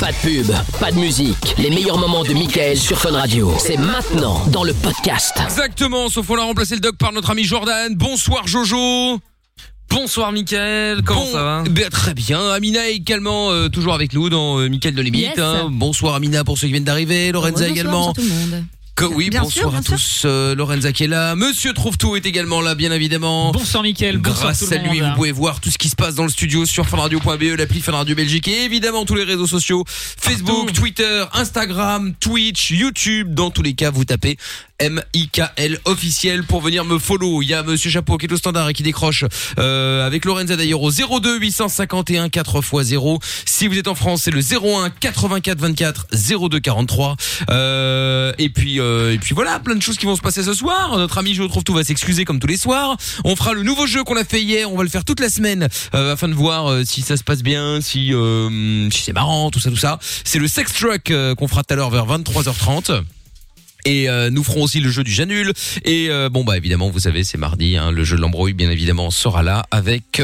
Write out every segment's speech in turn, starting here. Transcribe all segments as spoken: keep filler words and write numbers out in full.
Pas de pub, pas de musique. Les meilleurs moments de Mickaël sur Fun Radio. C'est maintenant dans le podcast. Exactement, sauf qu'on a remplacé le doc par notre ami Jordan. Bonsoir Jojo. Bonsoir Mickaël, comment bon, ça va? Ben, très bien, Amina également euh, toujours avec nous dans euh, Mickaël de Limite. Yes. Hein. Bonsoir Amina pour ceux qui viennent d'arriver, Lorenza bonsoir également. à tout le monde. Que, oui, Bien bonsoir sûr, bien à tous. Euh, Lorenza qui est là. Monsieur Trouve-Tout est également là, bien évidemment. Bonsoir Mickaël, bonsoir Grâce tout le à lui, monde. vous pouvez voir tout ce qui se passe dans le studio sur funradio point be, l'appli Fun Radio Belgique et évidemment tous les réseaux sociaux, Facebook, Partout. Twitter, Instagram, Twitch, YouTube. Dans tous les cas, vous tapez M I K L officiel pour venir me follow. Il y a Monsieur Chapeau qui est au standard et qui décroche euh, avec Lorenza d'ailleurs au zéro deux huit cent cinquante et un quatre fois zéro. Si vous êtes en France, c'est le zéro un quatre-vingt-quatre vingt-quatre zéro deux quarante-trois. Euh, et puis euh, et puis voilà, plein de choses qui vont se passer ce soir. Notre ami Je trouve tout va s'excuser comme tous les soirs. On fera le nouveau jeu qu'on a fait hier. On va le faire toute la semaine euh, afin de voir euh, si ça se passe bien, si euh, si c'est marrant, tout ça, tout ça. C'est le sex truck euh, qu'on fera tout à l'heure vers vingt-trois heures trente. Et euh, nous ferons aussi le jeu du Janul. Et euh, bon bah évidemment vous savez c'est mardi hein, le jeu de l'embrouille bien évidemment sera là avec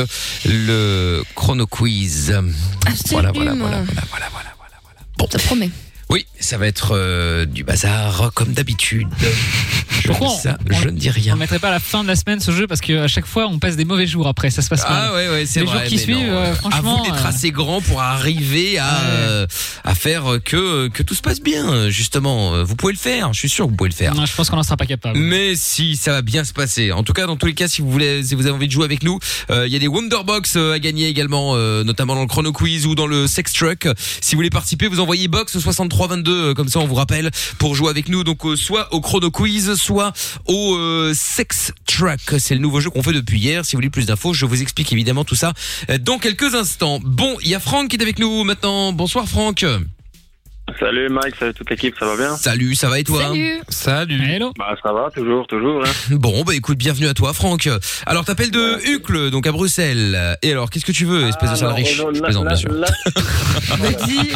le chrono quiz. Voilà voilà, voilà voilà voilà voilà voilà voilà. Bon. Ça promet. Oui, ça va être euh, du bazar comme d'habitude. Je Pourquoi dis ça, on, je ne dis rien. On mettrait pas à la fin de la semaine ce jeu parce qu'à chaque fois on passe des mauvais jours après, ça se passe mal. Ah ouais ouais c'est Les vrai. jours qui mais suivent, non, euh, franchement, à vous d'être euh, assez grand pour arriver à euh, à faire que que tout se passe bien. Justement, vous pouvez le faire. Je suis sûr que vous pouvez le faire. Non, je pense qu'on n'en sera pas capable. Mais si, ça va bien se passer. En tout cas, dans tous les cas, si vous voulez, si vous avez envie de jouer avec nous, euh, il y a des Wonderbox euh, à gagner également, euh, notamment dans le Chrono Quiz ou dans le Sex Truck. Si vous voulez participer, vous envoyez box soixante-trois vingt-deux, euh, comme ça on vous rappelle, pour jouer avec nous. Donc euh, soit au Chrono Quiz, soit au euh, Sex Truck. C'est le nouveau jeu qu'on fait depuis hier. Si vous voulez plus d'infos, je vous explique évidemment tout ça euh, dans quelques instants. Bon, il y a Franck qui est avec nous maintenant. Bonsoir Franck. Salut Mike, salut toute l'équipe, ça va bien? Salut, ça va et toi? Salut. Salut. Hello. Bah ça va, toujours, toujours. Hein. Bon, bah écoute, bienvenue à toi, Franck. Alors, t'appelles de Uccle, donc à Bruxelles. Et alors, qu'est-ce que tu veux, espèce de sale riche? Je plaisante, bien sûr. Vas-y.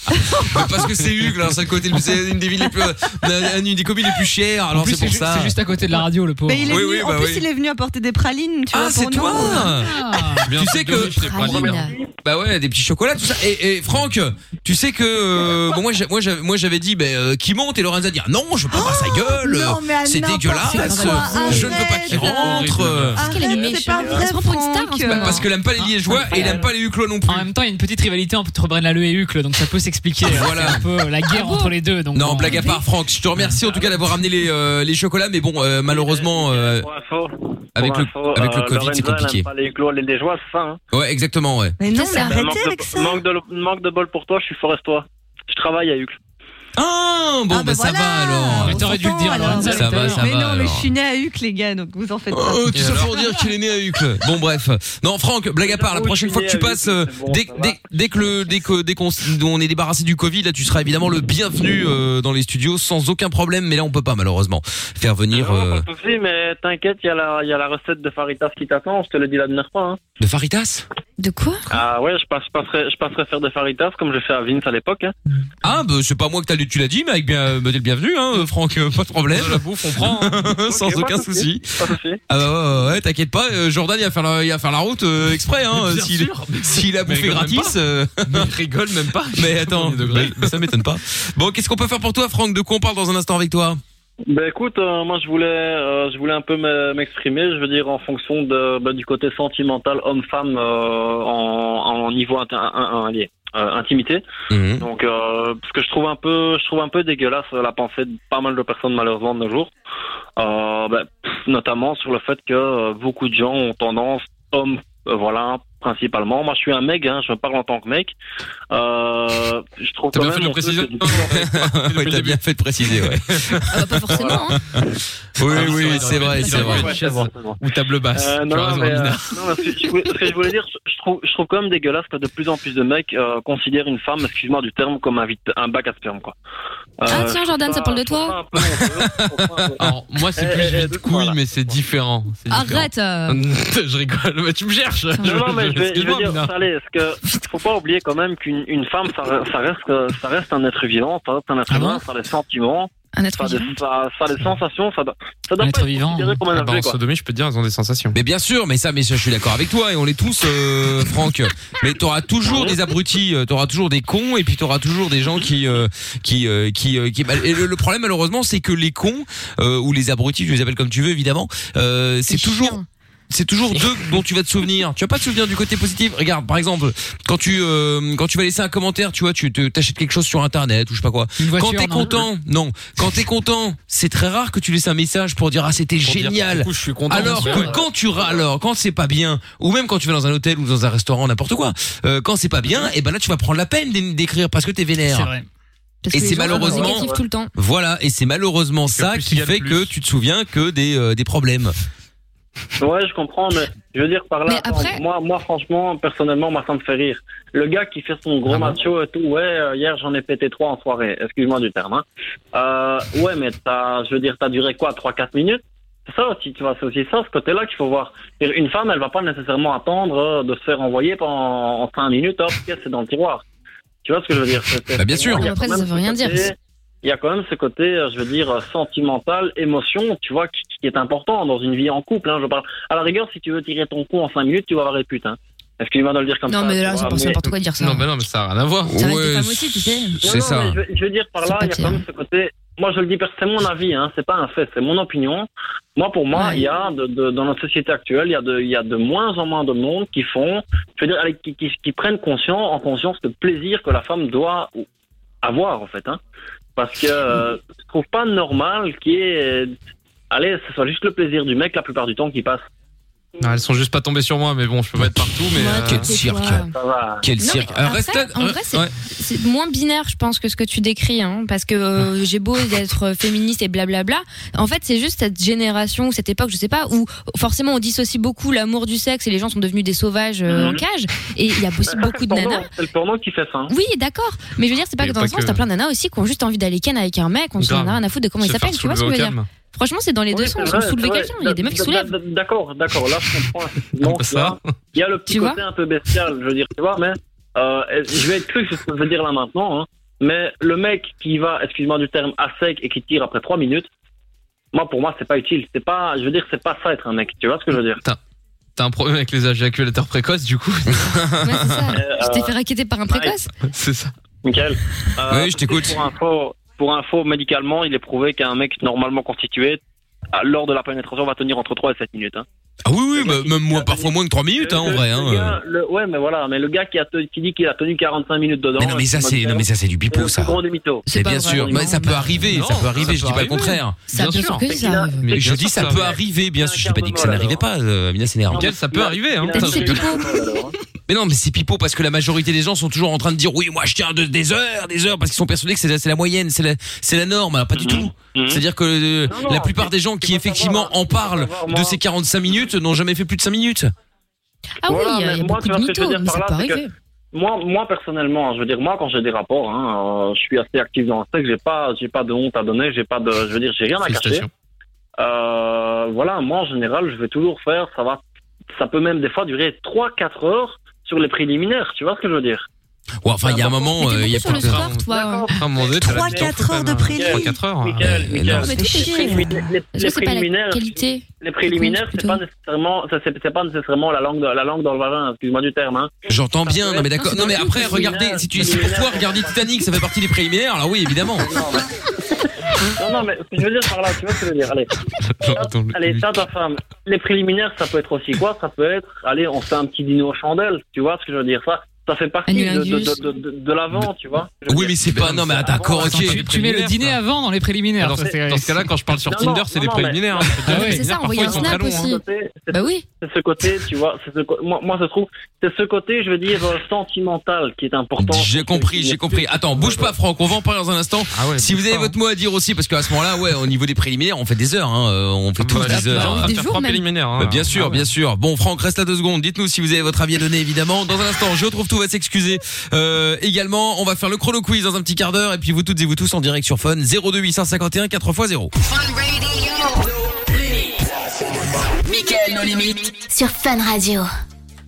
Parce que c'est Uccle, hein, c'est le côté, c'est une des villes les plus, une des communes les plus chères. Alors En plus, c'est pour ju- ça. C'est juste à côté de la radio, le pauvre. Mais il est Oui, venu, oui, en bah plus, oui. il est venu apporter des pralines, tu Ah, vois, c'est pour nous. toi. Ah. Tu sais que, Praline. bah ouais, des petits chocolats, tout ça. Et, et Franck, tu sais que, euh, bon, moi, j'ai- moi, j'avais, moi, j'avais dit, ben, euh, qui monte et Lorenza dit, ah non, je veux pas voir sa gueule. non, mais à c'est n'importe dégueulasse. quoi. Je ne veux pas qu'il Arrête. rentre. euh, Arrête, qu'elle est c'est pas méchante. vrai, Elle se prend pour une star en Franck. ce moment. Parce qu'elle aime pas les Liégeois et il aime pas les Uclois non plus. En même temps, il y a une petite rivalité entre Braine-l'Alleud et Uccle, donc ça peut s'expliquer. Voilà. C'est un peu la guerre entre les deux. Donc Non, bon, blague à part, Franck. Je te remercie en tout cas d'avoir amené les euh, les chocolats, mais bon, euh, malheureusement, euh, Pour info, pour avec le info, avec le euh, Covid, c'est Lorenza, elle compliqué. aime pas les Uclois, les Liégeois, c'est ça, hein. Ouais, exactement, ouais. Mais non, C'est mais ça. arrêtez manque, avec de, ça. manque, de, manque de bol pour toi, je suis forestois. Je travaille à Uccle. Ah, bon, Ah, bah, bah ça voilà. va alors. Mais t'aurais dû le dire, Alors, Lorenza. Ça va, ça mais va, non, mais alors. je suis né à Uccle, les gars, donc vous en faites pas. Oh, tout ça pour dire qu'il est né à Uccle. Bon, bref. Non, Franck, blague à part, la Oui, prochaine je fois suis que tu né à passes, Uccle, euh, c'est bon, dès, ça dès, va. dès que le, dès que, dès qu'on on est débarrassé du Covid, là, tu seras évidemment le bienvenu euh, dans les studios sans aucun problème. Mais là, on peut pas malheureusement faire venir Non, euh, pas de souci, mais t'inquiète, il y, a la- il y a la recette de Faritas qui t'attend, je te le dis la dernière fois. Hein. de Faritas. De quoi? Ah ouais, je, passe, je, passerai, je passerai faire des Faritas comme je fais à Vince à l'époque. Hein. Ah, bah c'est pas moi que t'as, tu l'as dit, mais avec bien, bah, t'es le bienvenu, hein, Franck. euh, Pas de problème. La bouffe, on prend. hein. Sans Ok, pas aucun de souci. Pas de souci. Ah bah ouais, ouais, ouais, t'inquiète pas, euh, Jordan il va faire la, il va faire la route euh, exprès hein, Bien s'il sûr. s'il a Mais bouffé rigole même gratis. euh, Mais il rigole même pas. mais attends, Premier degré. mais ça m'étonne pas. Bon, qu'est-ce qu'on peut faire pour toi, Franck? De quoi on parle dans un instant avec toi? Ben écoute, euh, moi je voulais, euh, je voulais un peu me- m'exprimer, je veux dire en fonction de, ben, du côté sentimental homme-femme euh, en, en niveau inti- un- un- un- euh, intimité. Mhm. Donc euh, parce que je trouve un peu, je trouve un peu dégueulasse la pensée de pas mal de personnes malheureusement de nos jours, euh, ben, pff, notamment sur le fait que euh, beaucoup de gens ont tendance, hommes, euh, voilà. Principalement, moi je suis un mec, hein, je parle en tant que mec. Euh, je trouve T'as quand bien même fait de on le peut- préciser. Ouais, t'as bien fait de préciser, ouais. Ah bah, pas forcément. Hein. Oui, Ah, oui, c'est c'est vrai, vrai, il c'est a vrai. raison. Ouais, chaise. c'est bon, c'est bon. Ou table basse. Euh, Tu as non, raison, mais, euh, Amina. non, mais ce, que je voulais, ce que je voulais dire, je, je trouve, je trouve quand même dégueulasse que de plus en plus de mecs euh, considèrent une femme, excuse-moi du terme, comme un, vit- un bac à sperme, quoi. Euh, Ah, tiens, je trouve Jordan, ça parle de je trouve toi ça un peu honteux, je trouve ça un peu- Alors, moi, c'est Eh, plus eh, vite doucement, couille, là. mais c'est différent. C'est différent. Arrête. euh. Je rigole, mais tu me cherches. Non, non, mais je vais, je vais Excuse-moi, dire, Amina. ça allait, parce que faut pas oublier quand même qu'une une femme, ça, re- ça reste, ça reste un être vivant, ça reste un être Ah humain, bon ça a des sentiments. Un être Ça a des, vivant. ça, ça a des sensations, ça doit, ça doit Un pas être être vivant. considéré comme un Ah bah, objet, en quoi. sodomie, je peux te dire, ils ont des sensations. Mais bien sûr, mais ça, mais ça, je suis d'accord avec toi et on l'est tous, euh, Franck. Mais t'auras toujours des abrutis, euh, t'auras toujours des cons et puis t'auras toujours des gens qui, euh, qui, euh, qui, euh, qui. Et le, le problème malheureusement, c'est que les cons euh, ou les abrutis, tu les appelles comme tu veux évidemment, euh, c'est Les toujours. chiens. C'est toujours d'eux dont tu vas te souvenir. Tu vas pas te souvenir du côté positif. Regarde, par exemple, quand tu euh, quand tu vas laisser un commentaire, tu vois, tu te t'achètes quelque chose sur internet ou je sais pas quoi. Une voiture, Quand t'es non content, non. Quand t'es content, c'est très rare que tu laisses un message pour dire ah c'était Pour dire, génial. du coup, je suis content. Alors Ouais, que ouais. quand tu râles, alors quand c'est pas bien, ou même quand tu vas dans un hôtel ou dans un restaurant, n'importe quoi, euh, quand c'est pas bien, et ben là tu vas prendre la peine d'é- d'écrire parce que t'es C'est vénère. vrai. Parce Et que les c'est gens sont malheureusement- négatifs tout le temps. Voilà, et c'est malheureusement que ça plus qui il y a de fait plus. que tu te souviens que des euh, des problèmes. Ouais, je comprends, mais je veux dire par là, Mais attends, après- moi, moi, franchement, personnellement, moi, ça me fait rire. Le gars qui fait son gros Ah bon macho et tout, ouais, euh, hier, j'en ai pété trois en soirée, excuse-moi du terme, hein. Euh, ouais, mais t'as, je veux dire, t'as duré quoi, trois, quatre minutes? C'est ça aussi, tu vois, c'est aussi ça, ce côté-là qu'il faut voir. Une femme, elle va pas nécessairement attendre euh, de se faire envoyer pendant en cinq minutes, hop, c'est dans le tiroir. Tu vois ce que je veux dire? C'est- c'est- Bah, bien sûr. il y a Après, quand ça même veut ce rien côté- dire. Il y a quand même ce côté, euh, je veux dire, euh, sentimental, émotion, tu vois, qui, qui est important dans une vie en couple. Hein, je parle. À la rigueur, si tu veux tirer ton coup en cinq minutes, tu vas avoir les putes. Hein. Excuse-moi de le dire comme Non, ça. mais tu là, vois, c'est pas mais- n'importe quoi de dire ça. Non, mais non, mais ça a rien à voir. Ça reste Ouais, des femmes aussi, tu sais. Non, C'est non, ça. mais Je, veux- je veux dire par C'est là, pas il y a quand pire. même ce côté. Moi, je le dis, parce que c'est mon avis, hein, c'est pas un fait, c'est mon opinion. Moi, pour moi, Ouais. il y a de, de- dans notre société actuelle, il y a de, il y a de moins en moins de monde qui font, je veux dire, allez, qui, qui, qui prennent conscience, en conscience, le plaisir que la femme doit avoir, en fait, hein. Parce que euh, je trouve pas normal qu'il y ait, allez, ce soit juste le plaisir du mec la plupart du temps qui passe. Ah, elles sont juste pas tombées sur moi, mais bon, je peux pas être partout, mais. Ouais, euh, quel tais-toi. cirque. Ça va. Quel Non, cirque. mais Euh, après, reste là- en vrai, c'est- ouais. C'est moins binaire, je pense, que ce que tu décris, hein, parce que euh, j'ai beau être féministe et blablabla. En fait, c'est juste cette génération, cette époque, je sais pas, où forcément on dissocie beaucoup l'amour du sexe et les gens sont devenus des sauvages euh, en Mhm. cage. Et il y a aussi Bah, beaucoup de c'est le porno, nanas. C'est le porno qui fait ça. hein. Oui, d'accord. Mais je veux dire, c'est pas Et que dans pas le sens, que- t'as plein de nanas aussi qui ont juste envie d'aller ken avec un mec, on s'en Grave. a rien à foutre de comment il se faire s'appelle, tu vois ce que je veux soulever au dire. calme. Franchement, c'est dans les deux Oui, sens. c'est On vrai, soulève c'est quelqu'un, il y a des mecs qui vrai. soulèvent. D- d- D'accord, d'accord. Là, je comprends. effectivement, Comme ça. tu vois. Il y a le petit Tu côté vois un peu bestial, je veux dire, tu vois, mais euh, je vais être cru sur ce que je veux dire là maintenant. Hein, mais le mec qui va, excuse-moi du terme, à sec et qui tire après trois minutes, moi, pour moi, c'est pas utile. C'est pas, je veux dire, c'est pas ça être un mec. Tu vois ce que je veux dire? T'as un problème avec les éjaculateurs précoces, du coup. Ouais, c'est ça. Euh, Je t'ai fait raqueter par un précoce. C'est ça. Nickel. Euh, Oui, je t'écoute. Pour info, pour info, médicalement, il est prouvé qu'un mec normalement constitué, à- lors de la pénétration, va tenir entre trois et sept minutes. Hein. Ah oui, oui, bah, même moi, parfois moins que trois minutes, hein, en Le- vrai. le Hein. gars, le- ouais, mais voilà, mais le gars qui, a te- qui dit qu'il a tenu quarante-cinq minutes dedans. Mais non, mais ça, c'est, non, mais ça, c'est du c'est pipeau, le ça. plus gros des mythos. C'est Mais pas bien vrai, sûr, non. mais ça peut arriver, Non, ça peut arriver, ça je peut dis pas le arriver. contraire. Ça, Bien bien sûr. sûr que C'est ça qu'il a- arrive. Mais Je bien dis sûr ça que peut arrive. arriver, bien sûr, C'est j'ai un pas dit que ça quart de n'arrivait mol, pas, euh, Mina s'énerve. Nickel, ça peut arriver, hein. T'as dit c'est Putain, pipeau. Mais non, mais c'est pipeau parce que la majorité des gens sont toujours en train de dire oui, moi je tiens de- des heures, des heures, parce qu'ils sont persuadés que c'est la, c'est la moyenne, c'est la, c'est la norme. Alors pas du Mhm. tout. Mhm. C'est-à-dire que euh, Non, non, la plupart des gens tu qui vas effectivement savoir, en tu vas parlent savoir, de moi. ces quarante-cinq minutes n'ont jamais fait plus de cinq minutes. Ah oui, Voilà, il y a, mais il y a moi, beaucoup tu de vois ce que je veux mythos, dire mais par ça là, peut c'est que- arriver. Moi, moi personnellement, je veux dire, moi quand j'ai des rapports, hein, euh, je suis assez actif dans le sexe, j'ai pas, j'ai pas de honte à donner, j'ai pas de, je veux dire, j'ai rien à cacher. Félicitations. Euh, voilà, moi en général, je vais toujours faire, ça va, ça peut même des fois durer trois quatre heures sur les préliminaires, tu vois ce que je veux dire? Ouais, enfin, il y a un moment, Mais euh, t'es il y a beaucoup plus sur de le score, toi. D'accord. À un moment donné, t'as Trois, la quatre heures de prélim. trois quatre heures. Nickel, Euh, nickel. non, mais tout est Les, dit. les- les Est-ce que c'est pas la préliminaires, qualité? les préliminaires, c'est pas nécessairement, ça, c'est, c'est pas nécessairement la langue, de- la langue dans le vagin, excuse-moi du terme, hein. J'entends bien, non mais d'accord. Non, c'est Non mais dans le après, film, regardez, si tu, si pour toi regarder Titanic, ça fait partie des préliminaires, alors oui, évidemment. Non, non, mais ce que je veux dire par là, tu vois ce que je veux dire, allez. Dans le- Allez, ça, ta femme. Les préliminaires, ça peut être aussi quoi? Ça peut être, allez, on fait un petit dîner aux chandelles. Tu vois ce que je veux dire? Ça, ça fait partie de, de, Anulingus. de, de, de l'avant, tu vois? Je veux Oui, dire. mais c'est pas. Non mais ah, d'accord, Attends, ok. tu- Tu, tu mets le préliminaires, dîner ça. avant dans les préliminaires. Dans, ça, c'est- dans ce cas-là, quand je parle sur Non, Tinder, non, c'est non, des non, mais- préliminaires. hein. Ah ouais. C'est ça, Parfois, envoyer ils un sont snap très longs, aussi. hein. C'est c'est- Bah oui. c'est ce côté, tu vois, c'est ce co- moi, moi, je trouve, c'est ce côté, je veux dire, euh, sentimental qui est important. J'ai compris, j'ai compris. Attends, bouge pas, Franck. On va en parler dans un instant. Ah ouais, Si vous bouge avez pas, votre mot à dire aussi, parce qu'à ce moment-là, ouais, au niveau des préliminaires, on fait des heures. Hein, euh, on fait tous Bah, des là, heures. on va Des faire jours trois même. préliminaires. hein. Bah, bien sûr, Ah ouais. bien sûr. Bon, Franck, reste à deux secondes. Dites-nous si vous avez votre avis à donner, évidemment. Dans un instant, je retrouve tout va s'excuser. Euh, également, on va faire le chrono quiz dans un petit quart d'heure. Et puis vous toutes et vous tous en direct sur Fun. zéro deux huit cent cinquante et un quatre fois zéro. Mickaël, nos limites. Sur Fun Radio.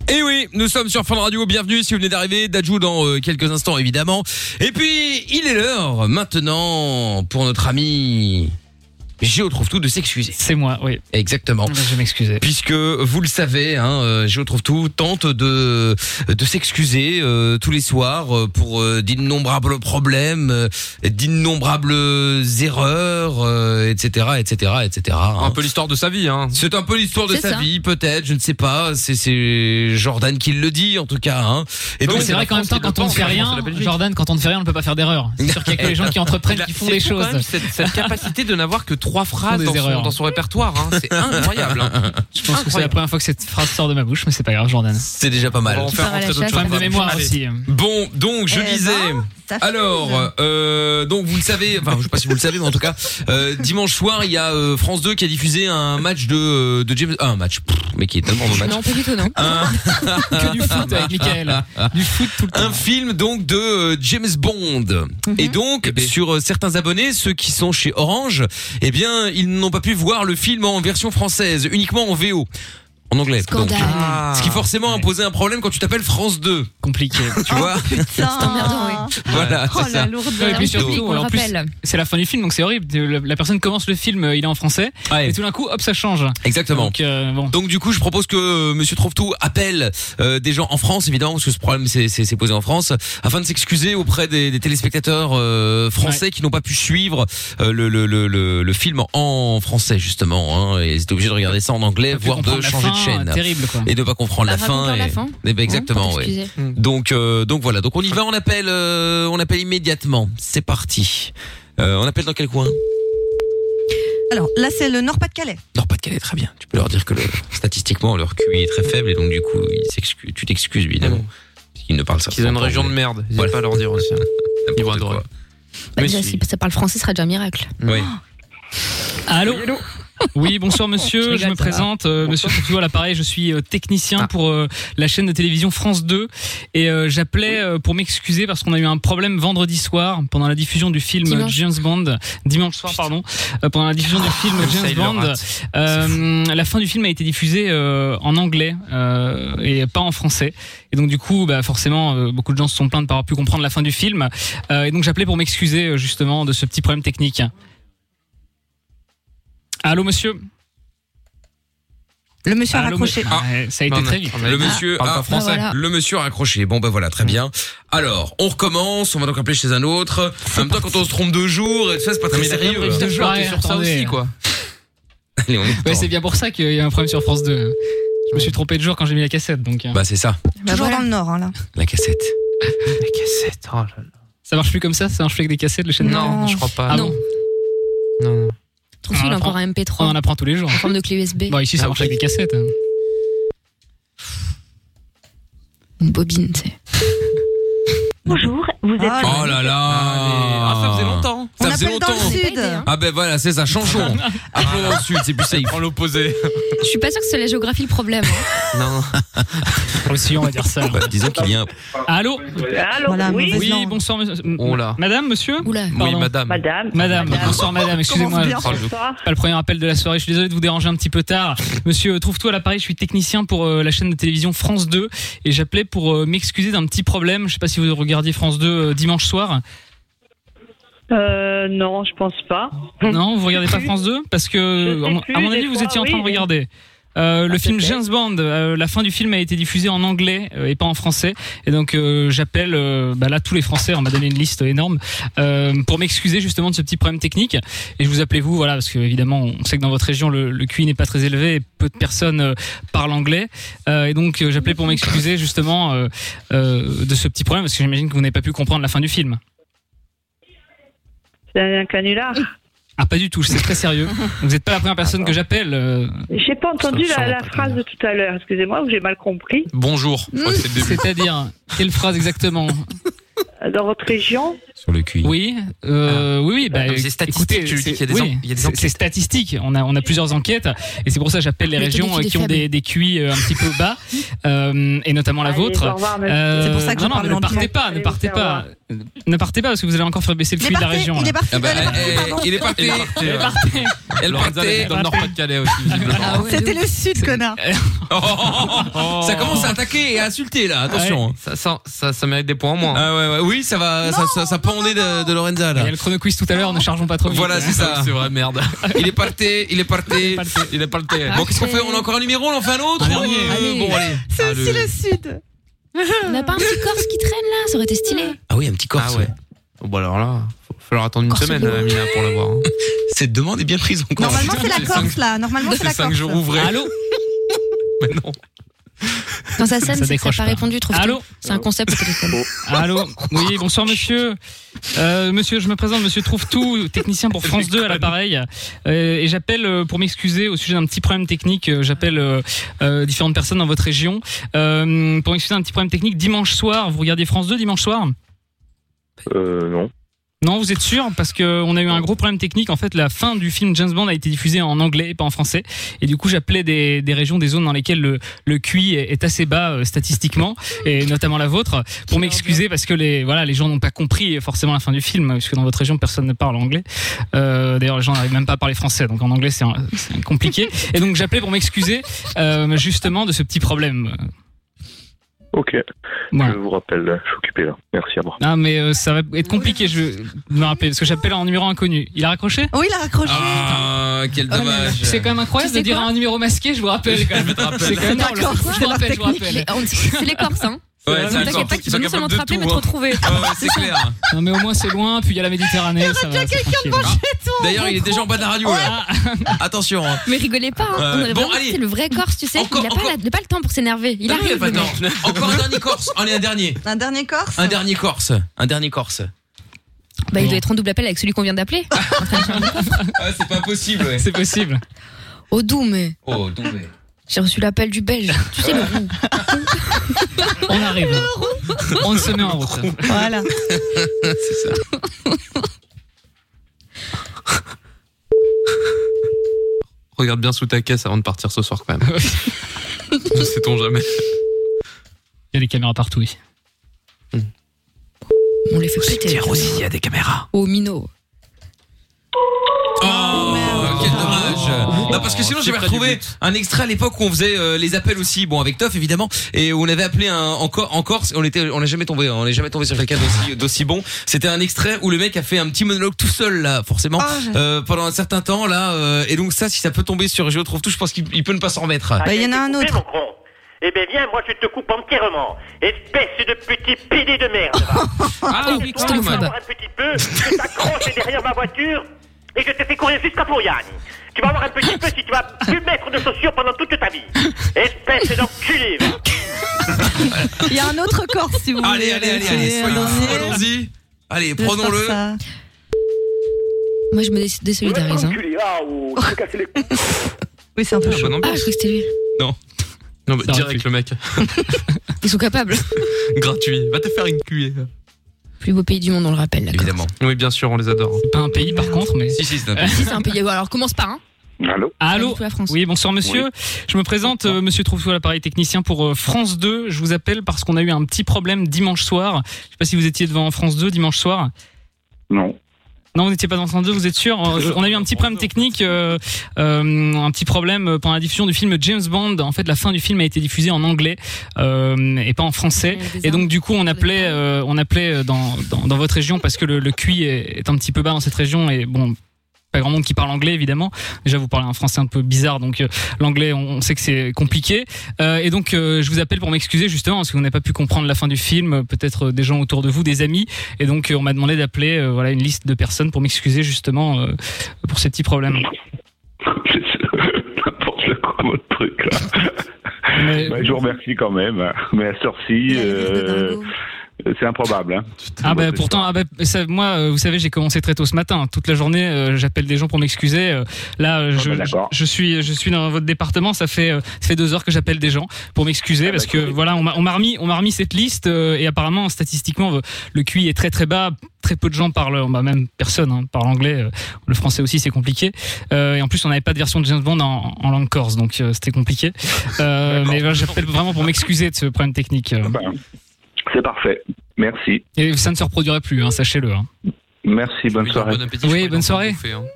Et oui, nous sommes sur Fun Radio, bienvenue si vous venez d'arriver, Dadju dans euh, quelques instants évidemment. Et puis, il est l'heure maintenant pour notre ami Géo trouve tout de s'excuser. C'est moi, oui. Exactement. Je vais m'excuser. Puisque vous le savez, hein, euh, Géo trouve tout tente de de s'excuser euh, tous les soirs euh, pour euh, d'innombrables problèmes, euh, d'innombrables erreurs, euh, et cetera, et cetera, et cetera. Un peu l'histoire de sa vie, hein. C'est un peu l'histoire de C'est sa ça. vie, peut-être, je ne sais pas. C'est c'est Jordan qui le dit en tout cas. Hein. Et Donc donc c'est vrai qu'en même temps, quand on ne fait rien, Jordan, quand on ne fait rien, on ne peut pas faire d'erreur. C'est sûr qu'il y a que les gens qui entreprennent qui font C'est des fou, choses. quand même, cette, cette capacité de n'avoir que trois phrases des dans son, erreurs. dans son répertoire, hein. C'est incroyable. Hein. Je pense que c'est la première fois que cette phrase sort de ma bouche, mais c'est pas grave, Jordan. C'est déjà pas On va mal. en faire part à la rentrer d'autres chasse, choses. Problème de mémoire Allez. aussi. Bon, donc je Eh disais. ben, ça fuse. Alors, euh, donc vous le savez, enfin je sais pas si vous le savez, mais en tout cas, euh, dimanche soir, il y a euh, France deux qui a diffusé un match de de James, ah, un match, pff, mais qui est tellement de match. Non, pas du tout, non. Un, Que du foot avec Mickaël. Du foot tout le temps. un film donc de euh, James Bond. Et donc sur euh, certains abonnés, ceux qui sont chez Orange, eh bien ils n'ont pas pu voir le film en version française, uniquement en V O. En anglais. Donc, Scandale. Ah. ce qui forcément a posé un problème quand tu t'appelles France deux, Compliqué. tu vois. C'est emmerdant, oui. Voilà, Oh c'est la ça. lourdeur. Ouais, et puis surtout, Public, on le en plus, rappelle. c'est la fin du film, donc c'est horrible. La, la personne commence le film, euh, il est en français, Ouais. et tout d'un coup, hop, ça change. Exactement. Donc, euh, bon. Donc du coup, je propose que euh, Monsieur Trouve-Tout appelle euh, des gens en France, évidemment, parce que ce problème s'est c'est, c'est posé en France, afin de s'excuser auprès des, des téléspectateurs euh, français Ouais. qui n'ont pas pu suivre euh, le, le, le, le, le film en français justement. Hein, et ils étaient obligés de regarder ça en anglais, Pas pu voire de comprendre la changer de fin, chaîne euh, Terrible, quoi. et de pas comprendre la Bah, fin. raconte-leur Et, la fin. et ben, exactement, Hein, pour oui. t'excuser. Donc euh, donc voilà. Donc on y va, on appelle, euh, on appelle immédiatement. C'est parti. Euh, on appelle dans quel coin? Alors là, c'est le Nord-Pas-de-Calais. Nord-Pas-de-Calais, très bien. Tu peux leur dire que le, statistiquement, leur Q I est très faible et donc du coup, ils s'excusent, tu t'excuses évidemment. Parce qu'ils ne parlent ça. Qu'ils ont une région de merde. N'hésite Voilà. pas à leur dire aussi. Ils vont N'importe adorer. quoi. Bah, Mais déjà, si. si ça parle français, ce serait déjà un miracle. Oui. Allô Oui, bonsoir monsieur, Je je, rigole, me ça va. présente, euh, monsieur Trouve-Tout à l'appareil, je suis euh, technicien Ah. pour euh, la chaîne de télévision France deux et euh, j'appelais euh, pour m'excuser parce qu'on a eu un problème vendredi soir pendant la diffusion du film Dimanche. James Bond, dimanche soir pardon, euh, pendant la diffusion du film Comme ça, James il le Bond, rate. euh, la fin du film a été diffusée euh, en anglais euh, et pas en français et donc du coup bah, forcément euh, beaucoup de gens se sont plaints de ne pas avoir pu comprendre la fin du film euh, et donc j'appelais pour m'excuser euh, justement de ce petit problème technique. Allô monsieur. Le monsieur a Allô, raccroché. monsieur. Ouais, ça a été Non, très non, vite. on a Le dit, monsieur parle a- pas français. Ah, voilà. Le monsieur a raccroché. Bon ben voilà, très bien. Alors, on recommence, on va donc appeler chez un autre. En même temps, quand on se trompe deux jours, et tout ça, c'est pas très Mais il a sérieux. rien réussi à Ouais, flirter sur ça attendez. aussi, quoi. Allez, on est Ouais, content. c'est bien pour ça qu'il y a un problème sur France deux. Je me suis trompé de jour quand j'ai mis la cassette, donc euh, Bah c'est ça, Bah, Toujours voilà. dans le Nord, hein, là. la cassette. La cassette. Oh là là. ça marche plus comme ça. Ça marche plus avec des cassettes, le chaîne. Non, je crois pas. Ah non. bon. Non. Trouve-tu, il On a apprend- encore un M P On trois en apprend tous les jours. en forme de clé U S B. Bon, ici, ça Ah, marche ok. avec des cassettes. Une bobine, tu sais. Bonjour, vous êtes Ah, Oh là là. Allez. Ah, ça faisait longtemps. Ça On faisait appelle dans longtemps. le J'ai pas sud. été, hein. Ah ben voilà, c'est ça, changeons. Appelons dans le sud, c'est plus safe. En l'opposé. Je suis pas sûre que c'est la géographie le problème. hein. Non. Aussi, on va dire ça. Bah, disons qu'il y a un... Allô. Allô, Voilà, oui, mauvaise Oui, langue. bonsoir, monsieur. Oh là. Madame, monsieur. Oula. Oui, Pardon. madame. madame. Madame, bonsoir madame, excusez-moi. Commence bien. Oh, le- Bonsoir. Pas le premier appel de la soirée, je suis désolé de vous déranger un petit peu tard. Monsieur, trouve-toi à l'appareil, je suis technicien pour euh, la chaîne de télévision France deux et j'appelais pour euh, m'excuser d'un petit problème. Je sais pas si vous regardiez France deux euh, dimanche soir. Euh, non, je pense pas. Non, vous regardez pas France deux parce que Je sais à mon- plus, à mon des avis vous fois, étiez en train oui, de mais- regarder. Euh, le Ah, film peut-être. James Bond, euh, la fin du film a été diffusée en anglais euh, et pas en français. Et donc euh, j'appelle euh, bah là tous les Français, on m'a donné une liste énorme euh, pour m'excuser justement de ce petit problème technique. Et je vous appelais vous, voilà, parce que évidemment on sait que dans votre région le, le Q I n'est pas très élevé et peu de personnes euh, parlent anglais. Euh, et donc euh, j'appelais pour m'excuser justement euh, euh, de ce petit problème parce que j'imagine que vous n'avez pas pu comprendre la fin du film. C'est un canular. Ah pas du tout, c'est très sérieux. Vous n'êtes pas la première personne que j'appelle. euh, J'ai pas entendu la, Sûrement la pas phrase de tout à l'heure. Excusez-moi, ou j'ai mal compris. Bonjour. Je crois que c'est le début. C'est-à-dire quelle phrase exactement? Dans votre région, Sur le Q I. Oui, euh, oui, oui. Bah, Ah, c'est statistique, écoutez, tu lui dis c'est- qu'il y a des oui, en- il y a des c'est- enquêtes. c'est statistique. On a, on a plusieurs enquêtes, et c'est pour ça que j'appelle les Mais régions t'as des euh, qui ont faibles. des, des Q I euh, un petit peu bas, euh, et notamment la Allez, vôtre. au revoir, monsieur. Euh, C'est pour ça que je non, non, parle mais ne lentement. partez pas, ne Allez, partez au pas, revoir. ne partez pas parce que vous allez encore faire baisser le Il Q I est de la parti, région. il là. est parti. Ah bah, il est parti, eh, pardon. il est parti. Elle est partie. Elle Lorenza, elle partait. est dans le Nord-Pas-de-Calais aussi, visiblement. Ah ouais, C'était de le sud, connard. Oh, oh, oh, oh. Ça commence à attaquer et à insulter là. Attention. Ça, ça, ça, ça mérite des points en moins. Ah ouais, ouais, oui, ça va, ça, ça, ça pend au nez de, de Lorenza Il y là. a le chrono quiz tout à l'heure, ne chargeons pas trop vite. Voilà, c'est ça. C'est vrai, merde. Il est parti, il est parti. Parti. Il est parti. Bon, qu'est-ce qu'on fait? On a encore un numéro, on en fait un autre? Un dernier. ou, euh, Allez. Bon, allez. C'est Ah, aussi le- le sud. On n'a pas un petit Corse qui traîne là, ça aurait été stylé. Ah oui, un petit Corse. Ah ouais. Bon, alors là, faut falloir attendre une Corse semaine, bleu. Amina, pour le voir. hein. Cette demande est bien prise en compte. Normalement, c'est la C'est Corse, cinq- là. Normalement, c'est C'est la cinq Corse. jours ouvrés. Allô? Mais non. Quand ça sonne, Ça c'est que ça décroche n'a pas pas. répondu, trouve Allô? C'est un concept au téléphone. Allô? Oui, bonsoir monsieur. Euh, monsieur, je me présente, monsieur Trouve Tout, technicien pour France deux à l'appareil. Euh, et j'appelle euh, pour m'excuser au sujet d'un petit problème technique. Euh, J'appelle euh, euh, différentes personnes dans votre région. Euh, pour m'excuser d'un petit problème technique. Dimanche soir, vous regardez France deux dimanche soir? Euh, non. Non, vous êtes sûr? Parce que on a eu un gros problème technique. En fait, la fin du film James Bond a été diffusée en anglais et pas en français. Et du coup, j'appelais des, des régions, des zones dans lesquelles le, le Q I est, est assez bas euh, statistiquement, et notamment la vôtre, pour m'excuser parce que les voilà, les gens n'ont pas compris forcément la fin du film, parce que dans votre région, personne ne parle anglais. Euh, D'ailleurs, les gens n'arrivent même pas à parler français, donc en anglais, c'est un- c'est compliqué. Et donc, j'appelais pour m'excuser euh, justement de ce petit problème. Ok. Voilà. Je vous rappelle, je suis occupé là. Merci à vous. Ah, mais euh, ça va être compliqué, je vais me rappeler, parce que j'appelle en numéro inconnu. Il a raccroché? Oui, il a raccroché. Ah, quel dommage. C'est quand même incroyable Tu sais de dire quoi un numéro masqué, je vous rappelle. Quand même. C'est quand même D'accord, drôle. c'est Je vous leur rappelle, je vous technique. rappelle. Les- on- C'est les Corses, hein. Ouais, Ne c'est t'inquiète d'accord. pas, Ils qu'ils sont vont non seulement capables te de rappeler, tout, mais te hein. retrouver. Ah ouais, c'est clair. Non, mais au moins c'est loin, puis il y a la Méditerranée, ça va. c'est tranquille. D'ailleurs, il est déjà en bas de la radio là. Ah, Attention. hein. Mais rigolez pas, hein. Euh, On aurait bon, vraiment allez. c'est le vrai Corse, tu sais. Encore- il a encore- pas, la- il a pas le temps pour s'énerver. Il Non, mais arrive. pas le de mec. temps. Encore un dernier Corse. Allez, un dernier. Un dernier Corse. Un dernier Corse. Un dernier Corse. Bah, il doit être en double appel avec celui qu'on vient d'appeler. Ah, c'est pas possible, ouais. c'est possible. Au doux, mais Oh, tombé. j'ai reçu l'appel du Belge. Tu sais, le roux. On arrive. On se met en route. Voilà. C'est ça. Regarde bien sous ta caisse avant de partir ce soir, quand même. Ne sait-on jamais. Il y a des caméras partout ici. On les fait péter. il y a des caméras. Au minot. Oh, quel dommage. Non, parce que sinon c'est j'avais près du retrouvé but. un extrait à l'époque où on faisait euh, les appels aussi, bon avec Toff évidemment, et où on avait appelé un en, Cor- en Corse. On était, on n'est jamais tombé, on n'est jamais tombé sur quelqu'un d'aussi d'aussi bon. C'était un extrait où le mec a fait un petit monologue tout seul là, forcément, Oh, je- euh, pendant un certain temps là, euh, et donc ça, si ça peut tomber sur Géo Trouve Tout, je pense qu'il il peut ne pas s'en remettre. Bah, il y en a un autre. Mon con. Eh ben viens, moi je te coupe entièrement. Espèce de petit pédé de merde. va. Ah oui, Toi, c'était le tu vas Fab. voir un petit peu, je t'accroche derrière ma voiture et je te fais courir jusqu'à Florian. Tu vas voir un petit peu si tu vas plus mettre de chaussures pendant toute ta vie. Espèce d'enculé. va. Il y a un autre Corse, si vous voulez. Allez, allez, allez, allez, C'est soyons un fous, dernier. allons-y. Allez, Je vais faire prenons-le. ça. Moi, je me dé- désolidarise. Hein. Enculé, ah, ou tu te casses les couilles. Oui, c'est un peu Ah, chaud. bonne Ah, ambiance. je crois que c'était lui. Non, mais Ça direct, aurait le mec. Ils sont capables. Gratuit. Va te faire une cuillère. Plus beau pays du monde, on le rappelle. D'accord. Évidemment. Oui, bien sûr, on les adore. C'est pas un pays par contre, mais. Si, si, c'est un peu. Si, c'est un pays. Alors, commence pas, hein. Allô? Allô? Pas du tout la France. Oui, bonsoir monsieur. Je me présente, euh, monsieur Trouve Tout à l'appareil technicien pour euh, France deux. Je vous appelle parce qu'on a eu un petit problème dimanche soir. Je sais pas si vous étiez devant France deux dimanche soir. Non. Non, vous n'étiez pas dans France deux, vous êtes sûr? Euh, On a eu un petit problème technique, euh, euh, un petit problème pendant la diffusion du film James Bond. En fait, la fin du film a été diffusée en anglais euh, et pas en français. Et donc, du coup, on appelait, euh, on appelait dans, dans, dans votre région parce que le, le Q I est, est un petit peu bas dans cette région et bon. Pas grand monde qui parle anglais évidemment. Déjà vous parlez un français un peu bizarre, donc euh, l'anglais on, on sait que c'est compliqué. Euh, et donc euh, je vous appelle pour m'excuser justement parce qu'on n'a pas pu comprendre la fin du film. euh, Peut-être euh, des gens autour de vous, des amis. Et donc euh, on m'a demandé d'appeler euh, voilà une liste de personnes pour m'excuser justement euh, pour ces petits problèmes. N'importe quoi, votre truc là. Mais- Bah, je vous remercie quand même. hein. Mais à ce heure-ci, Il a les rires de euh, dingo. C'est improbable. Hein. Ah bah pourtant, ah bah, ça, moi, euh, vous savez, j'ai commencé très tôt ce matin. Toute la journée, euh, j'appelle des gens pour m'excuser. Euh, là, euh, je, Ah bah, je, je suis, je suis dans votre département. Ça fait, euh, ça fait deux heures que j'appelle des gens pour m'excuser Ah parce bah, que cool. voilà, on m'a, on m'a remis, on m'a remis cette liste euh, et apparemment, statistiquement, le Q I est très très bas. Très peu de gens parlent, bah même personne hein, parle anglais. Euh, le français aussi, c'est compliqué. Euh, et en plus, on n'avait pas de version de James Bond en, en langue corse, donc euh, c'était compliqué. Euh, mais voilà, j'appelle vraiment pour m'excuser de ce problème technique. Euh. Bah, c'est parfait. Merci. Et ça ne se reproduira plus, hein, sachez-le. Hein. Merci, bonne Oui, soirée. bon appétit, Oui, je crois bonne qu'il soirée. en bouffer, hein.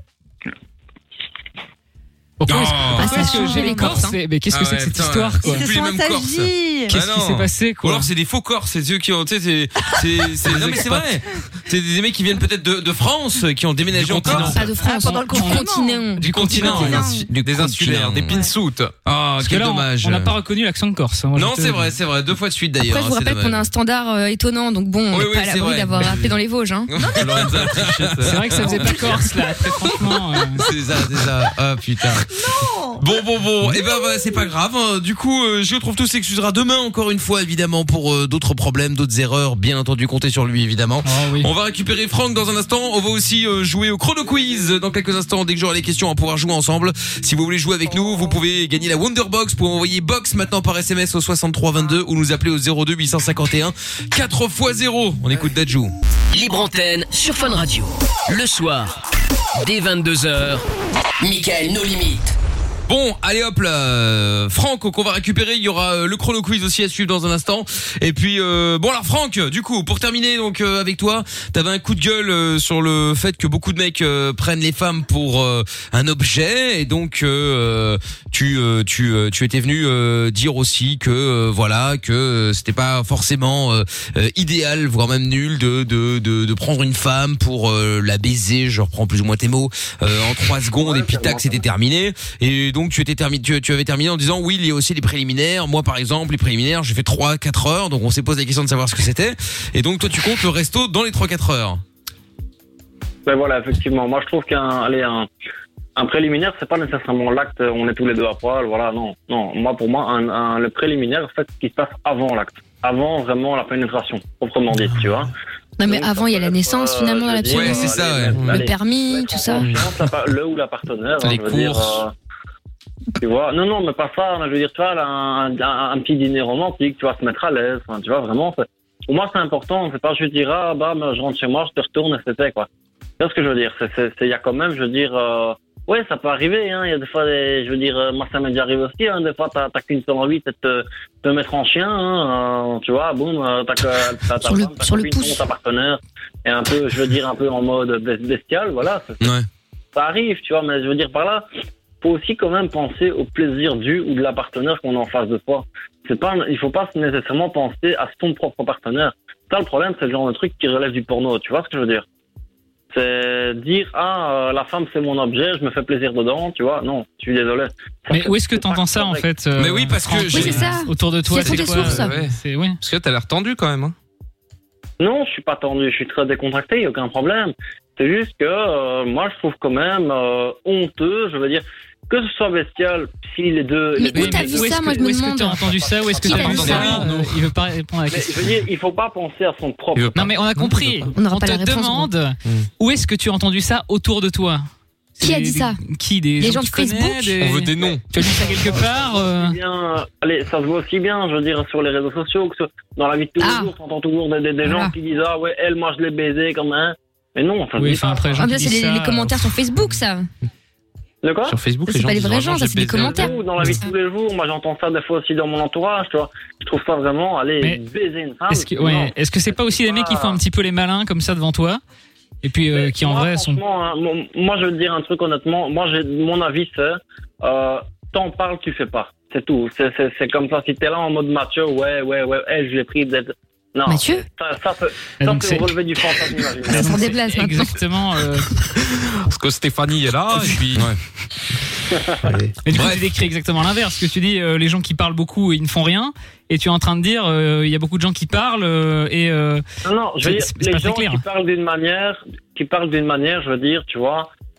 Pourquoi est-ce, Oh. pourquoi Ah, ça est-ce que change j'ai les les Corses, Corses hein. c'est- Mais qu'est-ce que Ah c'est ouais, que cette putain, histoire quoi c'est Ils se plus les sont mêmes Corses. assagis. Qu'est-ce Ah qui non. s'est passé Ou quoi alors c'est des faux Corses, c'est eux qui ont, tu sais, c'est, c'est, c'est- non mais c'est vrai. C'est des mecs qui viennent peut-être de, de France, qui ont déménagé Du en continent. Corse. Ah, de France, Ah, pendant le du confinement. continent. Du continent. continent. Du Des insulaires, des pinsoutes. Ah, Parce que quel là, on- dommage. on n'a pas reconnu l'accent de Corse. hein, moi, Non, je te- c'est vrai, c'est vrai. Deux fois de suite d'ailleurs. Après, je vous hein, c'est rappelle qu'on a dommage. un standard euh, étonnant, donc bon, on Oui, n'est oui, pas à c'est l'abri vrai. d'avoir appelé dans les Vosges. Hein. Lorenza a triché, ça. C'est vrai que ça faisait pas Corse là, très franchement. euh. C'est ça, c'est ça. Ah putain. Bon, bon, bon. Et ben, bah, c'est pas grave. hein. Du coup, euh, je trouve tout s'excusera demain encore une fois, évidemment, pour euh, d'autres problèmes, d'autres erreurs. Bien entendu, comptez sur lui, évidemment. Oh, oui. On va récupérer Franck dans un instant. On va aussi euh, jouer au chrono quiz dans quelques instants. Dès que j'aurai les questions, on va pouvoir jouer ensemble. Si vous voulez jouer avec nous, vous pouvez gagner la Wonderbox pour envoyer box maintenant par S M S au soixante-trois vingt-deux ou nous appeler au zéro deux huit cent cinquante et un quatre fois zéro. On écoute Dadju. Libre antenne sur Fun Radio. Le soir, dès vingt-deux heures, Mickaël No Limites. Bon, allez hop là, euh, Franck qu'on va récupérer, il y aura euh, le chrono quiz aussi à suivre dans un instant. Et puis euh, bon alors Franck, du coup, pour terminer donc euh, avec toi, t'avais un coup de gueule euh, sur le fait que beaucoup de mecs euh, prennent les femmes pour euh, un objet et donc euh, tu euh, tu euh, tu étais venu euh, dire aussi que euh, voilà, que euh, c'était pas forcément euh, euh, idéal voire même nul de de de, de prendre une femme pour euh, la baiser, je reprends plus ou moins tes mots, euh, en trois secondes et puis tac, c'était terminé. Et donc tu étais terminé, tu, tu avais terminé en disant oui, il y a aussi les préliminaires. Moi par exemple, les préliminaires, j'ai fait trois quatre heures, donc on s'est posé la question de savoir ce que c'était. Et donc toi tu comptes le resto dans les trois quatre heures. Ben voilà, effectivement. Moi, je trouve qu'un, allez, un, un préliminaire, c'est pas nécessairement l'acte. On est tous les deux à poil, voilà. Non, non. Moi, pour moi, un, un, le préliminaire, en fait, ce qui se passe avant l'acte, avant vraiment la pénétration, proprement dit, tu vois. Non, mais Donc, avant, il y a la ça peut naissance être, finalement euh, dans la je veux dire, Ouais, c'est ça, allez, ouais. mettre- Le allez, permis, mettre tout en ça. confiance la pa- le ou la partenaire. Les hein, je veux dire, courses. euh, tu vois, non, non, mais pas ça. Je veux dire, tu vois, là, un, un, un petit dîner romantique, tu vas se mettre à l'aise. Enfin, tu vois, vraiment, c'est- pour moi, c'est important. C'est pas juste dire, ah, bah, mais je rentre chez moi, je te retourne et c'était, quoi. Tu vois ce que je veux dire? C'est, c'est, c'est, il y a quand même, je veux dire, euh, ouais, ça peut arriver, hein. Il y a des fois, des, je veux dire, euh, moi, ça m'est déjà arrivé aussi, hein. Des fois, t'as, t'as qu'une seule envie, c'est de te, te mettre en chien, hein. Euh, tu vois, boum, euh, t'as que, t'as ta Sur le- femme, ta sur le copine, pouce. ton- ta partenaire, et un peu, je veux dire, un peu en mode bes- bestial, voilà. C'est- Ouais. Ça arrive, tu vois, mais je veux dire par là, faut aussi quand même penser au plaisir du ou de la partenaire qu'on a en face de soi. C'est pas, il faut pas nécessairement penser à son propre partenaire. Ça, le problème, c'est le genre de truc qui relève du porno. Tu vois ce que je veux dire? C'est dire, ah, euh, la femme, c'est mon objet, je me fais plaisir dedans, tu vois. Non, je suis désolé. Ça, Mais c'est- où est-ce que c'est pas t'entends ça en correct. fait euh, Mais oui, parce que Franck, j'ai- Oui, c'est ça. autour de toi, C'est c'est tes quoi sources. euh, c'est oui. Parce que t'as l'air tendu quand même. Hein. Non, je suis pas tendu, je suis très décontracté, il n'y a aucun problème. C'est juste que euh, moi, je trouve quand même euh, honteux, je veux dire, que ce soit bestial, si les deux... Mais les deux où t'as mais vu où est-ce ça, que- moi, je où me est-ce que demande. t'as entendu ça? Où est-ce que Qui t'as t'a vu dit ça ça Euh, Il veut pas répondre à la Mais question. je veux dire, il faut pas penser à son propre... Il veut Non mais on a compris. On n'aura On pas te la réponse, demande où est-ce que tu as entendu ça autour de toi? Qui a C'est dit des- ça? Qui des Les gens que de tu connais, Facebook des- On veut des noms. Tu as lu ça quelque part euh, Bien, euh, allez, ça se voit aussi bien, je veux dire, sur les réseaux sociaux, que sur- dans la vie de tous Ah. les jours, t'entends toujours des, des, des Voilà. gens qui disent, ah ouais, elle, moi, je l'ai baisé comme un... Mais non, ça se Oui, dit enfin pas. après, les gens Ah, qui mais ça, c'est disent les, ça, les commentaires sur Facebook, ça. De quoi? Sur Facebook, Ça, les c'est gens pas les disent vrais gens, vraiment, ça, j'ai c'est des baisé un commentaires. Ou dans la vie de tous les jours, moi, j'entends ça des fois aussi dans mon entourage, tu vois. Je trouve ça vraiment, allez, Mais baiser une femme. Est-ce que, non. ouais, est-ce que c'est pas aussi les mecs qui font un petit peu les malins comme ça devant toi et puis euh, Mais qui en moi, vrai sont franchement, hein, mon- moi, je veux te dire un truc honnêtement. Moi, j'ai mon avis, c'est euh, t'en parles, tu fais pas. C'est tout. C'est, c'est, c'est comme ça. Si t'es là en mode macho, ouais, ouais, ouais, hey, je l'ai pris d'être. Non. Mathieu Ça, ça, peut- Et ça donc, c'est c'est- relever du fantasme imaginaire. Ça s'en Donc, c'est déplace maintenant. exactement. euh, Parce que Stéphanie est là, et puis. Mais du coup, Bref. tu décris exactement l'inverse. Que tu dis, euh, les gens qui parlent beaucoup, ils ne font rien. Et tu es en train de dire, euh, il y a beaucoup de gens qui parlent euh, et euh, Non, non, je veux C'est- dire, c'est pas les très gens clair. qui parlent d'une manière, qui parlent d'une manière, je veux dire, tu vois,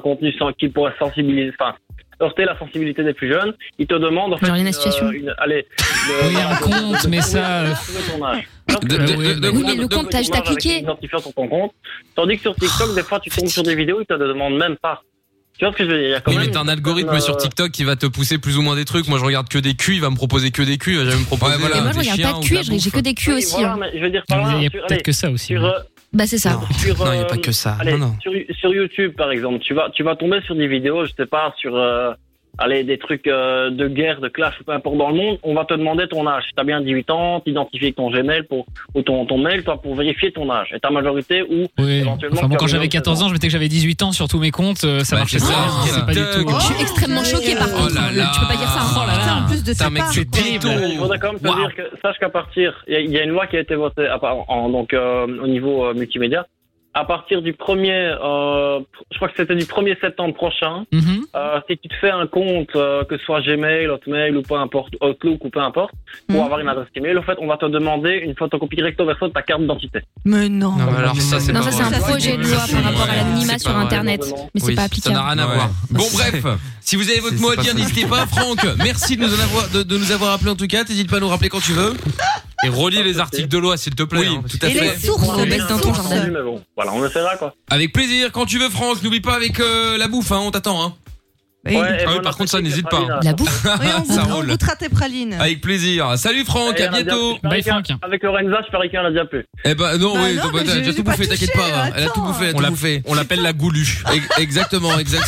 contenu sans- qui pourrait sensibiliser, enfin, heurter la sensibilité des plus jeunes. Ils te demandent en fait Genre une, la situation. euh, une- allez, de- Oui, un compte, mais ça, de trouver ton âge. De- de- de- de- Oui, mais le compte, t'as juste à cliquer. Avec un identifiant sur ton compte. Tandis que sur TikTok, des fois, tu tombes sur des vidéos, ils te le demandent même pas. Tu vois ce que je veux dire? Il y a quand Oui, même mais t'as un une algorithme certaine, sur euh, TikTok qui va te pousser plus ou moins des trucs. Moi, je regarde que des culs, il va me proposer que des culs, il va jamais me proposer Ouais, voilà. euh, Et moi, je des regarde chiens pas de ou cuir, la j'ai j'ai bouffe. que des culs oui, aussi. voilà, hein. mais je veux dire par là, Il y a sur- peut-être allez, que ça aussi. sur, ouais. euh, Bah, c'est ça. sur, Non, il y a euh, pas que ça. Allez, Non, non. Sur, sur YouTube, par exemple, tu vas, tu vas tomber sur des vidéos, je sais pas, sur euh, allez, des trucs euh, de guerre, de clash, ou peu importe dans le monde. On va te demander ton âge. T'as bien dix-huit ans, t'identifies avec ton Gmail pour, ou ton, ton mail, toi, pour vérifier ton âge. Et ta majorité, ou Oui. éventuellement. Enfin, bon, tu as quand besoin j'avais de quatorze ans, je mettais que j'avais dix-huit ans sur tous mes comptes. euh, Ça Bah, marchait c'est pas. ça, hein, c'est C'est pas du TikTok. tout. Je suis extrêmement choquée par Oh contre. là là. Tu peux pas dire ça. Oh là là. En plus de Putain, sa mec, part. c'est terrible. Je voudrais quand même te Wow. dire que, sache qu'à partir, il y, a- il y a une loi qui a été votée à part- en, donc, euh, au niveau euh, multimédia. À partir du premier, euh, je crois que c'était du premier septembre prochain, Mhm. euh, si tu te fais un compte, euh, que ce soit Gmail, Hotmail ou peu importe, Outlook ou peu importe, pour Mhm. avoir une adresse email, en fait, on va te demander une photocopie recto verso de ta carte d'identité. Mais non. Non, mais alors ça, c'est Non, pas ça, c'est un vrai. projet de loi par rapport à l'anonymat C'est sur pas vrai. Internet. Mais c'est Oui, pas ça applicable. n'a rien à Ouais. voir. Bon bref, si vous avez votre C'est- mot à c'est pas dire, ça. n'hésitez pas. Franck, merci de nous, en avoir, de, de nous avoir appelé en tout cas. T'hésites pas à nous rappeler quand tu veux. Et relis les articles de loi, s'il te plaît. Oui, hein. tout à Et les fait. sources, On les est un peu sources. tendu, mais bon, voilà, on essaiera, quoi. Avec plaisir, quand tu veux Franck. N'oublie pas avec euh, la bouffe, hein, on t'attend. Hein. Oui. Ouais, et Ah oui, bon par contre, ça, appétit, n'hésite pas, Caroline. La bouffe. Oui, on, Ça goûte- on roule. goûtera tes pralines. Avec plaisir. Salut Franck, Et à on a déjà- bientôt. je parie Bye, qu'un- Franck. Avec Lorenza, je parie qu'elle en a déjà plus. Eh ben non, Bah oui, non, donc, mais t'as je- déjà j'ai tout pas bouffé, t'inquiète touché, pas. Elle a tout attends. bouffé, elle a On tout l'a- bouffé. On l'appelle la goulue. Ex- Exactement, exact.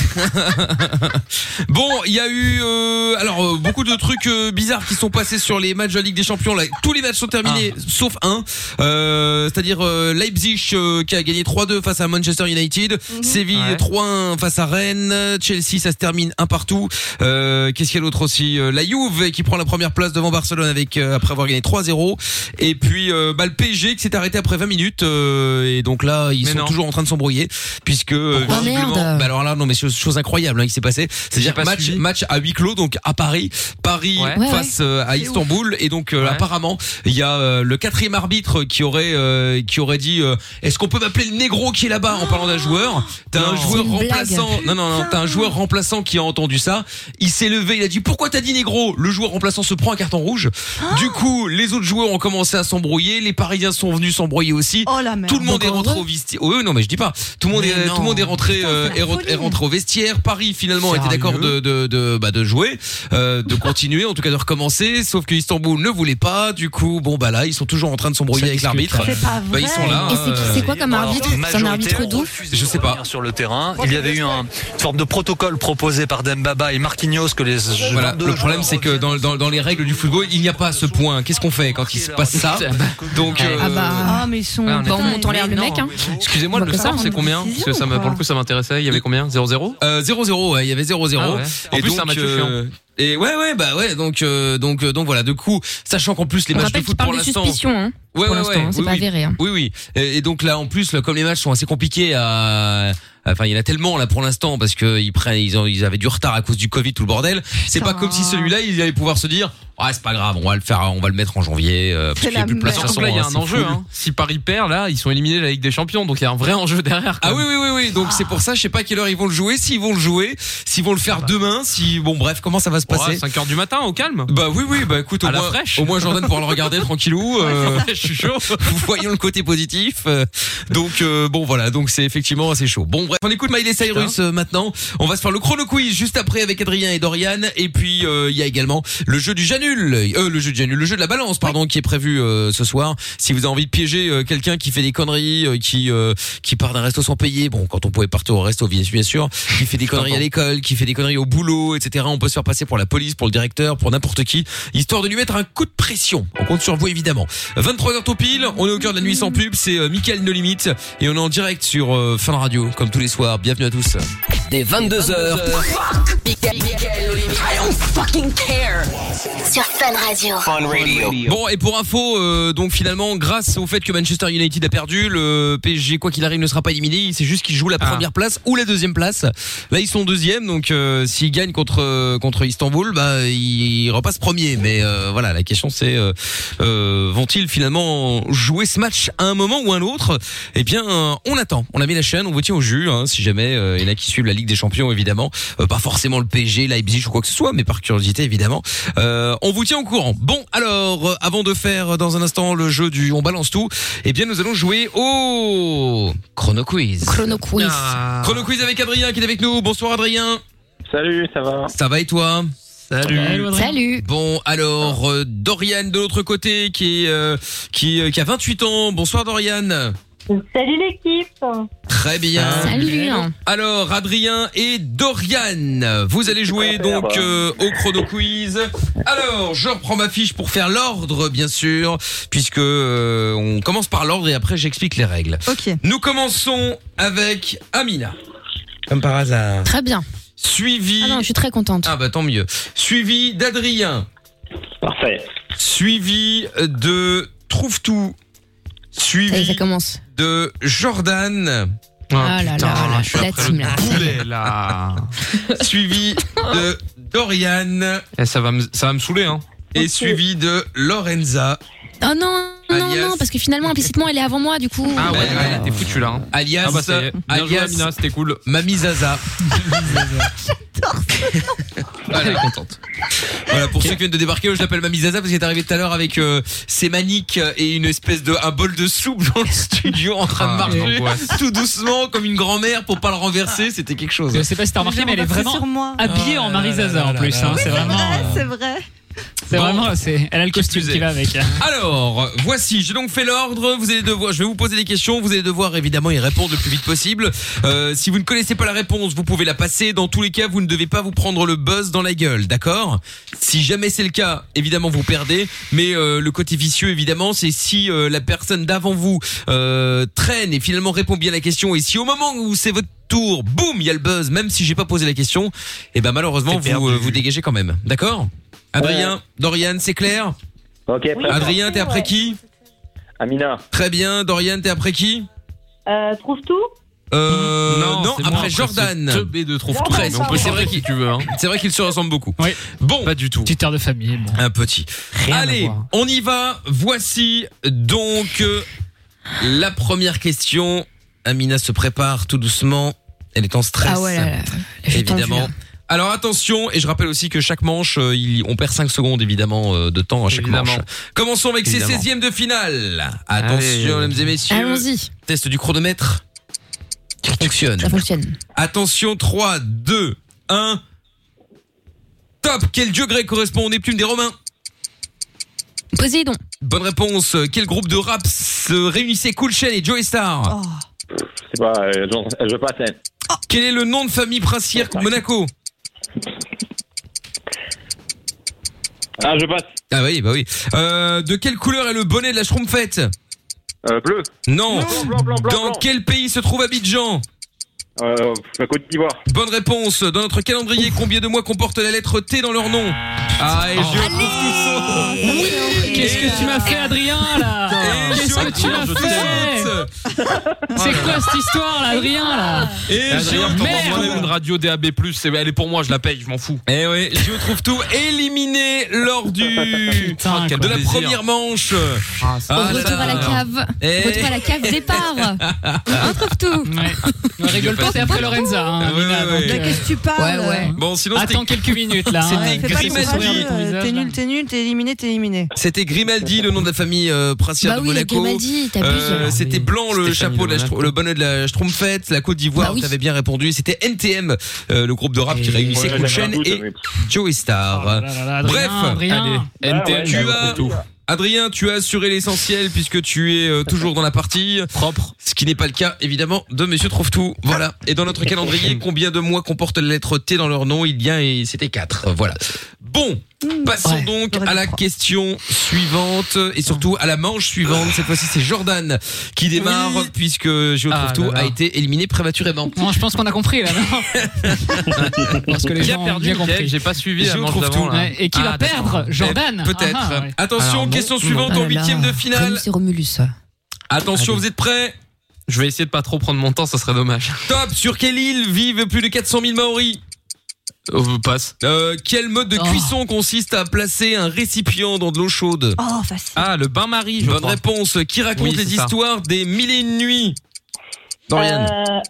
Bon, il y a eu euh, alors euh, beaucoup de trucs euh, bizarres qui sont passés sur les matchs de la Ligue des Champions. Là, tous les matchs sont terminés, sauf un, euh, c'est-à-dire euh, Leipzig euh, qui a gagné trois deux face à Manchester United, Séville Ouais. trois un face à Rennes, Chelsea ça se termine un partout. Euh, Qu'est-ce qu'il y a d'autre aussi? Euh, La Juve qui prend la première place devant Barcelone avec euh, après avoir gagné trois zéro. Et puis euh, bah, le P S G qui s'est arrêté après vingt minutes. euh, et donc là, ils Mais sont non. toujours en train de s'embrouiller puisque euh, Pourquoi visiblement- merde bah alors là non mais chose, chose incroyable hein, qui s'est passé. C'est-à-dire J'ai pas match suivi. match à huis clos donc à Paris, Paris Ouais. Ouais, face euh, à Istanbul et donc euh, Ouais. apparemment il y a euh, le quatrième arbitre qui aurait euh, qui aurait dit euh, est-ce qu'on peut m'appeler le négro qui est là-bas en parlant d'un joueur. T'as un Non. joueur C'est une blague. remplaçant. Non non non, t'as un joueur remplaçant qui a entendu ça. Il s'est levé, il a dit pourquoi t'as dit négro. Le joueur remplaçant se prend un carton rouge. Du coup, les autres joueurs ont commencé à s'embrouiller, les Parisiens sont venus s'embrouiller aussi. Oh la merde. Tout le monde est Encore rentré heureux. au vestiaire. Oui, oui, non, mais je dis pas. Tout le monde Mais est, non. tout le monde est rentré, Putain, euh, c'est est, la re- folie. est rentré au vestiaire. Paris finalement était Sérieux d'accord de, de, de, bah, de jouer, euh, de continuer, en tout cas de recommencer. Sauf que Istanbul ne voulait pas. Du coup, bon bah là, ils sont toujours en train de s'embrouiller Ça avec discute, l'arbitre. C'est pas Bah vrai. ils sont là. Et c'est qui- c'est quoi euh, comme arbitre C'est un arbitre d'où? Je sais pas. Sur le terrain, il y avait eu un, une forme de protocole proposé par Dembaba et Marquinhos que les Voilà, vingt-deux le problème joueurs c'est que dans, dans, dans les règles du football, il n'y a pas ce point. Qu'est-ce qu'on fait quand il se passe ça? Donc, euh, Ah bah. Ah, mais ils sont. Ouais, on est- Bah, on monte en l'air le Mais mec. non. Hein. Excusez-moi, On le va pas score, prendre c'est une combien? Parce que décision, ça, m'a- pour quoi. le coup, ça m'intéressait. Il y avait combien? zéro zéro Euh, zéro zéro, ouais, il y avait zéro zéro. Ah ouais. En Et plus, donc, c'est un match euh, et ouais, ouais, bah ouais, donc, euh, donc, euh, donc voilà. Du coup, sachant qu'en plus les On matchs de rappelle qu'il foot pour parle de l'instant, suspicion. Hein. ouais, Pour ouais, l'instant, ouais, hein, c'est oui, pas oui. avéré. Hein. oui, oui. Et, et donc là, en plus, là, comme les matchs sont assez compliqués à, enfin, il y en a tellement là pour l'instant parce que ils prennent, ils ont, ils avaient du retard à cause du Covid, tout le bordel. C'est pas Putain. comme si celui-là, ils allaient pouvoir se dire, ah, c'est pas grave, on va le faire, on va le mettre en janvier. Euh, parce C'est qu'il y a la plus de place. merde. De toute Surtout que là, il y a façon, un hein, c'est enjeu. full. Hein. Si Paris perd, là, ils sont éliminés de la Ligue des Champions. Donc il y a un vrai enjeu derrière. quand Ah même. oui, oui, oui, oui. Donc c'est pour ça, je sais pas à quelle heure ils vont le jouer, s'ils vont le jouer, s'ils vont le faire demain, si, bon, bref, comment ça va se passer? Ouais, cinq heures du matin, au calme. Bah oui, oui, bah écoute, au À la moins, fraîche. au moins Jordan pourra le regarder tranquillou. Euh, Je suis chaud. voyons le côté positif. Euh, Donc euh, bon voilà, donc c'est effectivement assez chaud. Bon bref, on écoute Miley Cyrus euh, maintenant. On va se faire le chrono quiz juste après avec Adrien et Dorian. Et puis euh, il y a également le jeu du Janul, euh, le jeu du Janul, le jeu de la balance pardon, qui est prévu euh, ce soir. Si vous avez envie de piéger euh, quelqu'un qui fait des conneries, euh, qui euh, qui part d'un resto sans payer, bon quand on pouvait partir au resto bien bien sûr, qui fait des conneries à l'école, qui fait des conneries au boulot, et cetera. On peut se faire passer pour la police, pour le directeur, pour n'importe qui, histoire de lui mettre un coup de pression. On compte sur vous évidemment. vingt-trois heures tout pile, on est au cœur de la nuit sans pub, c'est euh, Mickaël No Limite et on est en direct sur euh, Fun Radio comme tous les soirs. Bienvenue à tous. Dès vingt-deux heures. Mickaël No Limite. I don't fucking care. Sur Fun Radio. Fun Radio. Bon et pour info, euh, donc finalement grâce au fait que Manchester United a perdu, le P S G quoi qu'il arrive ne sera pas éliminé. C'est juste qu'ils jouent la première place ou la deuxième place. Là ils sont deuxième, donc euh, s'ils gagnent contre euh, contre Istanbul, bah ils repassent premier. Mais euh, voilà, la question c'est euh, euh, vont-ils finalement jouer ce match à un moment ou un autre? Eh bien, euh, on attend. On a mis la chaîne, on vous tient au jus. hein, si jamais euh, il y en a qui suivent la Ligue des Champions évidemment, euh, pas forcément le P S G, Leipzig ou quoi que ce soit, mais par curiosité évidemment. Euh, on vous tient au courant. Bon, alors euh, avant de faire dans un instant le jeu du on balance tout, eh bien nous allons jouer au Chrono Quiz. Chrono Quiz. Ah. Chrono Quiz avec Adrien qui est avec nous. Bonsoir Adrien. Salut, ça va? Ça va et toi? Salut. Salut. Bon, alors euh, Dorian de l'autre côté qui est euh, qui euh, qui a vingt-huit ans. Bonsoir Dorian. Salut l'équipe. Très bien. Salut. Alors Adrien et Dorian, vous allez jouer donc euh, au Chrono Quiz. Alors, je reprends ma fiche pour faire l'ordre bien sûr, puisque euh, on commence par l'ordre et après j'explique les règles. Ok. Nous commençons avec Amina. Comme par hasard. Très bien. Suivi. Ah non, je suis très contente. Ah bah tant mieux. Suivi d'Adrien. Parfait. Suivi de Trouve tout. Suivi Ça y est, ça commence. de Jordan. Ah là là, là, la team là. Poulet, là. Suivi de Dorian. Et ça va me, ça va me saouler, hein. Et suivi de Lorenza. Oh non, non, Alias- non, parce que finalement, implicitement, elle est avant moi, du coup. Ah ouais, Ouais, ouais, ouais. t'es foutu là. Hein. Alias, Ah bah ça y est. Bien joué, alias Amina, c'était cool. Mamie Zaza. Voilà. Elle est contente. Voilà, pour ceux qui viennent de débarquer, je l'appelle Mamie Zaza parce qu'elle est arrivée tout à l'heure avec euh, ses maniques et une espèce de un bol de soupe dans le studio en train de Ah, marcher l'angoisse. tout doucement comme une grand-mère pour pas le renverser. C'était quelque chose. Je sais pas si t'as remarqué, mais elle est vraiment sur moi. habillée en Marie Zaza en plus. hein, C'est vraiment, euh, C'est vrai. c'est Bon. vraiment, c'est, elle a le costume Excusez. qui va avec. Alors, voici, j'ai donc fait l'ordre. Vous allez devoir, je vais vous poser des questions. Vous allez devoir évidemment y répondre le plus vite possible. Euh, si vous ne connaissez pas la réponse, vous pouvez la passer. Dans tous les cas, vous ne devez pas vous prendre le buzz dans la gueule, d'accord? Si jamais c'est le cas, évidemment vous perdez. Mais euh, le côté vicieux, évidemment, c'est si euh, la personne d'avant vous euh, traîne et finalement répond bien à la question. Et si au moment où c'est votre tour, boum, il y a le buzz, même si j'ai pas posé la question, et ben malheureusement C'est vous perdu. euh, vous dégagez quand même, d'accord? Adrien, Dorian, c'est clair? Ok, très bien. Adrien, t'es après qui? Amina. Très bien. Dorian, t'es après qui? Euh, trouve tout. Euh, non, c'est moi, après Jordan. ce teubé de trouve tout. Presque. Mais on peut C'est vrai changer qu'il- si tu veux, hein. C'est vrai qu'ils se ressemblent beaucoup. Oui. Bon, Pas du tout. Petite heure de famille. Bon. un petit. Rien à Allez, voir. on y va. Voici donc euh, la première question. Amina se prépare tout doucement. Elle est en stress. Ah ouais, là, là. Je suis tendue, Évidemment. là. Alors attention, et je rappelle aussi que chaque manche, euh, il- on perd cinq secondes évidemment euh, de temps à chaque Évidemment. manche. Commençons avec ces Évidemment. seizièmes de finale. Attention, Allez. mesdames et messieurs. Allons-y, Test du chronomètre qui fonctionne. ça fonctionne. Attention, trois, deux, un. Top. Quel dieu grec correspond aux Neptunes des Romains? Poséidon. Bonne réponse. Quel groupe de rap se réunissait Cool Chain et Joey Star? Oh. Je sais pas, euh, je, je passe. hein. Quel est le nom de famille princière Monaco? Ah, je passe. Ah oui, bah oui. Euh, de quelle couleur est le bonnet de la Schtroumpfette? Euh, bleu. Non. Blanc, blanc, blanc, blanc, Dans blanc. quel pays se trouve Abidjan? Euh, la Côte d'Ivoire. Bonne réponse. Dans notre calendrier, combien de mois comporte la lettre T dans leur nom? Ah, et je retrouve tout ça. Oui. Qu'est-ce que tu m'as fait, Adrien, là? Et Qu'est-ce je que tu m'as retrouve fait? tout. C'est quoi cette histoire, là, Adrien, là? Et je Adrien, je t'envoie Merde. moi-même une radio D A B plus, c'est- elle est pour moi, je la paye, je m'en fous. Eh ouais, je retrouve tout éliminé lors du Putain, de quoi. la plaisir. première manche. Ah, ça- Au Ah, retour là, à la là. cave. Eh. Retour à la cave départ. On trouve tout. Ouais. Ne rigole pas, c'est après Lorenza. Hein, Ouais, Amina, ouais, donc, ouais. De euh, qu'est-ce que tu parles? Ouais, ouais. Bon, sinon c'était Attends quelques minutes, là. C'était hein, Fais que pas c'est ton ce sourire courageux, de ton euh, visage, T'es là. nul, t'es nul, t'es éliminé, t'es éliminé. c'était Grimaldi, le nom de la famille euh, princière Bah de oui, Monaco. Grimaldi, t'abuses. Euh, c'était oui. Blanc le Stéphanie chapeau, de la, de Schtr- Monaco. le bonnet de la Schtroumpfette, la Côte d'Ivoire. Bah oui. T'avais bien répondu. C'était N T M, euh, le groupe de rap qui Et- réunissait Ouais, Cool j'avais un Chain doute, et mais- Joey Oh Star. là là là, Adrien, Bref, Adrien. Allez, N T M, ouais, tu je as- retrouve tout. Adrien, tu as assuré l'essentiel puisque tu es euh, toujours dans la partie. Propre. Ce qui n'est pas le cas, évidemment, de Monsieur Trouve-Tout. Voilà. Et dans notre calendrier, combien de mois comporte la lettre T dans leur nom? Il y a, et c'était quatre. Voilà. Bon. Passons Ouais. donc à la question suivante et surtout à la manche suivante. Cette fois-ci, c'est Jordan qui démarre puisque Géo Ah Trouve-Tout là là. a été éliminé prématurément. Non, je pense qu'on a compris, là, non? Parce que les Qui a gens ont perdu, bien Mickaël? compris. J'ai pas suivi la Je manche trouve d'avant, tout. là. Ouais, et qui Ah, va perdre? d'accord. Jordan? Peut-être. Ah, ouais. Attention, Alors, non, question non. suivante Oh en là huitième là. de finale. Rémus et Romulus. Attention, Allez. vous êtes prêts? Je vais essayer de pas trop prendre mon temps, ça serait dommage. Top. Sur quelle île vivent plus de quatre cent mille Maoris? Oh, passe. Euh, quel mode de Oh. cuisson consiste à placer un récipient dans de l'eau chaude? Oh, facile. Ah, le bain-marie, je Bonne crois. réponse. Qui raconte Oui, les c'est ça. histoires des mille et une nuits? Dorian. Euh,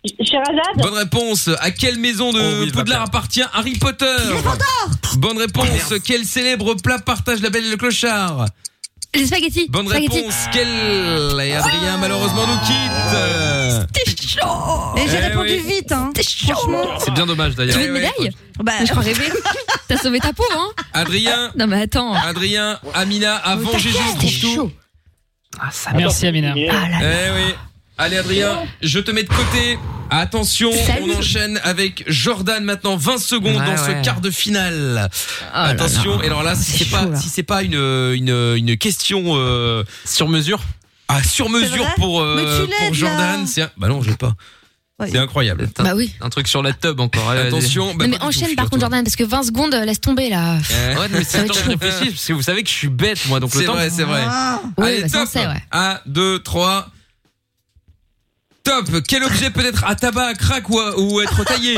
Sherazade. Bonne réponse. À quelle maison de Oh oui, il va Poudlard perdre. appartient Harry Potter? Bonne réponse. Quel célèbre plat partage la Belle et le Clochard? Les spaghettis. Bonne Spaghettis. réponse. Quel et Adrien malheureusement nous quitte. C'était chaud. Et j'ai Eh répondu oui. vite, hein. Franchement. C'est bien dommage Tu d'ailleurs. veux une ouais. médaille? Bah, Je crois rêver. T'as sauvé ta peau, hein? Adrien, Non, mais attends. Adrien, Amina a vengé C'était Géo trouve tout. chaud. Ah, ça, merci Amina. Ah là là. Eh oui. Allez Adrien, je te mets de côté. Attention, Salut. on enchaîne avec Jordan maintenant. vingt secondes Ouais, dans ouais. ce quart de finale. là Attention. là. Et alors là, si C'est c'est pas, chaud, là. si c'est pas une une une question euh, Sur mesure. ah sur C'est mesure vrai pour euh, Mais tu l'aides, pour Jordan, là. c'est un- bah non, j'ai pas. Ouais. C'est incroyable. Bah oui. Un truc sur la tub encore. Allez, Attention. bah, Non, mais pas du tout, enchaîne par figure-toi. contre, Jordan, parce que vingt secondes, laisse tomber là. Eh. Ouais, mais Ça c'est va le être temps que je chaud. réfléchisse parce que vous savez que je suis bête moi donc le C'est temps. vrai, c'est vrai. Ah. Ouais, Allez, bah, ça, on top. sait, ouais. un, deux, trois. Top. Quel objet peut être à tabac, à crack ou, à- ou être taillé?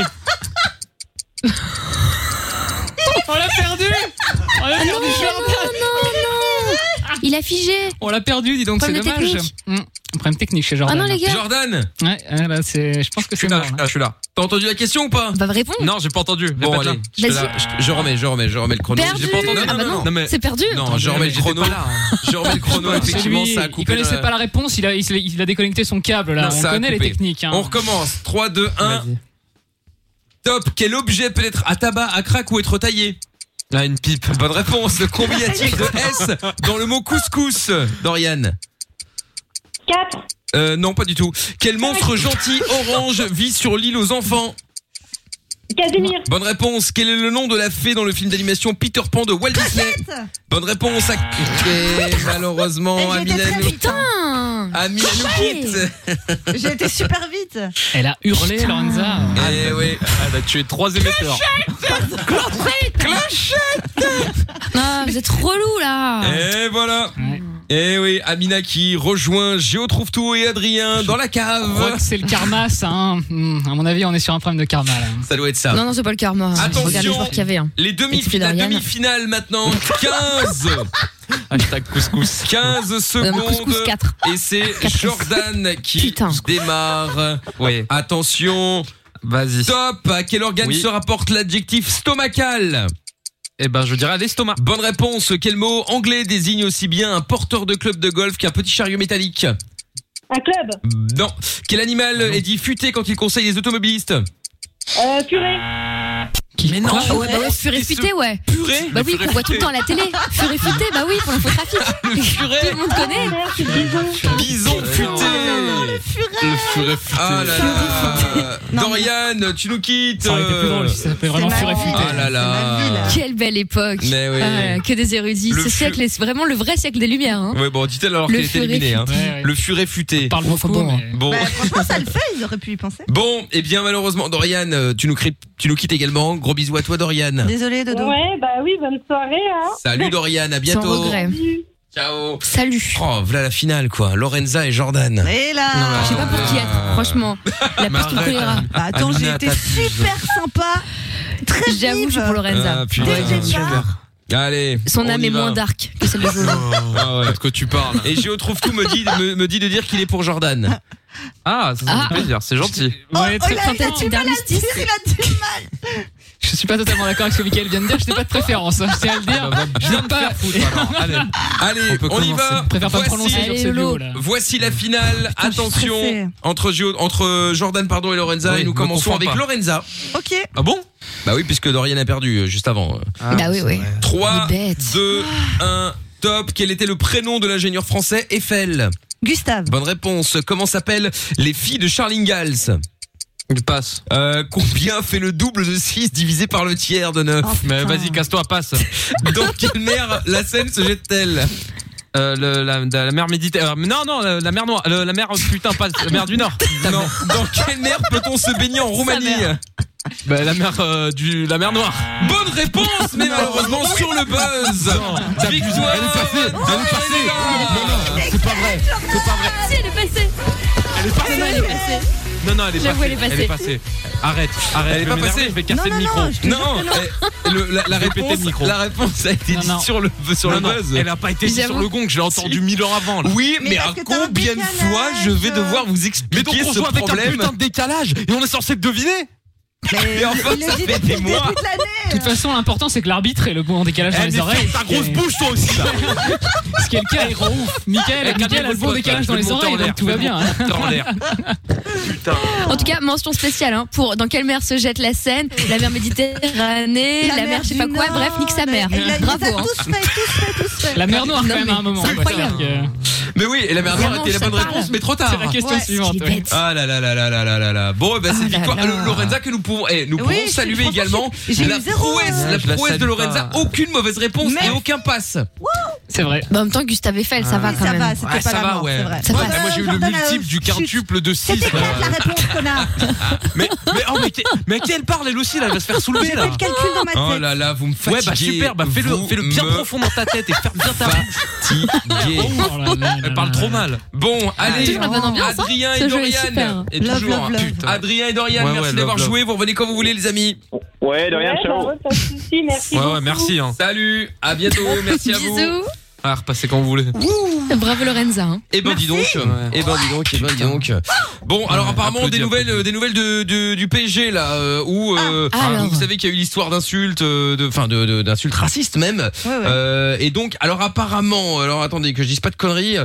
On l'a perdu. On l'a Ah non, perdu. non, non, non. Il a figé. On l'a perdu, dis donc, c'est Problème dommage. technique. Mmh. Un problème technique chez Ah Jordan. non, les gars. Jordan, Ouais, ouais, là, c'est, je pense que Je suis c'est là, mort. je suis là, je suis là. t'as entendu la question ou pas? On va répondre. Non, j'ai pas entendu. Bon Répète-la. allez, je, fais Vas-y. la- je- je remets, je remets, je remets le chrono. Perdu. J'ai pas entendu. Ah bah non, mais c'est perdu. non, je remets le J'étais chrono. pas là, hein. Je remets le chrono. C'est Effectivement, lui, ça a il coupé. connaissait dans pas la- la réponse, il a, il, s'est- il a déconnecté son câble là. Non, On ça a connaît les coupé. techniques. Hein. On recommence. trois, deux, un. Vas-y. Top. Quel objet peut être à tabac, à crack ou être taillé? Là, une pipe. Bonne réponse. Combien y a-t-il de S dans le mot couscous, Dorian? quatre. Euh, non, pas du tout. Quel monstre gentil orange vit sur l'île aux enfants? Casimir. Bonne réponse. Quel est le nom de la fée dans le film d'animation Peter Pan de Walt Disney? Bonne réponse. À... Et malheureusement, Eh, j'ai été Amina très nous... vite. Putain. Amina nous quitte. J'ai été super vite. Elle a hurlé, Lorenza. Eh oui. Elle a tué trois émetteurs. Ah, vous êtes relou là. Et voilà. Ouais. Et oui, Amina qui rejoint Géo trouve tout et Adrien dans la Je crois cave. que c'est le karma, ça. Hein. Hmm, à mon avis, on est sur un problème de karma là. Ça doit être ça. Non, non, c'est pas le karma. Attention. Regarde les joueurs qu'il y avait. Hein. Les demi-finales, Dorian. demi-finale maintenant. quinze. Hashtag couscous. quinze Euh, secondes. couscous quatre. Et c'est Jordan qui Putain. démarre. Oui. Attention. Vas-y. Top. À quel organe Oui. se rapporte l'adjectif stomacal? Eh ben, je dirais l'estomac. Bonne réponse. Quel mot anglais désigne aussi bien un porteur de club de golf qu'un petit chariot métallique? Un club. Non. Quel animal est dit futé quand il conseille les automobilistes? Euh, purée. Mais non. Ah ouais, bah ouais, furée futée, ouais. Purée. Bah oui, qu'on voit tout le temps à la télé. Furée futée, bah oui, pour l'infotrafic. Le furet. Tout le monde connaît. Merde, c'est bison. Bison futé. Le furet futé. Ah là là. Dorian, tu nous quittes. Ça aurait été plus drôle si ça s'appelait vraiment C'est furée ma- futée. Ah là là. C'est ma vie, là. Quelle belle époque. Mais oui. Ah, que des érudits. Le Ce fu- siècle est vraiment le vrai siècle des Lumières. Hein. Ouais, bon, dit-elle alors Le qu'elle était furet éliminée. Hein. Ouais, ouais. Le furet futé. On parle beaucoup, bon. mais... Bon. Bah, franchement, ça le fait, ils auraient pu y penser. Bon, et bien malheureusement, Dorian, euh, tu nous, cri- tu nous quittes également. Gros bisous à toi, Dorian. Désolé, Dodo. Ouais, bah oui, bonne soirée, hein. Salut Dorian, à Sans bientôt. regret. Ciao. Salut. Oh, voilà la finale quoi. Lorenza et Jordan. Et là. Je sais pas pour qui être, franchement. La peste ou le choléra. Bah, attends, j'ai Amina, été t'abuses. super sympa. Très vive. J'avoue, je suis pour Lorenza. Ah, putain, Dès le départ. Allez. Son on âme y est va. moins dark que celle de Jolo. Ah ouais. De quoi tu parles? Et Géo trouve tout me dit me, me dit de dire qu'il est pour Jordan. Ah, ça, ça Ah. fait plaisir. C'est gentil. Oh, Ouais, oh, très- il a- Quand il a t'as du une mal à le armistice. dire, il a du mal. Je suis pas totalement d'accord avec ce que Mickaël vient de dire. Je n'ai pas de préférence. hein, Je tiens à le dire. Je n'aime pas. Allez. Allez, On peut on, y commencer. va. Je préfère pas me prononcer Voici, sur Allez, ce Lolo. duo là. voici la finale. je suis Attention stressée. entre Géo, entre Jordan pardon et Lorenza Oui, et nous me commençons confonds avec pas. Lorenza. Ok. Ah bon? Bah oui puisque Dorian a perdu euh, juste avant. Bah oui, oui. trois, Il est bête. deux, un, top. Quel était le prénom de l'ingénieur français Eiffel? Gustave. Bonne réponse. Comment s'appellent les filles de Charles Ingalls? Il passe. Euh, combien fait le double de six divisé par le tiers de neuf? Oh, Mais putain. vas-y, casse-toi, passe. Dans quelle mer la Seine se jette-t-elle? Euh, le, la, la mer Méditerranée. Non, non, la, la mer Noire. Le- la mer, putain, pas la mer du Nord. Non. Dans quelle mer peut-on se baigner en Roumanie? mère. Bah, la mer euh, du, la mer Noire. Bonne réponse, mais malheureusement sur le buzz. t'as Victoire. Elle est passée, elle est passée. Non, non, c'est pas vrai, c'est pas vrai. Si, elle est passée. Elle est Non, non, elle est passée. Non, non, elle est J'avoue, passée. elle est passée. Arrête, arrête. Elle est je pas vais m'énerver, passée. Je vais casser Non, le non, micro. non, je te jure Non, que non. eh, le- la, la Je vais péter réponse, le micro. la réponse a été Non, dite non. sur le sur Non, le non, buzz. elle a pas été dite sur J'avoue. le gong, je l'ai entendu mille ans avant. Là. Oui, Mais mais, parce à que t'as un combien de décalage. fois je vais devoir vous Mais expliquer donc on ce joue avec un problème putain de décalage et on est censé le deviner. Mais Et enfin, il le ça dit fait depuis des le mois. début de l'année. De toute façon, l'important c'est que l'arbitre ait le bon décalage dans Eh, les mais oreilles. ferme ta grosse bouche toi aussi là. Ce qui est le cas, héros ouf. Michael, Eh, Michael a le bon calmez-vous, décalage je dans vais les le monter en oreilles, l'air, donc tout va je vais bien. le monter en l'air. Putain. En tout cas, mention spéciale hein, pour dans quelle mer se jette la Seine, la mer Méditerranée, la, mer je sais pas du quoi, Nord, bref, nique sa mère. et il a- il les a Bravo. hein. tous fait, tous fait, tous fait. La mer Noire Non, quand même mais à un moment. c'est incroyable. C'est-à-dire que Mais oui, et la mer Noire Vraiment, était la ça bonne parle. réponse, mais trop tard. C'est la question Ouais, suivante. il est ouais. bête. Ah là là là là là là là là. Bon, bah c'est Ah là victoire. là. Le- Lorenza que nous pouvons, eh, nous Oui, pouvons je- saluer franchement, également j'ai- j'ai la eu zéro, prouesse, euh, la je la prouesse de salue Lorenza. pas. Aucune mauvaise réponse Mais- et aucun passe. C'est vrai. Bah, en même temps, Gustave Eiffel, ça va Oui, quand ça même. va, c'était Ouais, pas ça la va, mort, ouais. c'est vrai. Ça Ouais, passe. bah, moi j'ai eu le Jordan, multiple euh, du quintuple de six. C'était clair la réponse, connard. Mais mais oh mais, qu'elle- mais à qui elle parle elle aussi là, elle va se faire soulever J'ai là. fait le calcul dans ma tête. Oh là là, vous me fatiguez. Ouais bah super, bah fais-le Vous fais-le bien me profond dans ta tête et ferme bien ta bouche. fatiguez. Oh là là là Elle parle là trop là. mal. Bon, allez, toujours la bonne ambiance, hein, Adrien ce et jeu est Dorian. super. Et Love, toujours, love, love. putain. Adrien et Dorian, Ouais, merci ouais, d'avoir love, joué. Vous revenez quand vous voulez, les amis. Ouais, de rien, Ouais, ciao. bah ouais, pas de soucis, merci. Ouais beaucoup. ouais merci hein. Salut, à bientôt, merci à vous. Bisous. Ah repassez quand vous voulez. Bravo Lorenza. hein. Eh ben dis donc, Ouais. eh ben dis donc, eh ben dis donc. Bon, alors Ouais, apparemment applaudis, des nouvelles, applaudis. euh, des nouvelles de, de- du P S G là, euh, où euh, Ah, alors. vous savez qu'il y a eu l'histoire d'insultes, euh, de, enfin de, de- d'insultes racistes même. Ouais, ouais. Euh, et donc, alors apparemment, alors attendez que je dise pas de conneries.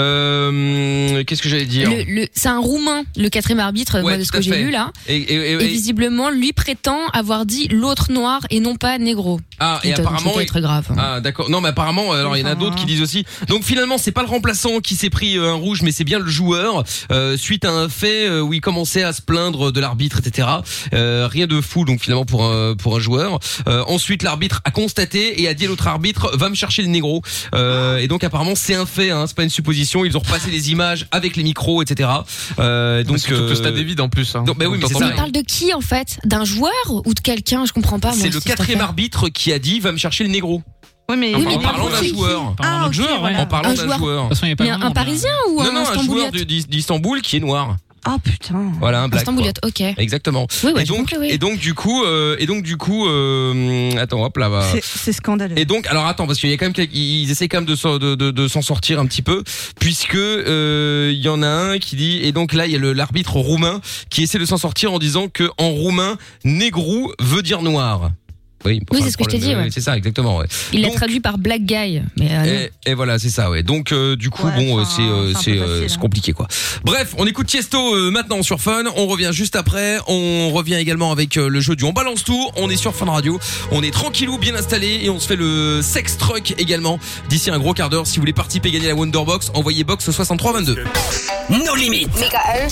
Euh, Qu'est-ce que j'allais dire Le, le- c'est un Roumain, le quatrième arbitre, Ouais, moi, de tout ce que à j'ai fait. lu là. Et, et- et- Et visiblement, lui prétend avoir dit l'autre noir et non pas négro. ah, et Donc, c'est apparemment, pas très grave. hein. ah d'accord. Non mais apparemment, alors il y en a d'autres qui disent aussi. Donc finalement, c'est pas le remplaçant qui s'est pris euh, un rouge, mais c'est bien le joueur euh, suite à un fait euh, où il commençait à se plaindre de l'arbitre, et cetera. Euh, rien de fou donc finalement pour un pour un joueur. Euh, ensuite, l'arbitre a constaté et a dit à l'autre arbitre va me chercher les négros. Euh, et donc apparemment c'est un fait, hein, c'est pas une supposition. Ils ont repassé les images avec les micros, et cetera. Euh, donc Surtout que le stade est vide en plus. Hein. donc, bah oui, mais c'est t'entends ça. Il parle de qui en fait? D'un joueur ou de quelqu'un? Je comprends pas. moi, c'est le cette quatrième affaire. arbitre qui a dit va me chercher les négros. Oui, mais, En, Oui, mais en parlant d'un qui- joueur. Par Ah, un autre ok, joueur, ouais. voilà. En parlant Un d'un joueur. joueur. De toute façon, il y a pas Mais de un, nom, un mais- Parisien ou Non un non, un joueur Stambouliot? de- d'Is- d'Istanbul qui est noir. Oh putain. Voilà un Un black. quoi. Stambouliot, ok. Exactement. Oui, ouais, et j'ai donc, compris, oui. et donc du coup, euh, et donc du coup, euh, attends, hop là. Bah. C'est- C'est scandaleux. Et donc, alors attends, parce qu'il y a quand même, quelques- ils essaient quand même de s'en, de, de, de s'en sortir un petit peu, puisque euh, il y en a un qui dit, et donc là il y a le, l'arbitre roumain qui essaie de s'en sortir en disant que en roumain, négrou veut dire noir. Oui, Oui, c'est ce que je t'ai dit, ouais. C'est ça, exactement. Ouais. Il l'a Donc, traduit par Black Guy. Mais euh, non. et, et voilà, c'est ça, ouais. Donc euh, du coup, Ouais, bon, euh, enfin, c'est euh, c'est un c'est peu euh, facile, c'est hein. compliqué, quoi. Bref, on écoute Tiesto euh, maintenant sur Fun. On revient juste après. On revient également avec euh, le jeu du On balance tout. On est sur Fun Radio. On est tranquillou, bien installé, et on se fait le sex truck également d'ici un gros quart d'heure. Si vous voulez participer et gagner la Wonderbox, envoyez box au soixante-trois vingt-deux. Nos limites. Michael.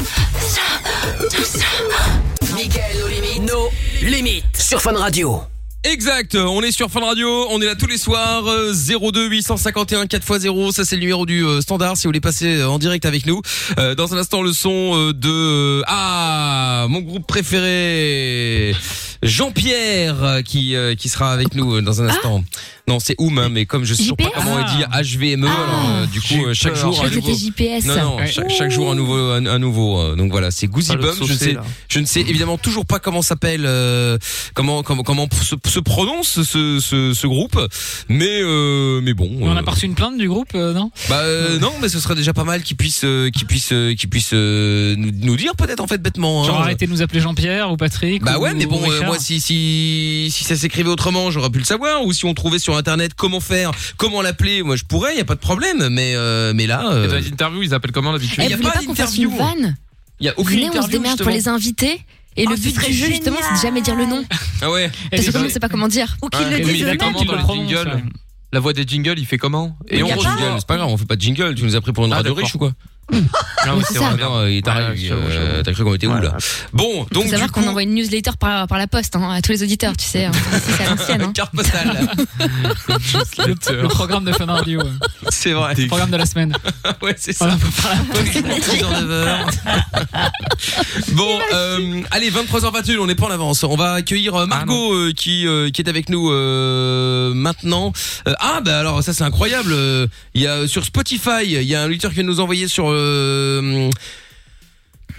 Mickaël, nos limites. Nos limites. Sur Fun Radio. Exact, on est sur Fun Radio, on est là tous les soirs, euh, zéro deux huit cent cinquante et un quatre fois zéro, ça c'est le numéro du euh, standard si vous voulez passer euh, en direct avec nous. Euh, dans un instant le son euh, de... Ah, mon groupe préféré, Jean-Pierre, euh, qui euh, qui sera avec nous euh, dans un instant. Non, c'est Oum, hein, mais comme je sais toujours pas J P S? comment Ah. dire H V M E, Ah. alors euh, du coup euh, chaque peur. jour Je un crois que nouveau... c'était J P S. Non, non, Ouais. chaque, chaque jour un nouveau, un, un nouveau. euh, donc voilà, c'est Goosey Pas le Bum. Je ne saucer, sais, là. je ne sais évidemment toujours pas comment s'appelle, euh, comment, comment, comment se, se prononce ce, ce, ce groupe. Mais, euh, mais bon. On euh, a pas reçu une plainte du groupe, euh, non? bah euh, non, mais ce serait déjà pas mal qu'ils puissent, euh, qu'ils puissent, euh, qu'ils puissent euh, nous, nous dire peut-être en fait bêtement. Hein. Genre arrêtez de nous appeler Jean-Pierre ou Patrick. Bah ou- ouais, mais bon, ou euh, Richard. moi si si si ça s'écrivait autrement, j'aurais pu le savoir. Ou si on trouvait sur internet comment faire, comment l'appeler, moi je pourrais, y a pas de problème. Mais euh, mais là, Et euh, dans les interviews, ils appellent comment d'habitude il Eh, y a vous voulez pas pas qu'on fasse une d'interview. vanne? il y a aucune Venez, on se interview démerde pour justement. les invités. Et Oh, le ce but serait du jeu, justement, c'est de jamais dire le nom. Ah ouais. Et Parce c'est que nous, on pas- sait pas comment dire. Ou qu'ils Ouais, le mais disent il fait eux-mêmes. comment tu dans le les prononces, jingles ouais. La voix des jingles, il fait comment? Et on y a fait pas- jingle, c'est pas grave, on fait pas de jingle, tu nous as pris pour une Ah, radio d'accord. riche ou quoi? Ah oui, c'est c'est ça. vrai. Non, il est Ouais, arrivé, j'avoue, euh, j'avoue. t'as cru qu'on était où Ouais, là? ouais. Bon, Faut donc du savoir coup, qu'on envoie une newsletter par, par la poste hein, à tous les auditeurs, tu sais. hein. C'est à l'ancienne. Hein. carte postale. Le, le programme de Fun Radio. ouais. C'est vrai. Le programme de la semaine. Ouais, c'est Voilà, ça. par la poste. dix heures, neuf heures. Bon, euh, allez, vingt-trois heures vingt-et-une, on n'est pas en avance. On va accueillir euh, Margot euh, qui euh, qui est avec nous euh, maintenant. Euh, ah bah alors ça c'est incroyable. Euh, Il y a sur Spotify, il y a un auditeur qui vient de nous envoyer sur euh,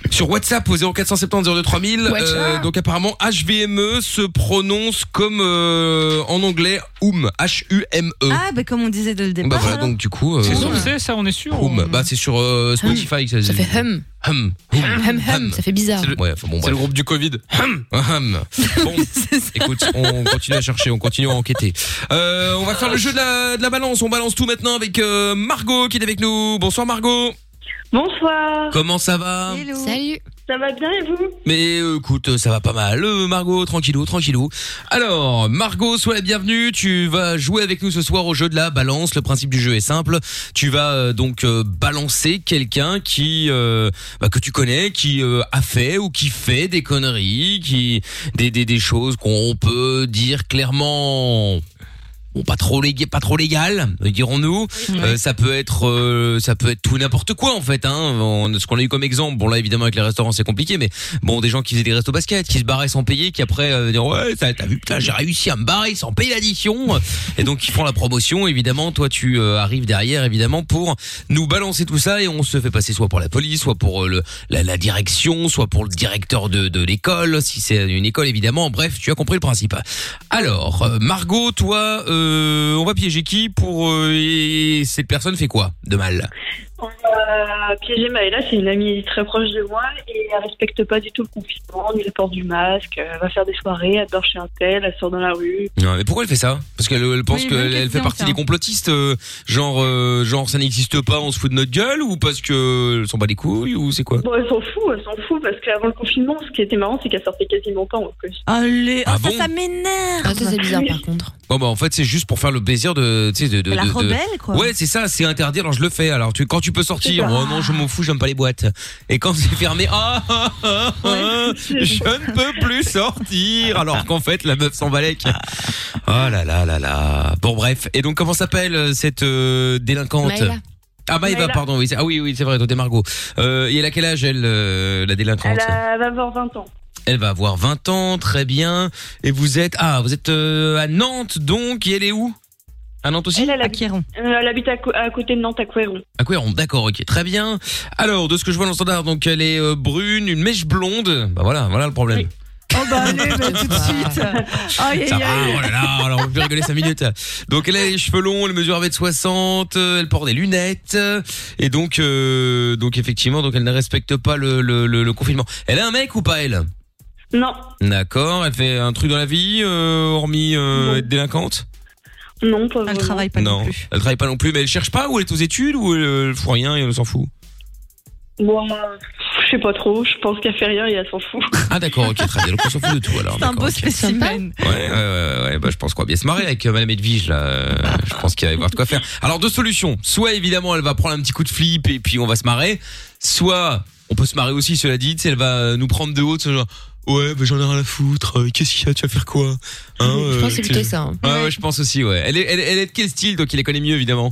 Sur WhatsApp au zéro quatre cent soixante-dix zéro deux trois mille. Euh, donc apparemment H V M E se prononce comme euh, en anglais hum, H U M E. Ah, bah comme on disait dès le départ. Bah voilà, alors. donc du coup. Euh, C'est sûr, c'est ça, on est sûr. Hum. Bah c'est sur euh, Spotify que ça. Ça fait hum. Hum. Hum, hum, ça fait bizarre. C'est le, ouais, enfin, bon, C'est le groupe du Covid. Hum. Hum. Bon, écoute, on continue à chercher, on continue à enquêter. Euh, on va faire le jeu de la, de la balance. On balance tout maintenant avec euh, Margot qui est avec nous. Bonsoir Margot. Bonsoir. Comment ça va? Salut. Ça va bien et vous? Mais euh, écoute, ça va pas mal. Euh, Margot, tranquillou, tranquillou. Alors, Margot, sois la bienvenue. Tu vas jouer avec nous ce soir au jeu de la balance. Le principe du jeu est simple. Tu vas euh, donc euh, balancer quelqu'un qui euh, bah, que tu connais, qui euh, a fait ou qui fait des conneries, qui des des, des choses qu'on peut dire clairement. Bon, pas trop légal, pas trop légal, dirons-nous. Ouais. Euh, ça peut être, euh, ça peut être tout et n'importe quoi en fait. Hein. On, ce qu'on a eu comme exemple, bon là évidemment avec les restaurants c'est compliqué, mais bon des gens qui faisaient des restos basket, qui se barraient sans payer, qui après euh, dire ouais t'as, t'as vu putain j'ai réussi à me barrer sans payer l'addition, et donc ils font la promotion. Évidemment toi tu euh, arrives derrière évidemment pour nous balancer tout ça et on se fait passer soit pour la police, soit pour euh, le, la, la direction, soit pour le directeur de, de l'école si c'est une école évidemment. Bref tu as compris le principe. Alors euh, Margot toi euh, Euh, on va piéger qui pour euh, et cette personne fait quoi de mal? On va piéger Maëla, c'est une amie très proche de moi et elle respecte pas du tout le confinement, ni le port du masque. Elle va faire des soirées, elle dort chez un tel, elle sort dans la rue. Non, mais pourquoi elle fait ça? Parce qu'elle elle pense Oui, qu'elle bonne elle fait question, partie ça. des complotistes, euh, genre euh, genre ça n'existe pas, on se fout de notre gueule, ou parce que elle s'en bat les couilles, ou c'est quoi? Bon, elle s'en fout, elle s'en fout parce qu'avant le confinement, ce qui était marrant, c'est qu'elle sortait quasiment pas en plus. Allez, Ah oh, ça, bon ça m'énerve. Ah, ça c'est bizarre par contre. Bon bah en fait c'est juste pour faire le plaisir de tu sais de, de, La de- de- rebelle, quoi. Ouais c'est ça, c'est interdit alors je le fais. Alors tu quand tu peux sortir, C'est ça. oh non je m'en fous, j'aime pas les boîtes. Et quand c'est fermé, ah, ah, ah, ah, je ne peux plus sortir. Alors qu'en fait la meuf s'en balèque. Oh là là là là. Bon bref, et donc comment s'appelle euh, cette euh, délinquante? Maëla. Ah Maëva Maëla. pardon, oui c'est- ah oui oui c'est vrai, toi t'es Margot. Euh, et elle a quel âge elle euh, la délinquante? Elle, a- elle va avoir vingt ans. Elle va avoir vingt ans, très bien. Et vous êtes ah vous êtes euh, à Nantes donc, et elle est où? À Nantes aussi? Elle, elle, habite, euh, elle habite à, co- à côté de Nantes, à Couéron. À Couéron, d'accord, ok, très bien. Alors, de ce que je vois dans le standard, donc elle est euh, brune, une mèche blonde. Bah voilà, voilà le problème. Oh bah allez, bah, tout de suite. Aïe, aïe, Ça va, aïe. oh là là, alors on peut rigoler cinq minutes. Donc elle a les cheveux longs, elle mesure un mètre soixante, euh, elle porte des lunettes, et donc, euh, donc effectivement, donc elle ne respecte pas le, le, le, le confinement. Elle a un mec ou pas elle? Non, D'accord, elle fait un truc dans la vie, euh, hormis euh, Non. être délinquante? non, pas Elle vraiment. travaille pas Non, non plus. elle travaille pas non plus, mais elle cherche pas, ou elle est aux études, ou elle, elle fout rien et elle s'en fout? Bon, euh, je sais pas trop, je pense qu'elle fait rien et elle s'en fout. Ah d'accord, ok, très bien, donc on s'en fout de tout alors. C'est un d'accord, beau ok. spécimen. Ouais, ouais, ouais, ouais, bah je pense qu'on va bien se marrer avec euh, Madame Edwige là. Euh, je pense qu'il va y avoir de quoi faire. Alors deux solutions. Soit évidemment elle va prendre un petit coup de flip et puis on va se marrer. Soit on peut se marrer aussi, cela dit, tu sais, elle va nous prendre de haut, ce genre. Ouais, bah j'en ai rien à foutre. euh, Qu'est-ce qu'il y a? Tu vas faire quoi? Hein, Je pense que c'est tu sais, plutôt je- ça, hein. Ouais, ouais, je pense aussi. Ouais. Elle est, elle, est- elle est de quel style? Donc il les connaît mieux évidemment.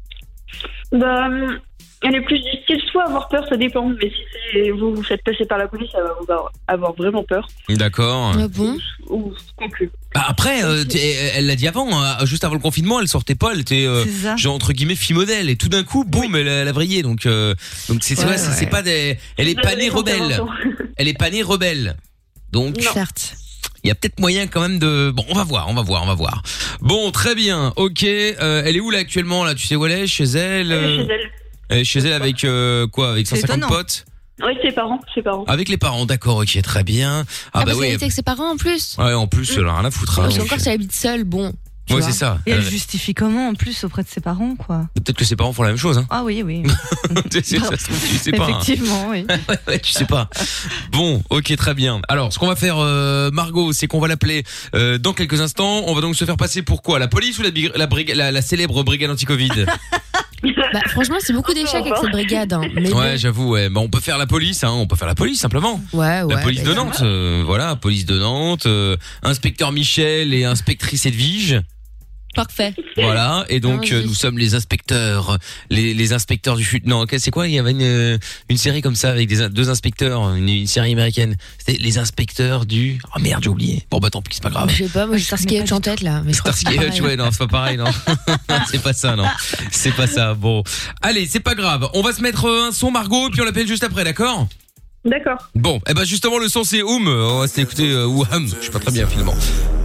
Bah, euh, elle est plus du style, soit avoir peur, ça dépend. Mais si c'est- vous vous faites passer par la police, elle va vous avoir- avoir vraiment peur. D'accord. Ah bon? Ou conclu. Bah après, euh, t'es- elle l'a dit avant, hein, juste avant le confinement, elle sortait pas, elle était euh, C'est ça. genre entre guillemets fille modèle, et tout d'un coup, boum, elle, a- elle a vrillé. Donc, euh, donc c'est c'est Ouais, vrai, c'est- c'est ouais. pas des, elle est pas née rebelle, elle est pas née rebelle. Donc, Certes. il y a peut-être moyen quand même de, bon, on va voir, on va voir, on va voir. Bon, très bien, ok. Euh, elle est où là actuellement là? Tu sais où elle est? Chez elle? Elle est euh, chez elle. Elle est chez elle avec euh, quoi? Avec cent C'est cinquante étonnant. potes? Oui, ses parents, ses parents. Avec les parents, d'accord, ok, très bien. Ah, bah parce qu'elle oui. était avec ses parents en plus. Ouais, en plus, elle a rien à foutre. hein, Parce donc. qu'encore si elle habite seule, bon. tu Ouais, vois. c'est ça. Et elle Euh, justifie comment en plus auprès de ses parents, quoi. Peut-être que ses parents font la même chose, hein. Ah oui, oui. Tu sais, ça se trouve, tu sais pas. hein. Effectivement, oui. Ouais, ouais, tu sais pas. Bon, ok, très bien. Alors, ce qu'on va faire, euh, Margot, c'est qu'on va l'appeler euh, dans quelques instants. On va donc se faire passer pour quoi? La police ou la, big- la, briga- la, la célèbre brigade anti-Covid? Bah, franchement, c'est beaucoup d'échecs avec cette brigade. Hein. Mais Ouais, bon. j'avoue, ouais. Bah, on peut faire la police, hein. On peut faire la police, simplement. Ouais, ouais. La police bah, de Nantes, euh, voilà, police de Nantes, euh, inspecteur Michel et inspectrice Edwige. Parfait. Voilà, et donc Allons-y. euh, nous sommes les inspecteurs, les, les inspecteurs du futur. Non, ok, c'est quoi? Il y avait une, une série comme ça avec des, in- deux inspecteurs, une, une série américaine. C'était les inspecteurs du. Oh merde, j'ai oublié. Bon bah tant pis, c'est pas grave. Je sais pas, moi j'ai Starsky Hutch en tête là. Mais je crois que c'est pas Starsky Hutch, pareil. ouais, non, c'est pas pareil, non. C'est pas ça, non. C'est pas ça. Bon, allez, c'est pas grave. On va se mettre euh, un son, Margot, puis on l'appelle juste après, d'accord? D'accord. Bon, eh ben justement le son c'est Oum. On va s'écouter euh, Ouham. Je sais pas très bien finalement.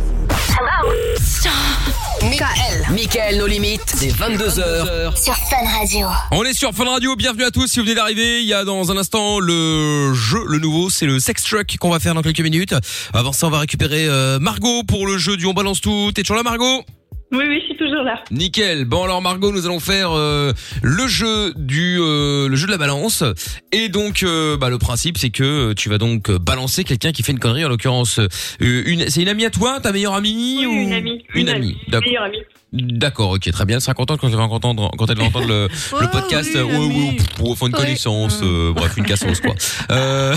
Michael. Michael, nos limites, c'est vingt-deux heures. Sur Fun Radio. On est sur Fun Radio, bienvenue à tous si vous venez d'arriver. Il y a dans un instant le jeu, le nouveau, c'est le sex truck qu'on va faire dans quelques minutes. Avant ça, on va récupérer euh, Margot pour le jeu du On Balance Tout. T'es toujours là, Margot ? Oui, oui, je suis toujours là. Nickel. Bon alors Margot, nous allons faire euh, le jeu du euh, le jeu de la balance. Et donc euh, bah le principe c'est que tu vas donc balancer quelqu'un qui fait une connerie, en l'occurrence euh, une c'est une amie à toi, ta meilleure amie Oui, ou une amie. Une, Une amie. amie. D'accord. Meilleure amie. D'accord, ok, très bien. Elle sera contente quand elle va entendre, quand elle va entendre le, le podcast. oui, Ouais, ouais, pff, enfin une Ouais. connaissance, euh, bref, une cassos quoi. Euh,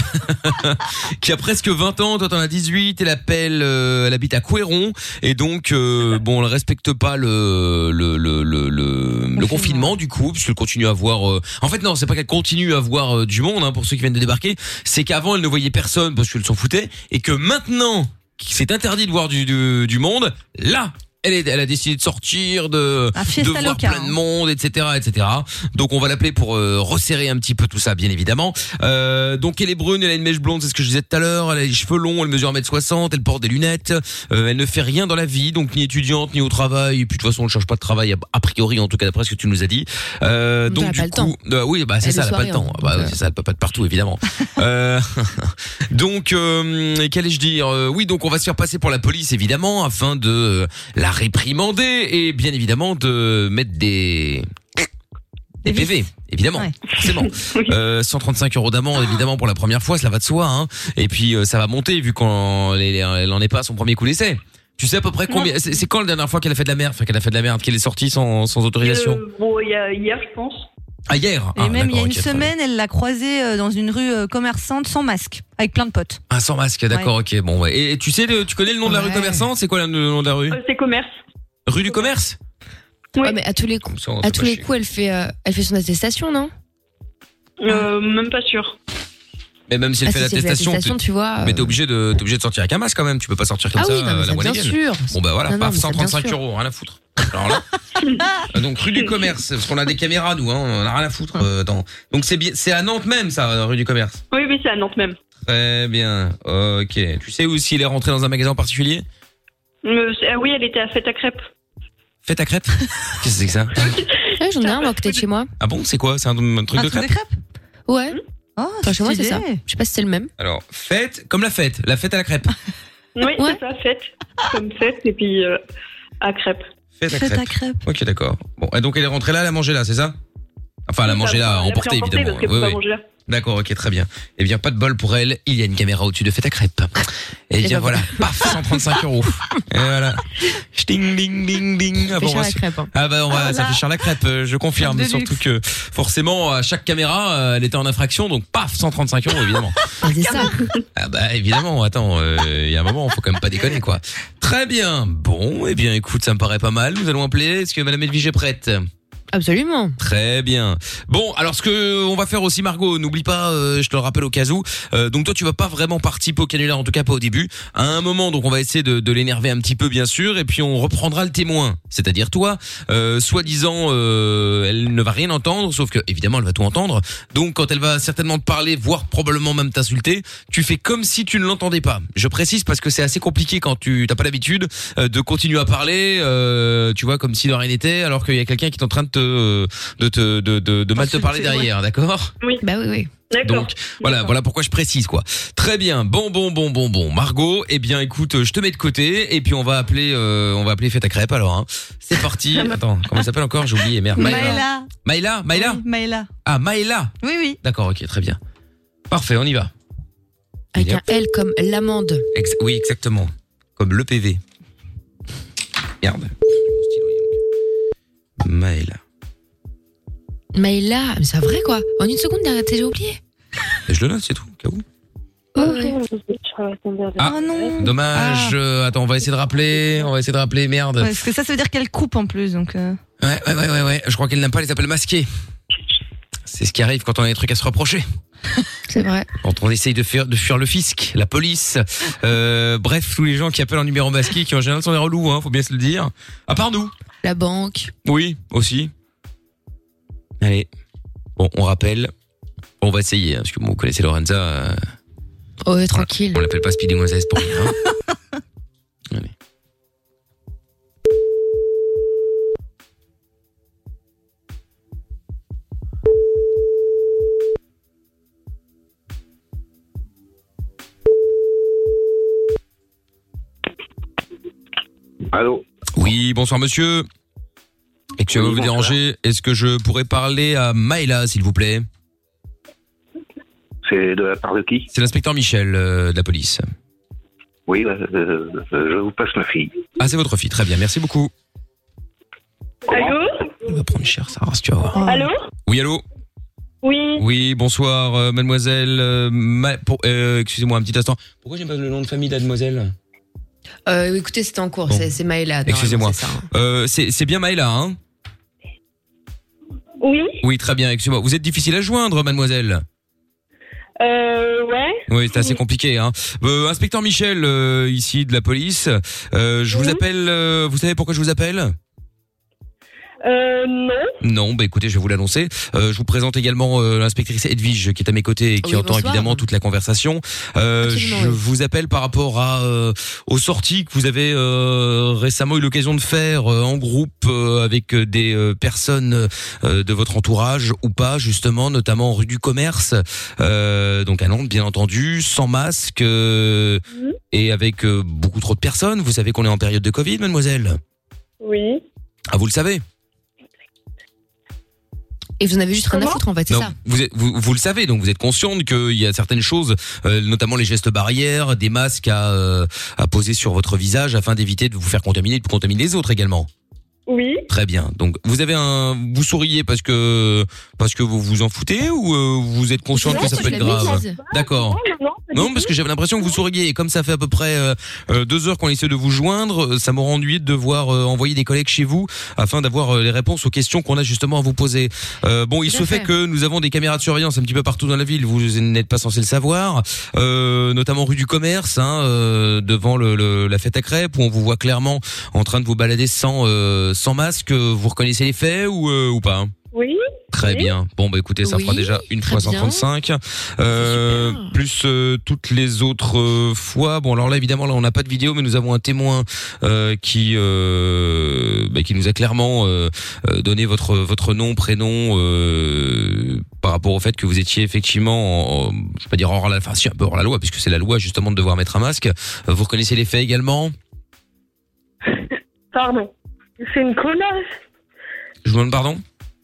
qui a presque vingt ans, toi t'en as dix-huit. Elle appelle, euh, elle habite à Couéron et donc euh, bon, elle respecte pas le le le le le, le confinement du coup, puisqu'elle continue à voir. Euh, en fait non, c'est pas qu'elle continue à voir euh, du monde hein, pour ceux qui viennent de débarquer. C'est qu'avant elle ne voyait personne parce qu'elle s'en foutait et que maintenant c'est interdit de voir du du, du monde. Là. Elle, est, elle a décidé de sortir, de, Ah, fiesta de voir loca, plein de hein. monde, et cetera, et cetera. Donc on va l'appeler pour euh, resserrer un petit peu tout ça, bien évidemment. Euh, donc elle est brune, elle a une mèche blonde, c'est ce que je disais tout à l'heure. Elle a les cheveux longs, elle mesure un mètre soixante, elle porte des lunettes. Euh, elle ne fait rien dans la vie, donc ni étudiante ni au travail. Et puis de toute façon, elle ne cherche pas de travail a, a priori, en tout cas d'après ce que tu nous as dit. Euh, donc Elle a du pas le coup, euh, oui, bah c'est Elle ça, est elle a pas le soirée, temps. hein. Bah Donc, c'est ça, elle peut pas être partout, évidemment. euh, donc euh, qu'allais-je dire euh, Oui, donc on va se faire passer pour la police, évidemment, afin de euh, la réprimander. Et bien évidemment de mettre des des P V, évidemment, Ouais. forcément. Euh, cent trente-cinq euros d'amende, évidemment, pour la première fois, cela va de soi. Hein. Et puis euh, ça va monter vu qu'on elle, elle en est pas à son premier coup d'essai. Tu sais à peu près combien C'est c'est quand la dernière fois qu'elle a fait de la merde, enfin qu'elle a fait de la merde, qu'elle est sortie sans sans autorisation Euh, bon, il y a hier, je pense. Ah hier. Et Ah, même il y a d'accord, une ok, très bien. semaine, elle l'a croisée euh, dans une rue euh, commerçante sans masque, avec plein de potes. Ah sans masque, d'accord, ok, bon ouais. Et, et tu sais, le- tu connais le nom de la rue Ouais. commerçante C'est quoi le nom de la rue Euh, c'est commerce. Rue du commerce. Oui. Ouais, mais à tous les coups, Comme ça, on à fait tous pas les chier. coups, elle fait, euh, elle fait son attestation, non Euh, même pas sûr. Mais même si elle Ah, fait si, si elle fait l'attestation, l'attestation, t'es- tu vois. mais t'es euh, obligé de t'es obligé de sortir avec un masque quand même. Tu peux pas sortir comme Ah ça oui, non, mais euh, ça, la voie bien légale. sûr. Bon bah voilà, Non, non, paf, mais ça, cent trente-cinq bien sûr. euros, rien à foutre. Alors là, euh, donc rue du commerce, parce qu'on a des caméras nous, hein, on a rien à foutre. Euh, attends. Donc c'est bien, c'est à Nantes même ça, rue du commerce. Oui, oui, c'est à Nantes même. Très bien, ok. Tu sais où s'il est rentré dans un magasin en particulier Euh, c'est- ah oui, elle était à Fête à Crêpes. Fête à crêpes. Qu'est-ce que c'est que ça Ouais, j'en ai un, moi, à côté de chez moi. Ah bon, c'est quoi C'est un, un truc Un de truc crêpes Ouais. Oh, Enfin, chez moi, c'est stylé. ça. Je sais pas si c'est le même. Alors fête, comme la fête, la fête à la crêpe. Oui, Ouais. c'est ça, Fête. Comme Fête, et puis euh, à Crêpes. Fête à Fête à crêpes. crêpes. Ok, d'accord. Bon, et donc elle est rentrée là, elle a mangé là, c'est ça Enfin, elle a mangé là, Elle a pris emporté emporté évidemment. parce qu'elle peut Oui, pas oui. manger là. D'accord, ok, très bien. Eh bien, pas de bol pour elle. Il y a une caméra au-dessus de Fête à crêpes. Et bien ben voilà, paf, cent trente-cinq euros. Et voilà. Ding, ding, ding, ding. Ah, Fait bon, on cher va la se- crêpe. hein. Ah bah on va, Ah ça là. fait cher la crêpe, euh, je confirme. Crêpe de Surtout luxe. que forcément, à chaque caméra, euh, elle était en infraction, donc paf, cent trente-cinq euros évidemment. Ah, c'est ça. Ah bah évidemment, attends, euh, il y a un moment, faut quand même pas déconner quoi. Très bien. Bon, eh bien écoute, ça me paraît pas mal. Nous allons appeler. Est-ce que Madame Edwige est prête? Absolument. Très bien. Bon, alors ce que on va faire aussi, Margot, n'oublie pas, euh, je te le rappelle au cas où. Euh, donc toi, tu vas pas vraiment participer au canular, en tout cas pas au début. À un moment, donc on va essayer de, de l'énerver un petit peu, bien sûr, et puis on reprendra le témoin, c'est-à-dire toi. Euh, soi-disant, euh, elle ne va rien entendre, sauf que évidemment, elle va tout entendre. Donc quand elle va certainement te parler, voire probablement même t'insulter, tu fais comme si tu ne l'entendais pas. Je précise parce que c'est assez compliqué quand tu t'as pas l'habitude euh, de continuer à parler, euh, tu vois, comme si de rien n'était, alors qu'il y a quelqu'un qui est en train de te de te de de, de mal te parler derrière, d'accord? Oui. Bah oui, oui. D'accord. Donc voilà, voilà pourquoi je précise quoi. Très bien. Bon bon bon bon bon. Margot, eh bien écoute, je te mets de côté et puis on va appeler euh, on va appeler Fête à crêpes alors hein. C'est parti. Attends, comment elle s'appelle encore? J'ai oublié, merde. Maëla. Maëla, Maëla Oui, Maëla. Ah, Maëla. Oui, oui. D'accord, OK, très bien. Parfait, on y va. Avec un L comme l'amende. Ex- oui, exactement. Comme le P V. Merde. Maëla. Maëla, mais c'est vrai quoi. En une seconde, t'as déjà oublié. Et je le note, c'est tout, au cas où. Ah, Oh non. Dommage. euh, attends, on va essayer de rappeler. On va essayer de rappeler. Merde. Ouais, parce que ça, ça veut dire qu'elle coupe en plus, donc. euh. Ouais, ouais, ouais, ouais, ouais. Je crois qu'elle n'aime pas les appels masqués. C'est ce qui arrive quand on a des trucs à se reprocher. C'est vrai. Quand on essaye de fuir, de fuir le fisc, la police, euh, bref, tous les gens qui appellent en numéro masqué, qui en général sont des relous, hein, faut bien se le dire. À part nous. La banque. Oui, aussi. Allez. Bon, on rappelle. On va essayer, hein, parce que bon, vous connaissez Lorenza. Euh... Oh, ouais, tranquille. On l'appelle pas Speedy Gonzalez pour rien. Hein. Allez. Allô. Oui, bonsoir monsieur. Excusez-moi de vous déranger. Est-ce que je pourrais parler à Maëla, s'il vous plaît? C'est de la part de qui? C'est l'inspecteur Michel euh, de la police. Oui, euh, euh, je vous passe ma fille. Ah, c'est votre fille, très bien, merci beaucoup. Allô? On va prendre cher, ça rase, tu vas voir. Allô? Oui, allô? Oui. Oui, bonsoir, euh, mademoiselle. Euh, ma- pour- euh, excusez-moi un petit instant. Pourquoi j'ai pas le nom de famille de la demoiselle? Euh, écoutez, c'était en cours, Bon. c'est, c'est Maëla. Excusez-moi. C'est, ça, hein. euh, c'est, c'est bien Maëla, hein? Oui. Oui, très bien, excusez-moi. Vous êtes difficile à joindre, mademoiselle. Euh, ouais. Oui, c'est assez compliqué, hein. Euh, inspecteur Michel, euh, ici, de la police. Euh, je vous appelle, euh, vous savez pourquoi je vous appelle? Euh, non. Non, bah écoutez, je vais vous l'annoncer. Euh, je vous présente également euh, l'inspectrice Edwige qui est à mes côtés et qui Oui, entend bonsoir. évidemment toute la conversation. Euh, Absolument, je oui. vous appelle par rapport à euh, aux sorties que vous avez euh, récemment eu l'occasion de faire euh, en groupe euh, avec des euh, personnes euh, de votre entourage ou pas, justement, notamment rue du Commerce, euh, donc à Nantes, bien entendu, sans masque euh, Mhm. et avec euh, beaucoup trop de personnes. Vous savez qu'on est en période de Covid, mademoiselle. Oui. Ah, vous le savez. Et vous en avez juste rien à Comment foutre, en fait, c'est Non, ça. vous, êtes- vous, vous le savez, donc vous êtes consciente qu'il y a certaines choses, euh, notamment les gestes barrières, des masques à, euh, à poser sur votre visage afin d'éviter de vous faire contaminer et de contaminer les autres également. Oui. Très bien. Donc vous avez un, vous souriez parce que parce que vous vous en foutez ou euh, vous êtes consciente Non, que ça je peut la être grave? mise. D'accord. Non, non, non. pas Non, du parce tout. que j'avais l'impression que vous souriez et comme ça fait à peu près euh, euh, deux heures qu'on essaie de vous joindre, euh, ça m'aurait ennuyé de devoir euh, envoyer des collègues chez vous afin d'avoir euh, les réponses aux questions qu'on a justement à vous poser. Euh, bon, il Tout se à fait fait. que nous avons des caméras de surveillance un petit peu partout dans la ville. Vous n'êtes pas censé le savoir, euh, notamment rue du Commerce, hein, euh, devant le, le- la fête à crêpes où on vous voit clairement en train de vous balader sans euh, sans masque. Vous reconnaissez les faits ou euh, ou pas? Oui. Très Oui. bien. Bon bah écoutez, ça Oui, fera déjà une très fois cent trente-cinq. Euh, Super. plus euh, toutes les autres euh, fois. Bon alors là évidemment là on n'a pas de vidéo mais nous avons un témoin euh, qui euh, bah, qui nous a clairement euh, euh, donné votre votre nom, prénom euh, par rapport au fait que vous étiez effectivement en, en- je vais pas dire hors la enfin si un peu hors la loi puisque c'est la loi justement de devoir mettre un masque. Euh, Vous reconnaissez les faits également? Pardon. C'est une connasse. Je vous demande pardon?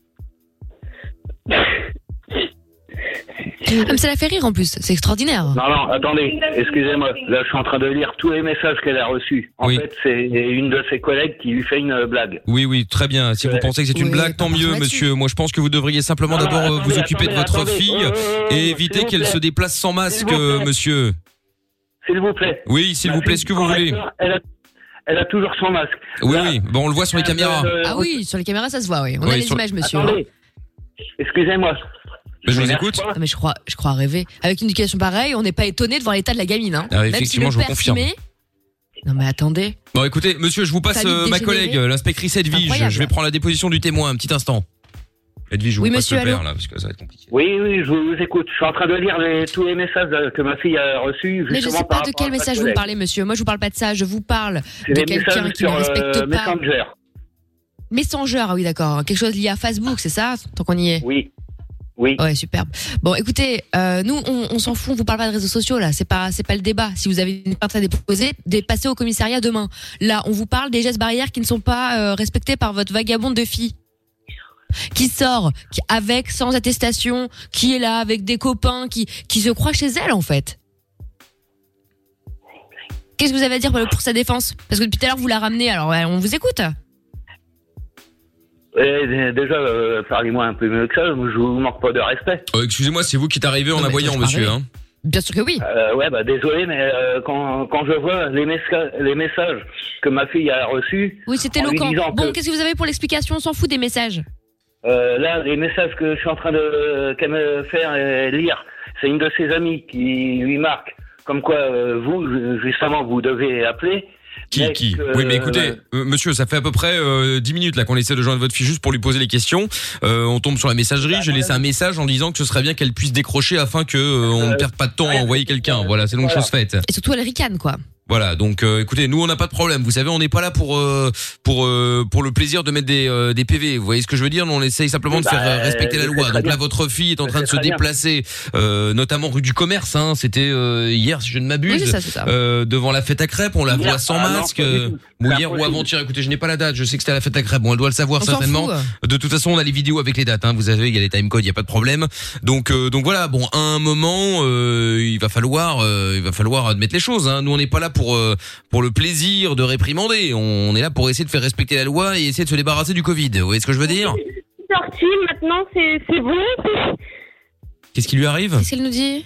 Ah, mais ça la fait rire en plus, c'est extraordinaire. Non, non, attendez, excusez-moi. Là, je suis en train de lire tous les messages qu'elle a reçus. En Oui. fait, c'est une de ses collègues qui lui fait une blague. Oui, oui, très bien. Si vous Ouais. pensez que c'est une Oui, blague, tant pas mieux, partout monsieur. Moi, je pense que vous devriez simplement Non, non, d'abord euh, vous attendez, occuper de attendez, votre attendez. fille Oh, oh, oh, et s'il éviter vous qu'elle plaît. se déplace sans masque, S'il vous euh, plaît. monsieur. S'il vous plaît. Oui, s'il Ma vous plaît, fille, ce que vous voulez. Elle a, elle a toujours son masque. Oui, Là, oui. Bon, on le voit sur les euh, caméras. euh, Ah oui, sur les caméras, ça se voit, oui. On Oui, a les sur- images, monsieur. Attendez. Excusez-moi. Mais je vous m'énerve écoute. pas. Non, mais je crois, je crois rêver. Avec une éducation pareille, on n'est pas étonné de voir l'état de la gamine, hein. Ah, Même effectivement, si je le vous père confirme. s'y met. Non, mais attendez. Bon, écoutez, monsieur, je vous passe Famille euh, ma dégénérée. collègue, euh, l'inspectrice Edwige. Incroyable. Je vais prendre la déposition du témoin, un petit instant. Edwige, je Oui, vous passe monsieur, le père, allô là, parce que ça va être compliqué. Oui, oui, je vous écoute. Je suis en train de lire les- tous les messages euh, que ma fille a reçus. Mais je justement, sais par pas de rapport quel à sa message vous me collègue. parlez, monsieur. Moi, je vous parle pas de ça. Je vous parle C'est de des quelqu'un messages qui ne sur respecte euh, pas. Messenger. Messenger, ah oui, d'accord. Quelque chose lié à Facebook, c'est ça? Tant qu'on y est. Oui. Oui. Ouais, superbe. Bon, écoutez, euh, nous, on, on s'en fout, on vous parle pas de réseaux sociaux, là. C'est pas, c'est pas le débat. Si vous avez une plainte à déposer, dépassez au commissariat demain. Là, on vous parle des gestes barrières qui ne sont pas euh, respectés par votre vagabonde de fille. Qui sort, qui, avec, sans attestation, qui est là avec des copains, qui, qui se croit chez elle, en fait. Qu'est-ce que vous avez à dire pour, pour sa défense? Parce que depuis tout à l'heure, vous la ramenez, alors ouais, on vous écoute. Et déjà, euh, parlez-moi un peu mieux que ça. Je vous manque pas de respect. Euh, excusez-moi, c'est vous qui êtes arrivé en Non, mais aboyant, je monsieur, parlais. hein. Bien sûr que oui. Euh, ouais, bah désolé, mais euh, quand, quand je vois les, messa- les messages que ma fille a reçus, Oui, c'est en lui éloquent. disant Bon, que- qu'est-ce que vous avez pour l'explication? On s'en fout des messages. euh, là, les messages que je suis en train de qu'elle me faire euh, lire, c'est une de ses amies qui lui marque, comme quoi euh, vous, justement, vous devez appeler Qui, Mec, qui euh, Oui, mais écoutez, euh, monsieur, ça fait à peu près euh, dix minutes là qu'on essaie de joindre votre fille juste pour lui poser les questions. Euh, on tombe sur la messagerie. J'ai laissé un message en disant que ce serait bien qu'elle puisse décrocher afin que euh, on ne perde pas de temps à envoyer quelqu'un. Voilà, c'est donc Voilà. chose faite. Et surtout, elle ricane, quoi. Voilà, donc euh, écoutez, nous on n'a pas de problème. Vous savez, on n'est pas là pour euh, pour euh, pour le plaisir de mettre des euh, des P V. Vous voyez ce que je veux dire? Nous, on essaye simplement de Bah, faire euh, respecter la je sais loi. très Donc là, bien. votre fille est en Je train de sais se très bien. déplacer, euh, notamment rue du Commerce. Hein, C'était euh, hier, si je ne m'abuse, Oui, c'est ça, c'est ça. Euh, devant la fête à crêpes. On la Hier, voit sans ah non, masque. pas du euh, tout. Bon, C'est hier ou impossible. avant-hier. Écoutez, je n'ai pas la date. Je sais que c'était à la fête à crêpes. Bon, elle doit le savoir On s'en certainement. fout. De toute façon, on a les vidéos avec les dates. Hein, vous savez, il y a les timecodes, il y a pas de problème. Donc euh, donc voilà. Bon, à un moment, euh, il va falloir euh, il va falloir admettre les choses. Hein. Nous, on n'est pas là pour euh, pour le plaisir de réprimander. On est là pour essayer de faire respecter la loi et essayer de se débarrasser du Covid. Vous voyez ce que je veux dire? Sorti, maintenant c'est c'est bon. c'est- Qu'est-ce qui lui arrive? Qu'est-ce qu'elle nous dit?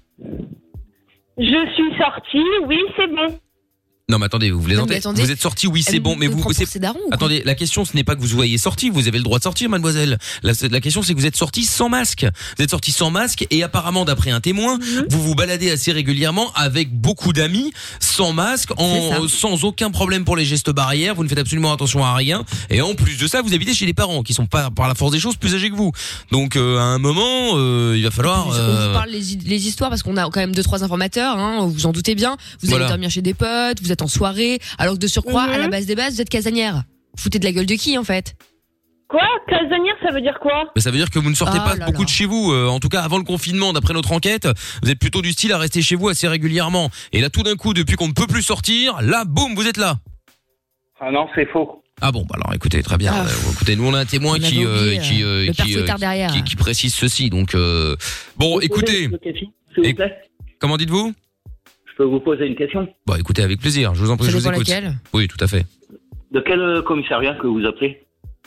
Je suis sortie, oui, c'est bon. Non, mais attendez, vous vous Non, mais plaisantez. attendez. Vous êtes sorti, oui, c'est Elle bon, nous- mais nous vous, prend pour c'est- ses darons, ou quoi? attendez, la question, ce n'est pas que vous soyez sorti, vous avez le droit de sortir, mademoiselle. La, la question, c'est que vous êtes sorti sans masque. Vous êtes sorti sans masque et apparemment, d'après un témoin, Mhm. vous vous baladez assez régulièrement avec beaucoup d'amis, sans masque, en, sans aucun problème pour les gestes barrières. Vous ne faites absolument attention à rien. Et en plus de ça, vous habitez chez les parents, qui sont pas, par la force des choses, plus âgés que vous. Donc, euh, à un moment, euh, il va falloir. On euh, vous parle les, les histoires parce qu'on a quand même deux trois informateurs, hein, vous en doutez bien. Vous Voilà. allez dormir chez des potes, vous êtes en soirée, alors que de surcroît, à la base des bases, vous êtes casanière. Vous foutez de la gueule de qui en fait? Quoi? Casanière, ça veut dire quoi? Mais ça veut dire que vous ne sortez Oh pas là beaucoup là. de chez vous. Euh, en tout cas, avant le confinement, d'après notre enquête, vous êtes plutôt du style à rester chez vous assez régulièrement. Et là, tout d'un coup, depuis qu'on ne peut plus sortir, là, boum, vous êtes là. Ah non, c'est faux. Ah bon, bah alors écoutez, très bien. Ah. Euh, écoutez, nous on a un témoin On avait qui, euh, oublié, qui, euh, euh, le père qui, euh, fouettard derrière. qui, qui précise ceci. Donc euh, bon, écoutez, S'il vous Et- plaît. comment dites-vous? Je peux vous poser une question? Bon, écoutez, avec plaisir. Je vous en prie, Ça je vous dépend écoute. laquelle. Oui, tout à fait. De quel euh, commissariat que vous appelez?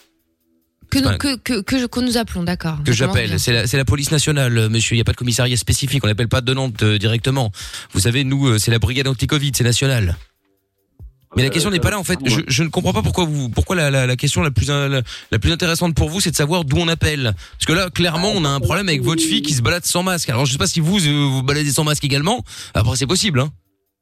Que, nous, Enfin, que, que, que, je- que nous appelons, d'accord. Que Ça commence j'appelle, bien. c'est la, c'est la police nationale, euh, monsieur. Il n'y a pas de commissariat spécifique. On l'appelle pas de Nantes euh, directement. Vous savez, nous, euh, c'est la brigade anti-Covid, c'est national. Mais la question n'est pas là en fait. Je, je ne comprends pas pourquoi vous, pourquoi la, la, la question la plus la, la plus intéressante pour vous, c'est de savoir d'où on appelle. Parce que là, clairement, on a un problème avec votre fille qui se balade sans masque. Alors, je sais pas si vous euh, vous baladez sans masque également. Après, c'est possible, hein.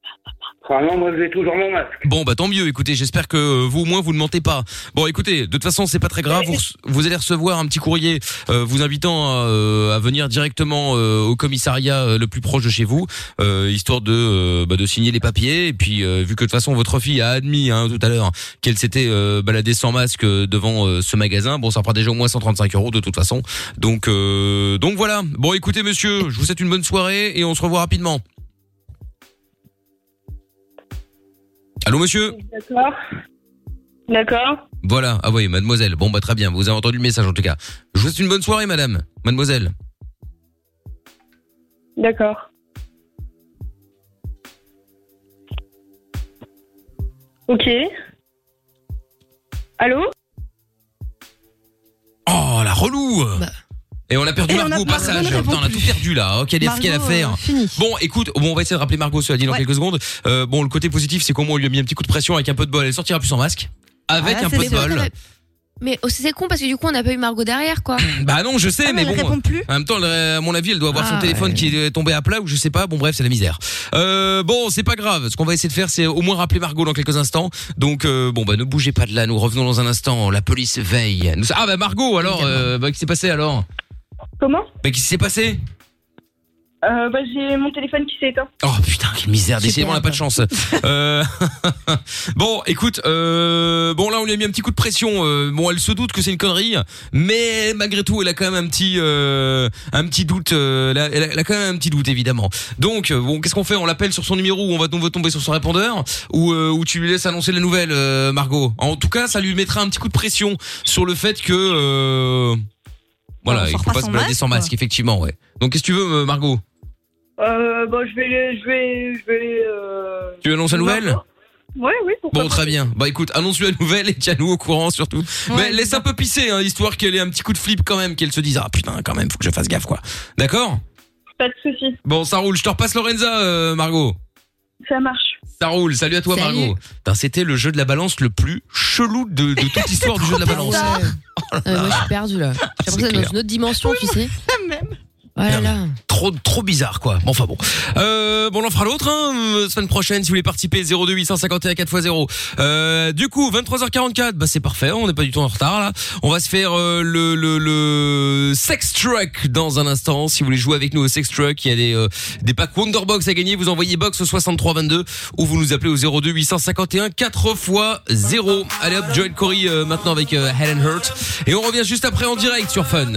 Ah non, moi j'ai toujours mon masque. Bon, bah tant mieux. Écoutez, j'espère que euh, vous au moins vous ne mentez pas. Bon, écoutez, de toute façon, c'est pas très grave. Vous, rece- vous allez recevoir un petit courrier euh, vous invitant à, euh, à venir directement euh, au commissariat euh, le plus proche de chez vous, euh, histoire de euh, bah, de signer les papiers. Et puis, euh, vu que de toute façon votre fille a admis hein, tout à l'heure qu'elle s'était euh, baladée sans masque euh, devant euh, ce magasin, bon, ça fera déjà au moins cent trente-cinq euros de toute façon. Donc, euh, donc voilà. Bon, écoutez, monsieur, je vous souhaite une bonne soirée et on se revoit rapidement. Allô, monsieur? D'accord. D'accord. Voilà, ah oui, mademoiselle. Bon, bah très bien, vous avez entendu le message en tout cas. Je vous souhaite une bonne soirée, madame. Mademoiselle. D'accord. Ok. Allô? Oh, la relou Bah. Et on a perdu Et on Margot a- au passage. Margot ne répond Putain, on a plus. tout perdu là. Oh, quelle est quelle Margot, affaire. euh, fini. Bon, écoute, bon, on va essayer de rappeler Margot, cela dit, dans Ouais. quelques secondes. Euh, bon, le côté positif, c'est qu'au moins on lui a mis un petit coup de pression avec un peu de bol. Elle sortira plus sans masque. Avec Ah, un c'est peu de les bol. bol. Mais oh, c'est con parce que du coup, on n'a pas eu Margot derrière, quoi. Bah non, je sais, Ah, mais mais elle bon. répond plus. En même temps, elle- à mon avis, elle doit avoir son Ah, téléphone ouais. qui est tombé à plat ou je sais pas. Bon, bref, c'est la misère. Euh, bon, c'est pas grave. Ce qu'on va essayer de faire, c'est au moins rappeler Margot dans quelques instants. Donc, euh, bon, bah, ne bougez pas de là. Nous revenons dans un instant. La police veille. Nous... Ah, bah, Margot, alors, euh, bah, qu'est-ce qui s'est passé alors? Comment? Bah, qu'est-ce qui s'est passé? euh, Bah j'ai mon téléphone qui s'est éteint. Oh putain, quelle misère, décidément on n'a pas de chance. euh... bon, écoute, euh... bon là on lui a mis un petit coup de pression. Euh, bon, elle se doute que c'est une connerie, mais malgré tout, elle a quand même un petit, euh... un petit doute. Euh... Elle, a, elle a- elle a quand même un petit doute évidemment. Donc euh, bon, qu'est-ce qu'on fait? On l'appelle sur son numéro ou on va tomber, tomber sur son répondeur ou, euh, ou tu lui laisses annoncer la nouvelle, euh, Margot. En tout cas, ça lui mettra un petit coup de pression sur le fait que, euh... voilà, On il sort faut pas pas se sans balader masque, sans masque, quoi. effectivement, ouais. Donc qu'est-ce que tu veux, euh, Margot? Euh, bah je vais, je vais, je vais. Euh... Tu annonces la nouvelle? Ouais, oui. Pourquoi Bon, pas. très bien. Bah écoute, annonce-lui la nouvelle et tiens-nous au courant surtout. Mais laisse un peu pisser, hein, histoire qu'elle ait un petit coup de flip quand même, qu'elle se dise ah putain quand même, faut que je fasse gaffe quoi. D'accord? Pas de soucis. Bon, ça roule. Je te repasse Lorenza, euh, Margot. Ça marche. Ça roule. Salut à toi, Salut. Margot. Putain, c'était le jeu de la balance le plus chelou de, de toute l'histoire du jeu de la balance. Euh, moi, je suis perdue là. J'ai l'impression d'être clair. dans une autre dimension, tu sais. Voilà. Là. Trop, trop bizarre, quoi. Bon, enfin bon. Euh, bon, on en fera l'autre, hein, semaine prochaine, si vous voulez participer, zéro deux huit cent cinquante et un quatre fois zéro. Euh, du coup, vingt-trois heures quarante-quatre, bah, c'est parfait, on n'est pas du tout en retard, là. On va se faire, euh, le, le, le Sex Truck dans un instant. Si vous voulez jouer avec nous au Sex Truck, il y a des, euh, des packs Wonderbox à gagner. Vous envoyez box au soixante-trois vingt-deux ou vous nous appelez au zéro deux huit cent cinquante et un quatre fois zéro. Allez hop, Joel Corey, euh, maintenant avec, euh, Helen Hurt. Et on revient juste après en direct sur Fun.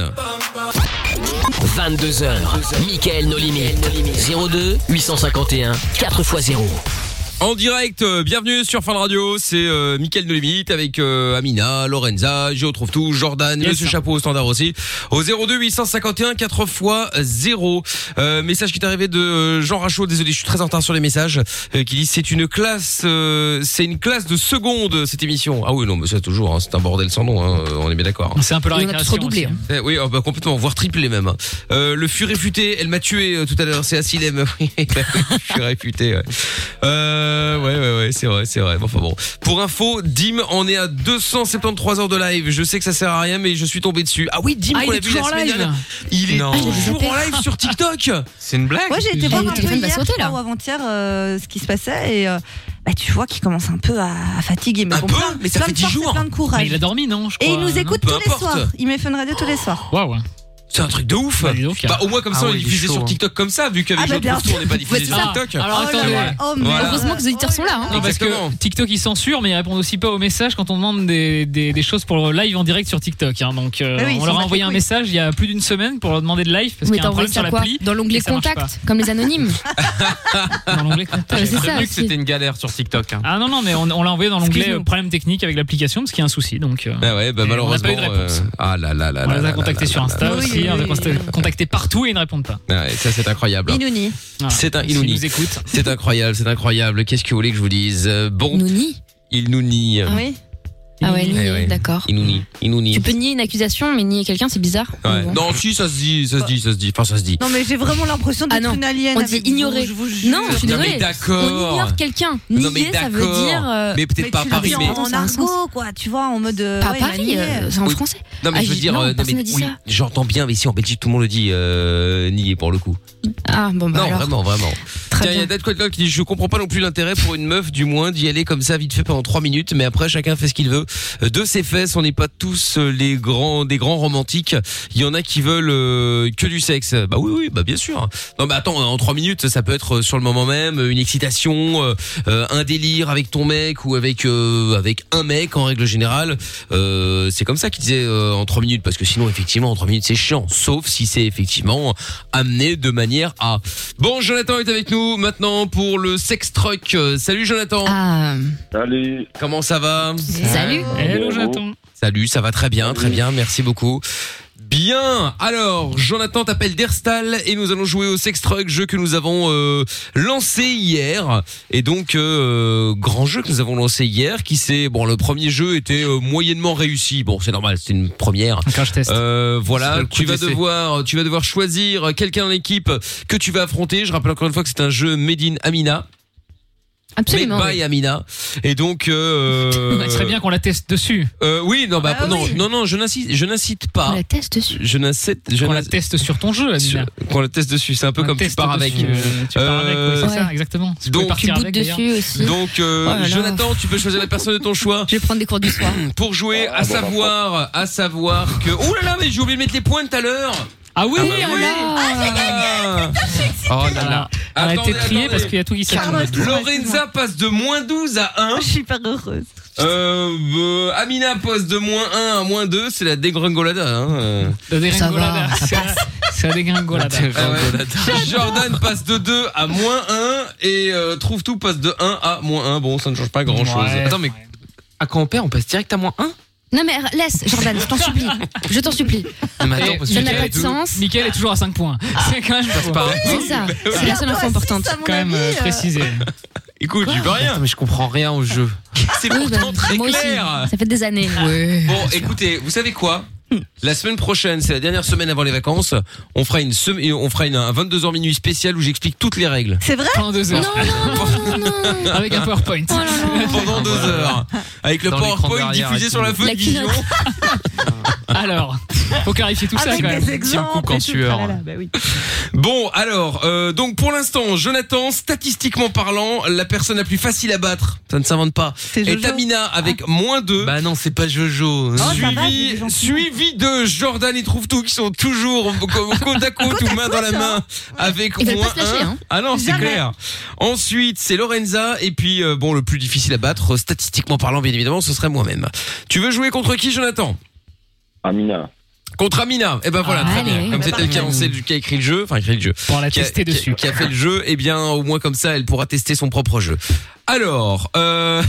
vingt-deux heures, Mickaël No Limit. zéro deux huit cent cinquante et un quatre fois zéro. En direct, euh, bienvenue sur Fun Radio, c'est euh, Mickaël No Limit avec euh, Amina, Lorenza, je retrouve tout, Jordan, Yes. Monsieur Chapeau au standard aussi, au zéro deux huit cent cinquante et un quatre fois zéro. Euh, message qui est arrivé de euh, Jean Rachaud, désolé, je suis très en retard sur les messages, euh, qui dit c'est une classe, euh, c'est une classe de seconde cette émission. Ah oui, non, mais ça toujours, hein, c'est un bordel sans nom, hein, on est bien d'accord. C'est un peu la Et on a tous récréation redoublé. aussi. hein. Eh oui, oh, bah, complètement, voire triplé même. Euh, le fut réfuté, elle m'a tué euh, tout à l'heure, c'est Asilem. Oui, je suis réfuté. Ouais. Euh, ouais, ouais, ouais, c'est vrai, c'est vrai. Bon, enfin bon. Pour info, Dim, on est à deux cent soixante-treize heures de live. Je sais que ça sert à rien, mais je suis tombé dessus. Ah oui, Dim, Ah, qu'on il a est vu la toujours en semaine live. dernière. Il est Non. toujours en live sur TikTok. C'est une blague. Ouais, j'ai été Ah, voir le un peu téléphone va hier, sauter, je crois, là. ou avant-hier euh, ce qui se passait et euh, bah, tu vois qu'il commence un peu à, à fatiguer. Mais Un bon, peu plein, Mais ça plein fait de dix force et jours. plein de courage. Mais il a dormi, non, je Et crois. il nous non écoute Peu tous les importe. soirs. Il met Fun Radio tous les soirs. Waouh. C'est un truc de ouf. Bah, dis donc, Bah, au moins comme ça, Ah on ouais, est il est diffusé chaud, sur hein. TikTok comme ça, vu qu'avec Ah, bah, Jean bien Tour, on n'est pas Ouais, diffusé c'est sur ça. TikTok. Alors, Oh là attendez. là, oh, Voilà. merde. Heureusement que les auditeurs sont là. hein. Non, parce Exactement. que TikTok ils censurent, mais ils répondent aussi pas aux messages quand on demande des, des, des choses pour le live en direct sur TikTok. Hein. Donc euh, Bah oui, ils on s'en leur a battent envoyé les un couilles. message il y a plus d'une semaine pour leur demander de live parce Mais qu'il y a t'as un envoyé problème sur ça quoi l'appli. Dans l'onglet et ça marche contact, comme les anonymes. pas. Dans l'onglet contact. Ouais, c'est ça prévenu que aussi. c'était une galère sur TikTok. hein. Ah non non mais on, on l'a envoyé dans l'onglet Excuse-nous. euh, problème technique avec l'application parce qu'il y a un souci donc. euh, Ah ouais, bah Et on n'a malheureusement. pas eu de réponse. euh, Ah là là là on là les là a contactés là sur là Insta là. Oui, aussi, oui, on les a oui. consta- contactés partout et ils ne répondent pas. Ouais, ça c'est incroyable. Inouni. Voilà. C'est un S'ils Inouni. nous écoutent. C'est incroyable, c'est incroyable. Qu'est-ce que vous voulez que je vous dise Euh, Bon, Nous nie. il nous nie. Ah oui. Ah ouais, Eh nier, ouais. d'accord. Il nous nie. Il nous nie. Tu peux nier une accusation, mais nier quelqu'un, c'est bizarre. Ouais. Bon. Non, si, ça se dit, ça se dit, ça se dit. Enfin, ça se dit. Non mais j'ai vraiment l'impression Ah d'être non, une alien. on avec dit vous, ignorer. je vous jure. Non, je suis Non, mais désolée. d'accord. On ignore quelqu'un. Non, mais Nier, ça veut d'accord. dire. euh, Mais peut-être Mais pas à tu Paris, le dis mais. en, en Ça a un sens. argot, quoi, tu vois, en mode. euh, Pas à ouais, il m'a Paris, nié. euh, c'est en Oui. français. Non, mais Ah, je veux j'ai- dire, non, euh, non, personne mais n'a dit oui, ça. j'entends bien, mais ici en Belgique, tout le monde le dit, euh, nier pour le coup. Ah bon bah non, alors. vraiment, vraiment. Très Tiens, il y a bien. Dad Quadclock qui dit, je comprends pas non plus l'intérêt pour une meuf, du moins, d'y aller comme ça, vite fait pendant trois minutes, mais après, chacun fait ce qu'il veut. Euh, De ses fesses, on n'est pas tous euh, les grands, des grands romantiques. Il y en a qui veulent euh, que du sexe. Bah oui, oui, bah bien sûr. Non, mais attends, en trois minutes, ça peut être euh, sur le moment même, une excitation, euh, euh, un délire avec ton mec ou avec euh, avec un mec en règle générale. Euh, c'est comme ça qu'il disait euh, en trois minutes, parce que sinon, effectivement, en trois minutes, c'est chiant. Sauf si c'est effectivement amené de manière à. Bon, Jonathan est avec nous maintenant pour le sex truck. Euh, Salut Jonathan. Ah. Salut. Comment ça va? Salut. Hello Jonathan. Salut, ça va très bien, très bien, merci beaucoup. Bien, alors Jonathan t'appelle d'Erstal et nous allons jouer au Sex Truck, jeu que nous avons euh, lancé hier. Et donc euh, grand jeu que nous avons lancé hier, qui c'est bon, le premier jeu était euh, moyennement réussi. Bon, c'est normal, c'est une première. Un crash test. Euh, voilà, C'est le coup tu vas d'essai. devoir, tu vas devoir choisir quelqu'un dans l'équipe que tu vas affronter. Je rappelle encore une fois que c'est un jeu Made in Amina. Absolument. Made by oui. Amina. Et donc, euh, Il serait bien qu'on la teste dessus. euh, oui, non, bah, Ah non, oui. non, non, je n'incite, je n'incite pas. On la teste dessus. Je n'incite, je Qu'on la n'incite- teste sur ton jeu, sur- Amina. qu'on la teste dessus. C'est un peu On la comme tu teste pars avec. dessus. Euh, Tu pars avec, oui, c'est Euh, ça, Ouais. exactement. Tu Donc, peux Tu partir boutes avec d'ailleurs. dessus aussi. Donc, euh, Oh là là. Jonathan, tu peux choisir la personne de ton choix. Je vais prendre des cours du soir. Pour jouer, à savoir, à savoir que. Oh là là, mais j'ai oublié de mettre les points tout à l'heure. Ah oui, Ah bah oh oui. là. Ah. Oh là là. Voilà. Elle a été Attendez, triée attendez. parce qu'il y a tout qui Pardon, s'accumule. Lorenza passe de moins douze à un. Je suis hyper heureuse. Euh, euh, Amina passe de moins un à moins deux. C'est la dégringolada. Hein. euh. La dégringolada. Ça va, ça C'est la- C'est la dégringolada. Ah ouais. Jordan passe de deux à moins un et euh, Trouve tout passe de un à moins un. Bon, ça ne change pas grand chose. Ouais. Attends, mais à quand on perd, on passe direct à moins un? Non mais laisse, Jordan, je t'en supplie. Je t'en supplie. Non, mais attends, Et parce Ça que n'a Mickaël pas est de tout- sens. Mickaël est toujours à cinq points. C'est quand même passe par un. C'est ça. C'est la seule info importante. À mon quand même euh, avis, euh, précisé. Écoute, tu peux rien. Attends, mais je comprends rien au jeu. C'est Oui, pourtant bah, très moi aussi. clair. Ça fait des années. Ouais. Bon, écoutez, vous savez quoi? La semaine prochaine, c'est la dernière semaine avant les vacances. On fera une semaine, on fera une, un vingt-deux heures minuit spécial où j'explique toutes les règles. C'est vrai? Pendant deux heures. Non, non, non, non. Avec un PowerPoint. Oh là là. Pendant deux heures. Avec le Dans l'écran PowerPoint derrière diffusé et sur la tout. feuille La vision. keynote. Alors, Faut clarifier tout ça Avec quand des même. exemples Tim Cook en et tout, sueur. tralala. Bah oui. Bon, alors, euh, donc pour l'instant, Jonathan, statistiquement parlant, la personne la plus facile à battre, ça ne s'invente pas, C'est est Jojo. Amina avec moins deux. Bah non, c'est pas Jojo. ça va, j'ai des Suivi, gens suivi de Jordan et Trouve Tout qui sont toujours comme côte à côte ou main dans la main avec Ils veulent moins pas se lâcher, un. hein. Ah non, c'est Jamais. clair. Ensuite, c'est Lorenza et puis euh, bon, le plus difficile à battre, statistiquement parlant, bien évidemment, ce serait moi-même. Tu veux jouer contre qui, Jonathan? Amina. Contre Amina. Eh ben voilà, Ah, très allez. bien. Comme c'est elle qui a lancé, qui a écrit le jeu, enfin écrit le jeu, Pour la qui a, tester qui a- dessus. qui a fait le jeu, eh bien au moins comme ça, elle pourra tester son propre jeu. Alors, euh...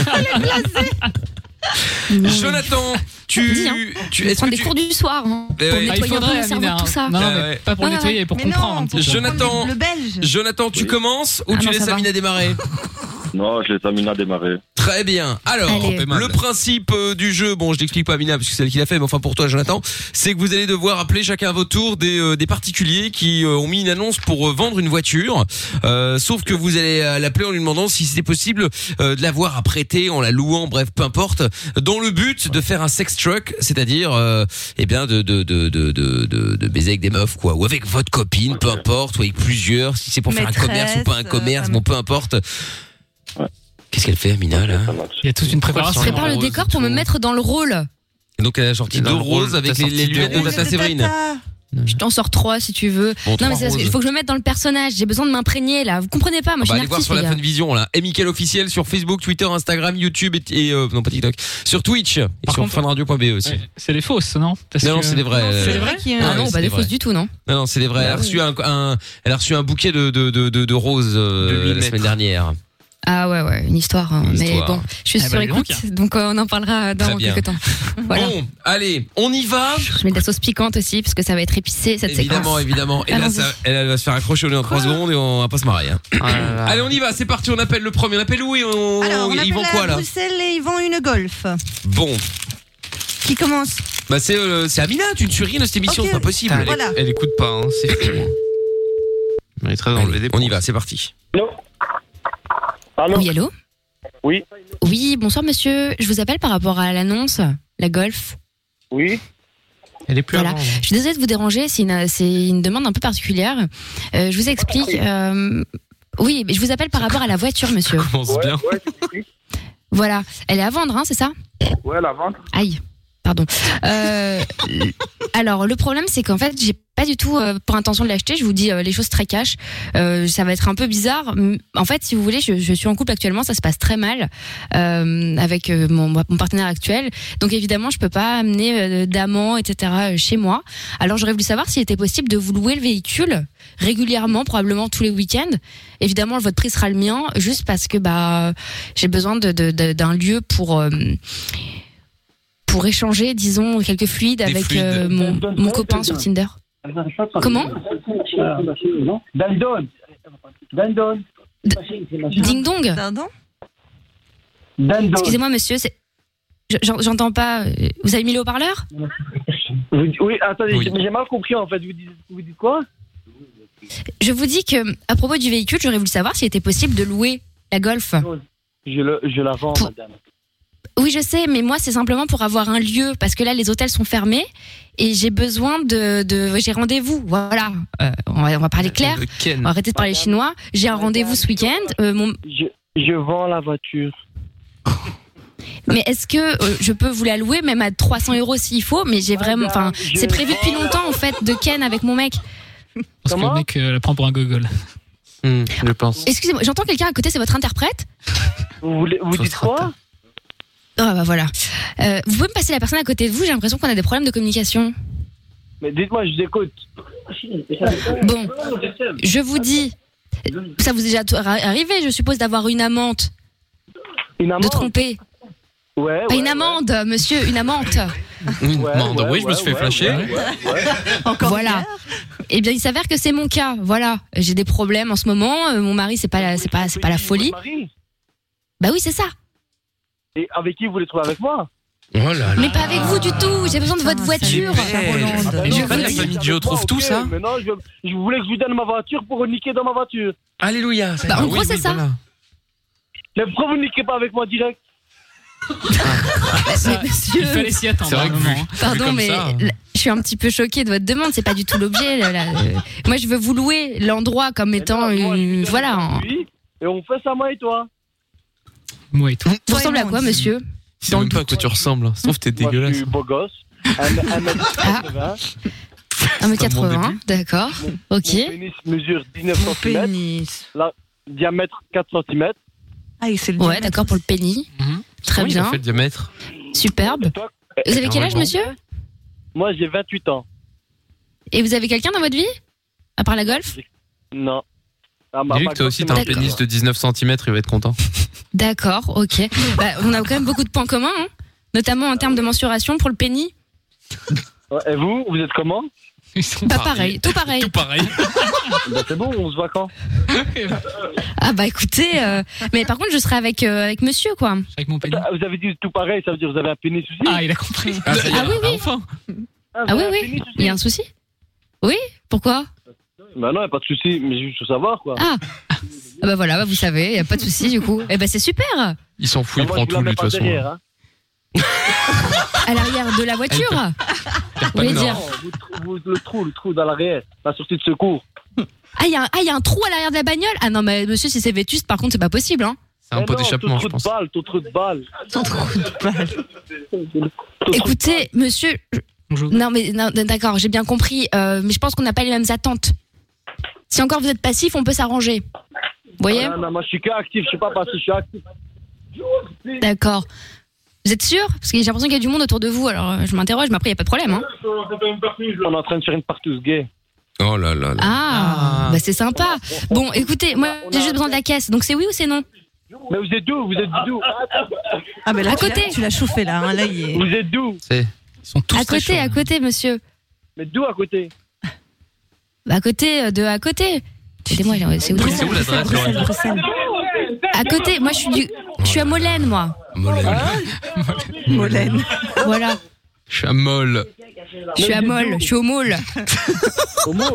Jonathan, tu, Dis, hein. tu, est-ce Prendre que des tu, cours du soir hein, Eh pour ouais. Ah, il nettoyer un peu faudrait, le cerveau Amina. de tout ça. Non, non, Ah mais ouais. pas pour Ouais, nettoyer, ouais. mais pour Mais comprendre non, un petit peu. pour Jonathan. prendre le belge. Jonathan, tu Oui. commences ou Ah tu non, laisses ça va. Amina démarrer? Non, je laisse Amina démarrer. Très bien. Alors, Allez. le principe euh, du jeu, bon, je t'explique pas Amina parce que c'est elle qui l'a fait, mais enfin pour toi, Jonathan, c'est que vous allez devoir appeler chacun à votre tour des euh, des particuliers qui euh, ont mis une annonce pour euh, vendre une voiture. Euh, sauf que vous allez euh, l'appeler en lui demandant si c'était possible euh, de l'avoir à prêter, en la louant, bref, peu importe, dans le but de faire un sex truck, c'est-à-dire, euh, eh bien, de de de de de de, de baiser avec des meufs, quoi, ou avec votre copine, peu importe, ou avec plusieurs, si c'est pour faire un commerce ou pas un Maîtresse, commerce, euh, bon, peu importe. Qu'est-ce qu'elle fait, Amina, là? Ça marche. Il y a toute une préparation. Je prépare le Rose, décor pour me tout. mettre dans le rôle. Donc elle a sorti Et dans deux le rôle, roses avec t'as les, sorti les deux lunettes de roses. Tata Séverine. Tata. Je t'en sors trois si tu veux. Bon, non trois mais c'est parce roses. qu'il faut que je me mette dans le personnage. J'ai besoin de m'imprégner là. Vous comprenez pas, moi On je va suis aller une voir artiste sur les la gars. Fun Vision là. Et Mickaël officiel sur Facebook, Twitter, Instagram, YouTube et, et euh, non pas TikTok, sur Twitch et Par sur contre- funradio point b e aussi. Ouais, c'est les fausses, non? Parce Non, non, que- c'est des vrais. Non, c'est euh, des vrais qui, euh, Ah ouais, non, c'est pas des des fausses vrais. du tout non. Non, non, c'est des vrais. Elle a reçu un, un- elle a reçu un bouquet de de de de, de roses euh, De huit la mètres. semaine dernière. Ah ouais ouais, une histoire. hein. Une Mais histoire. bon, je suis Eh sur ben, dis donc, écoute, donc euh, on en parlera Très dans bien. quelques temps. Voilà. Bon, allez, on y va. Je mets de la sauce piquante aussi parce que ça va être épicé cette Évidemment, séquence. évidemment. Et là, Allons-y. ça, elle, elle va se faire accrocher au nez en trois secondes et on va pas se marrer. Hein. Ah là là. Allez, on y va. C'est parti. On appelle le premier. On appelle où et on, Alors, on ils appelle vont à quoi là? Bruxelles et ils vont une golf. Bon, Qui commence? bah c'est euh, c'est Amina. Tu ne suis rien de cette émission, Ok. c'est pas possible. Putain, elle, Voilà. elle écoute pas, hein, c'est fou. Elle mériterait d'enlever des On y va. C'est parti. Allô Allô Oui allô. Oui. Oui bonsoir monsieur. Je vous appelle par rapport à l'annonce, la golf. Oui. Elle est plus Voilà. avant. Je suis désolée de vous déranger, c'est une, c'est une demande un peu particulière. Euh, je vous explique. euh, oui, mais je vous appelle par rapport à la voiture, monsieur. Ça commence bien. Ouais, j'ai compris. Voilà. Elle est à vendre, hein, c'est ça? Ouais, la vente. Aïe. Pardon. Euh, l- alors, le problème, c'est qu'en fait, j'ai pas du tout euh, pour intention de l'acheter. Je vous dis euh, les choses très cash. Euh, ça va être un peu bizarre. M- En fait, si vous voulez, je, je suis en couple actuellement. Ça se passe très mal euh, avec euh, mon, mon partenaire actuel. Donc, évidemment, je peux pas amener euh, d'amant, et cetera euh, chez moi. Alors, j'aurais voulu savoir s'il était possible de vous louer le véhicule régulièrement, probablement tous les week-ends. Évidemment, votre prix sera le mien, juste parce que bah j'ai besoin de, de, de- d'un lieu pour euh, pour échanger, disons, quelques fluides avec fluides. euh, mon, mon copain sur Tinder. Comment? Dandon. Dandon. Ding dong. Pardon? Dandon. Excusez-moi, monsieur, c'est je- j'en- j'entends pas. euh, Vous avez mis le haut-parleur? Vous- Oui, attendez, Oui. mais j'ai mal compris en fait. Vous dites, vous dites quoi? Je vous dis que à propos du véhicule, j'aurais voulu savoir s'il était possible de louer la Golf. Je, le, je la vends, Pour- madame. Oui, je sais, mais moi, c'est simplement pour avoir un lieu, parce que là, les hôtels sont fermés et j'ai besoin de, de j'ai rendez-vous. Voilà, Euh, on va, on va parler clair. Le Ken. On va arrêter de parler chinois. J'ai un rendez-vous ce week-end. Euh, mon... Je, je vends la voiture. Mais est-ce que euh, je peux vous la louer, même à trois cents euros s'il faut? Mais j'ai vraiment, enfin, je c'est prévu depuis vends longtemps en fait de Ken avec mon mec. Parce que Comment le mec euh, la prend pour un gogol. Hmm, je pense. Excusez-moi, j'entends quelqu'un à côté, c'est votre interprète? Vous, voulez, vous Ça dites sera quoi? Ah bah voilà. Euh, vous pouvez me passer la personne à côté de vous? J'ai l'impression qu'on a des problèmes de communication. Mais dites-moi, je vous écoute. Bon, je vous dis, ça vous est déjà t- arrivé, je suppose, d'avoir une amante, Une de amende? tromper. Ouais, Pas ouais, une amende, monsieur, une amante. Une Ouais, amende, ouais, oui, je me ouais, suis fait ouais, flasher. ouais, ouais, ouais. Encore Voilà. hier. Eh bien, il s'avère que c'est mon cas. Voilà, j'ai des problèmes en ce moment. Euh, Mon mari, c'est pas, la, c'est pas, c'est pas la folie. Votre mari? Bah oui, c'est ça. Et avec qui vous voulez trouver avec moi? Oh là là. Mais pas avec vous du tout. J'ai besoin de votre Putain, c'est voiture. bête. Ah ben Et non, j'ai pas mais la oui, famille de avec Joe trouve moi, tout ok, ça. Mais non, je, je voulais que je vous donne ma voiture pour niquer dans ma voiture. Alléluia. Bah, en Ah gros, oui, c'est oui, ça. voilà. Mais pourquoi vous niquez pas avec moi direct? Mais monsieur, Il fallait s'y attendre. C'est vrai à un que moment, vu- hein. vu pardon, comme mais ça, là, je suis un petit peu choquée de votre demande. C'est pas du tout l'objet. Là, là. Euh, Moi, je veux vous louer l'endroit comme étant une. Voilà. en- Et on fait ça, moi et toi. Moi et toi. Vous ressemblez à quoi, monsieur? Je sais même pas à quoi tu ressembles. Sauf que t'es Moi, je dégueulasse. suis beau gosse. un mètre quatre-vingts. un mètre quatre-vingts, d'accord. Ok. Mon pénis mesure dix-neuf centimètres. Là, diamètre quatre centimètres. Ah, c'est le Ouais, d'accord pour le penny. Très Oui, il a bien. fait le diamètre. Superbe. Vous avez quel âge, monsieur? Moi, j'ai vingt-huit ans. Et vous avez quelqu'un dans votre vie? À part la golf? Non. Ah, ma- Dis-lui ma que toi aussi t'as un D'accord. pénis de dix-neuf centimètres, il va être content. D'accord, ok. Bah, on a quand même beaucoup de points communs, hein, notamment en termes de mensuration pour le penny. Ouais, et vous, vous êtes comment? Pas pareil, tout pareil. Tout pareil. Bah, c'est bon, on se voit quand? Ah bah écoutez, euh, mais par contre je serai avec euh, avec monsieur quoi. Avec mon pénis. Ah, vous avez dit tout pareil, ça veut dire que vous avez un pénis aussi? Ah, il a compris. Ah, oui oui. Enfin. Ah oui oui. Il y a un souci? Oui. Pourquoi? Bah non, y a pas de souci, mais juste pour savoir quoi. Ah. Ah bah voilà, bah, vous savez, y a pas de souci du coup. Eh bah c'est super. Il s'en fout, il Moi, prend je vous la tout mets lui de pas toute façon. derrière, hein. À l'arrière de la voiture. Vous voulez Non, dire? vous, vous- le trou, le trou dans l'arrière, la sortie de secours. Ah il y a un, ah, y a un trou à l'arrière de la bagnole. Ah non mais monsieur si c'est vétuste par contre c'est pas possible hein. C'est un pot Eh non, d'échappement, ton je trou pense. de balle, ton trou de balle. Ton trou de balle. Écoutez, monsieur. je- Non, mais non, d'accord, j'ai bien compris. euh, mais je pense qu'on n'a pas les mêmes attentes. Si encore vous êtes passif, on peut s'arranger. Vous voyez? Ah, non, non, moi je suis qu'actif, je sais pas parce que je suis actif. D'accord. Vous êtes sûr? Parce que j'ai l'impression qu'il y a du monde autour de vous. Alors euh, je m'interroge, mais après il y a pas de problème. Hein. On est en train de faire une partouze gay. Oh là là là. Ah, bah c'est sympa. Bon, écoutez, moi j'ai juste besoin de la caisse. Donc c'est oui ou c'est non? Mais vous êtes d'où? Vous êtes d'où? Ah, mais là, À tu l'as- côté. tu l'as chauffé là. Hein, là il est... Vous êtes d'où? C'est. Ils sont tous À très côté, chauds. à côté, monsieur. Mais d'où à côté? Bah, à côté, euh, de à côté. Aidez-moi, c'est où? C'est où l'adresse, Laurent? Bruxelles. À côté, moi je suis du, je suis à Molène, moi. Molène. Molène. Voilà. Je suis à molle. Je suis à Molle, je suis au Môle. Au mot?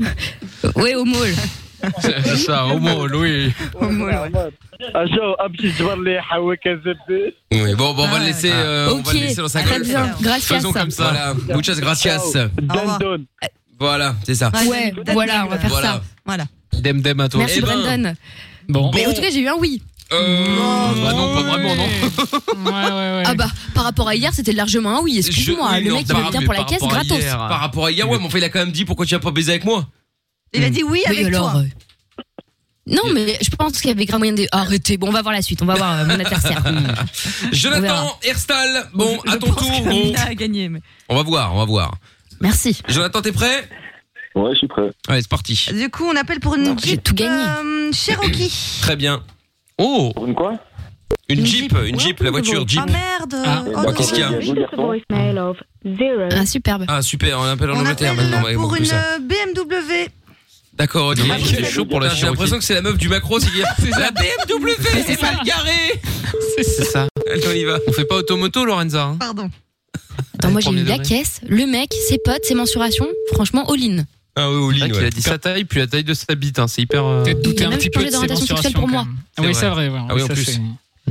Oui, au Môle. C'est ça, au molle, oui. Au Môle, ouais. أجو أمشي جبر لي حواك كذب. Oui, bon, bon, on va le laisser, euh, on va le Ok, laisser dans sa très golf. bien, gracias. Faisons comme ça. Voilà. Muchas gracias. Brandon. Voilà, c'est ça. Ouais, voilà, on va faire Voilà. ça. Voilà. Dem dem à toi. Merci Eh ben. Brandon. Bon. Mais en tout cas, j'ai eu un oui. Euh, Bah non, pas vraiment, non. Ouais, ouais, ouais. Ah bah, par rapport à hier, c'était largement un oui. Excuse-moi, Je- oui, le non, mec il par- me vient mais pour la par caisse rapport à gratos. hier. Par rapport à hier, ouais, mais enfin, il a quand même dit pourquoi tu vas pas baiser avec moi. Il a dit oui avec Oui, alors. toi. euh, Non, mais je pense qu'il y avait grand moyen de. Arrêtez, bon, on va voir la suite, on va voir euh, mon adversaire. On Jonathan, verra. Herstal, bon, Je à ton pense tour. que On... Mina a gagné. Mais... on va voir, on va voir. Merci. Jonathan, t'es prêt? Ouais, je suis prêt. Allez, c'est parti. Du coup, on appelle pour une Non, j'ai Jeep tout gagné. euh, Cherokee. Très bien. Oh. Pour une quoi? Une Une Jeep, Jeep. une Jeep, la voiture, Jeep. Ah merde. Ah. Oh, Bah, non. qu'est-ce qu'il y a? Vous, garçon. Ah, superbe. Ah, super, on appelle en On Angleterre appelle maintenant. ouais, pour beaucoup une plus, ça. euh, B M W. D'accord, ok. Le mec, il est chaud pour la Putain, j'ai l'impression Cherokee. que c'est la meuf du macro, c'est qu'il y a la B M W, c'est mal garé. C'est ça. Allez, on y va. On fait pas automoto, Lorenza. Hein. Pardon. Attends, moi j'ai Premier eu la degré. caisse, le mec, ses potes, ses mensurations. Franchement, all-in. Ah oui, au C'est lit, vrai qu'il ouais. a dit sa taille, puis la taille de sa bite. Hein. C'est hyper. euh, Peut-être douter Il a un même petit peu changé de ses d'orientation sexuelle mensurations pour moi. quand même. C'est Oui, vrai. c'est vrai. Ouais, Ah oui, en ça, plus. c'est-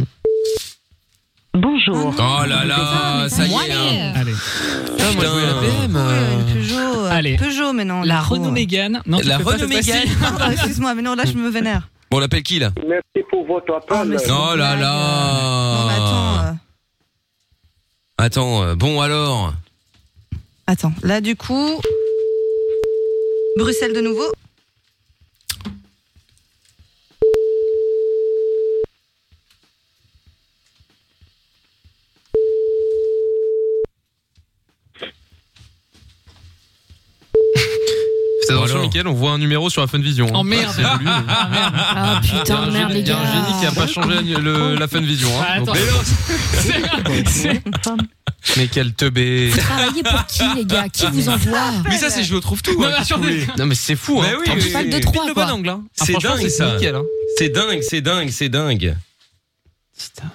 Bonjour. Oh là là, ça y Moi, est. hein. Allez. Ah, moi, je voulais la B M. Ouais, euh. une Peugeot. euh, Allez. Peugeot, mais non. La du coup, Renault euh. Mégane. Non, tu La fais pas Renault cette fois-ci. Mégane. Pardon, excuse-moi, mais non, là, je me vénère. Bon, on l'appelle qui là? Merci pour votre appel. Oh, mais c'est Oh une là blague. là. Non, mais attends. euh, Attends, euh, bon alors. Attends, là, du coup. Bruxelles de nouveau. Faites attention, Alors. Mickaël, on voit un numéro sur la Funvision. Oh merde. C'est voulu, mais- Ah merde. Ah Il y a putain, un merde, génie- les il y a gars. un génie qui a pas changé la, le- la Funvision. Ah, Hein. attends. Donc, C'est- c'est- mais quel teubé. Vous travaillez pour qui, les gars? Qui vous envoie? Mais ça, c'est je le trouve tout. Non, hein, mais qu'est-ce que vous attendez. voulez. Non, mais c'est fou. Mais Hein. oui, En oui, plus, Pas oui. de trois, le quoi. bon angle. Hein. Ah, C'est franchement, dingue, ça. nickel. Hein. C'est dingue, c'est dingue, c'est dingue. Putain.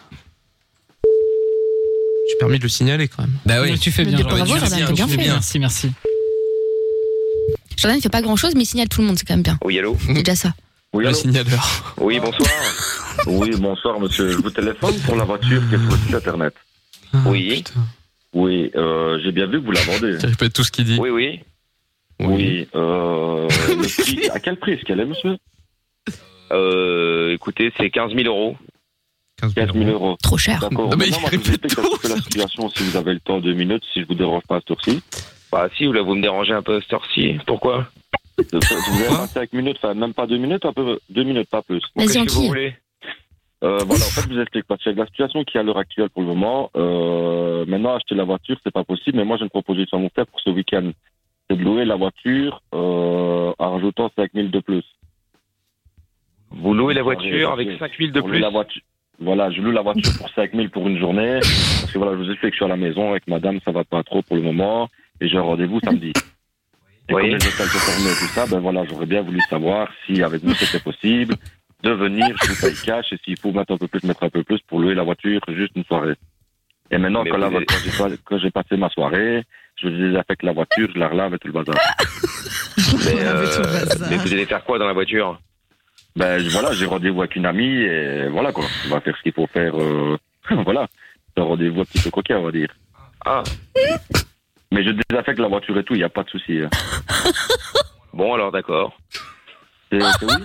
J'ai permis de le signaler quand même. Bah oui. Tu fais bien. Mais Jordan. bravo, Tu fais Jordan, t'as bien tu fais fait. Merci, merci. Jordan, il fait pas grand chose, mais il signale tout le monde, c'est quand même bien. Oui, allô? C'est déjà ça. Oui, Le allô? signaleur. Oui, bonsoir. Oui, bonsoir, monsieur. Je vous téléphone pour la voiture qui est sur le site internet. Ah, Oui. putain. Oui, euh, j'ai bien vu que vous la vendez. Tu répètes tout ce qu'il dit. Oui, oui. Oui, euh, le prix, à quel prix est-ce qu'elle est, monsieur? Euh, écoutez, c'est quinze mille euros. quinze mille euros. Trop cher. D'accord. Non, mais Maintenant, moi, je vous explique un petit peu la situation, si vous avez le temps, deux minutes, si je vous dérange pas à cette heure-ci. Bah, si, là, vous me dérangez un peu à cette heure-ci. Pourquoi? Vous avez passé cinq minutes, enfin, même pas deux minutes, un peu, deux minutes, pas plus. Vas-y, Qu'est-ce que vous voulez? Euh, voilà, en fait, je vous explique parce que la situation qui est à l'heure actuelle pour le moment, euh, maintenant, acheter la voiture, c'est pas possible, mais moi, j'ai une proposition à vous faire pour ce week-end. C'est de louer la voiture, euh, en rajoutant cinq mille de plus. Vous louez la voiture avec cinq mille de Pour louer plus? la voiture. Voilà, je loue la voiture pour cinq mille pour une journée. Parce que voilà, je vous explique que je suis à la maison avec madame, ça va pas trop pour le moment. Et j'ai un rendez-vous samedi. Et Oui. comme les hôtels sont fermés et tout ça, ben voilà, j'aurais bien voulu savoir si avec vous c'était possible de venir, je vous paye cash, et s'il faut mettre un peu plus, mettre un peu plus pour louer la voiture juste une soirée. Et maintenant, Mais quand, vous là, avez- quand, j'ai, pas- quand j'ai passé ma soirée, je désaffecte la voiture, je la relave et tout le bazar. Mais, euh, mais vous allez faire quoi dans la voiture? Ben je- voilà, j'ai rendez-vous avec une amie et voilà quoi. On va faire ce qu'il faut faire. Euh... voilà, c'est un rendez-vous un petit peu coquin, on va dire. Ah. Mais je désaffecte la voiture et tout, il n'y a pas de souci. hein. Bon, alors d'accord. C'est, c'est oui.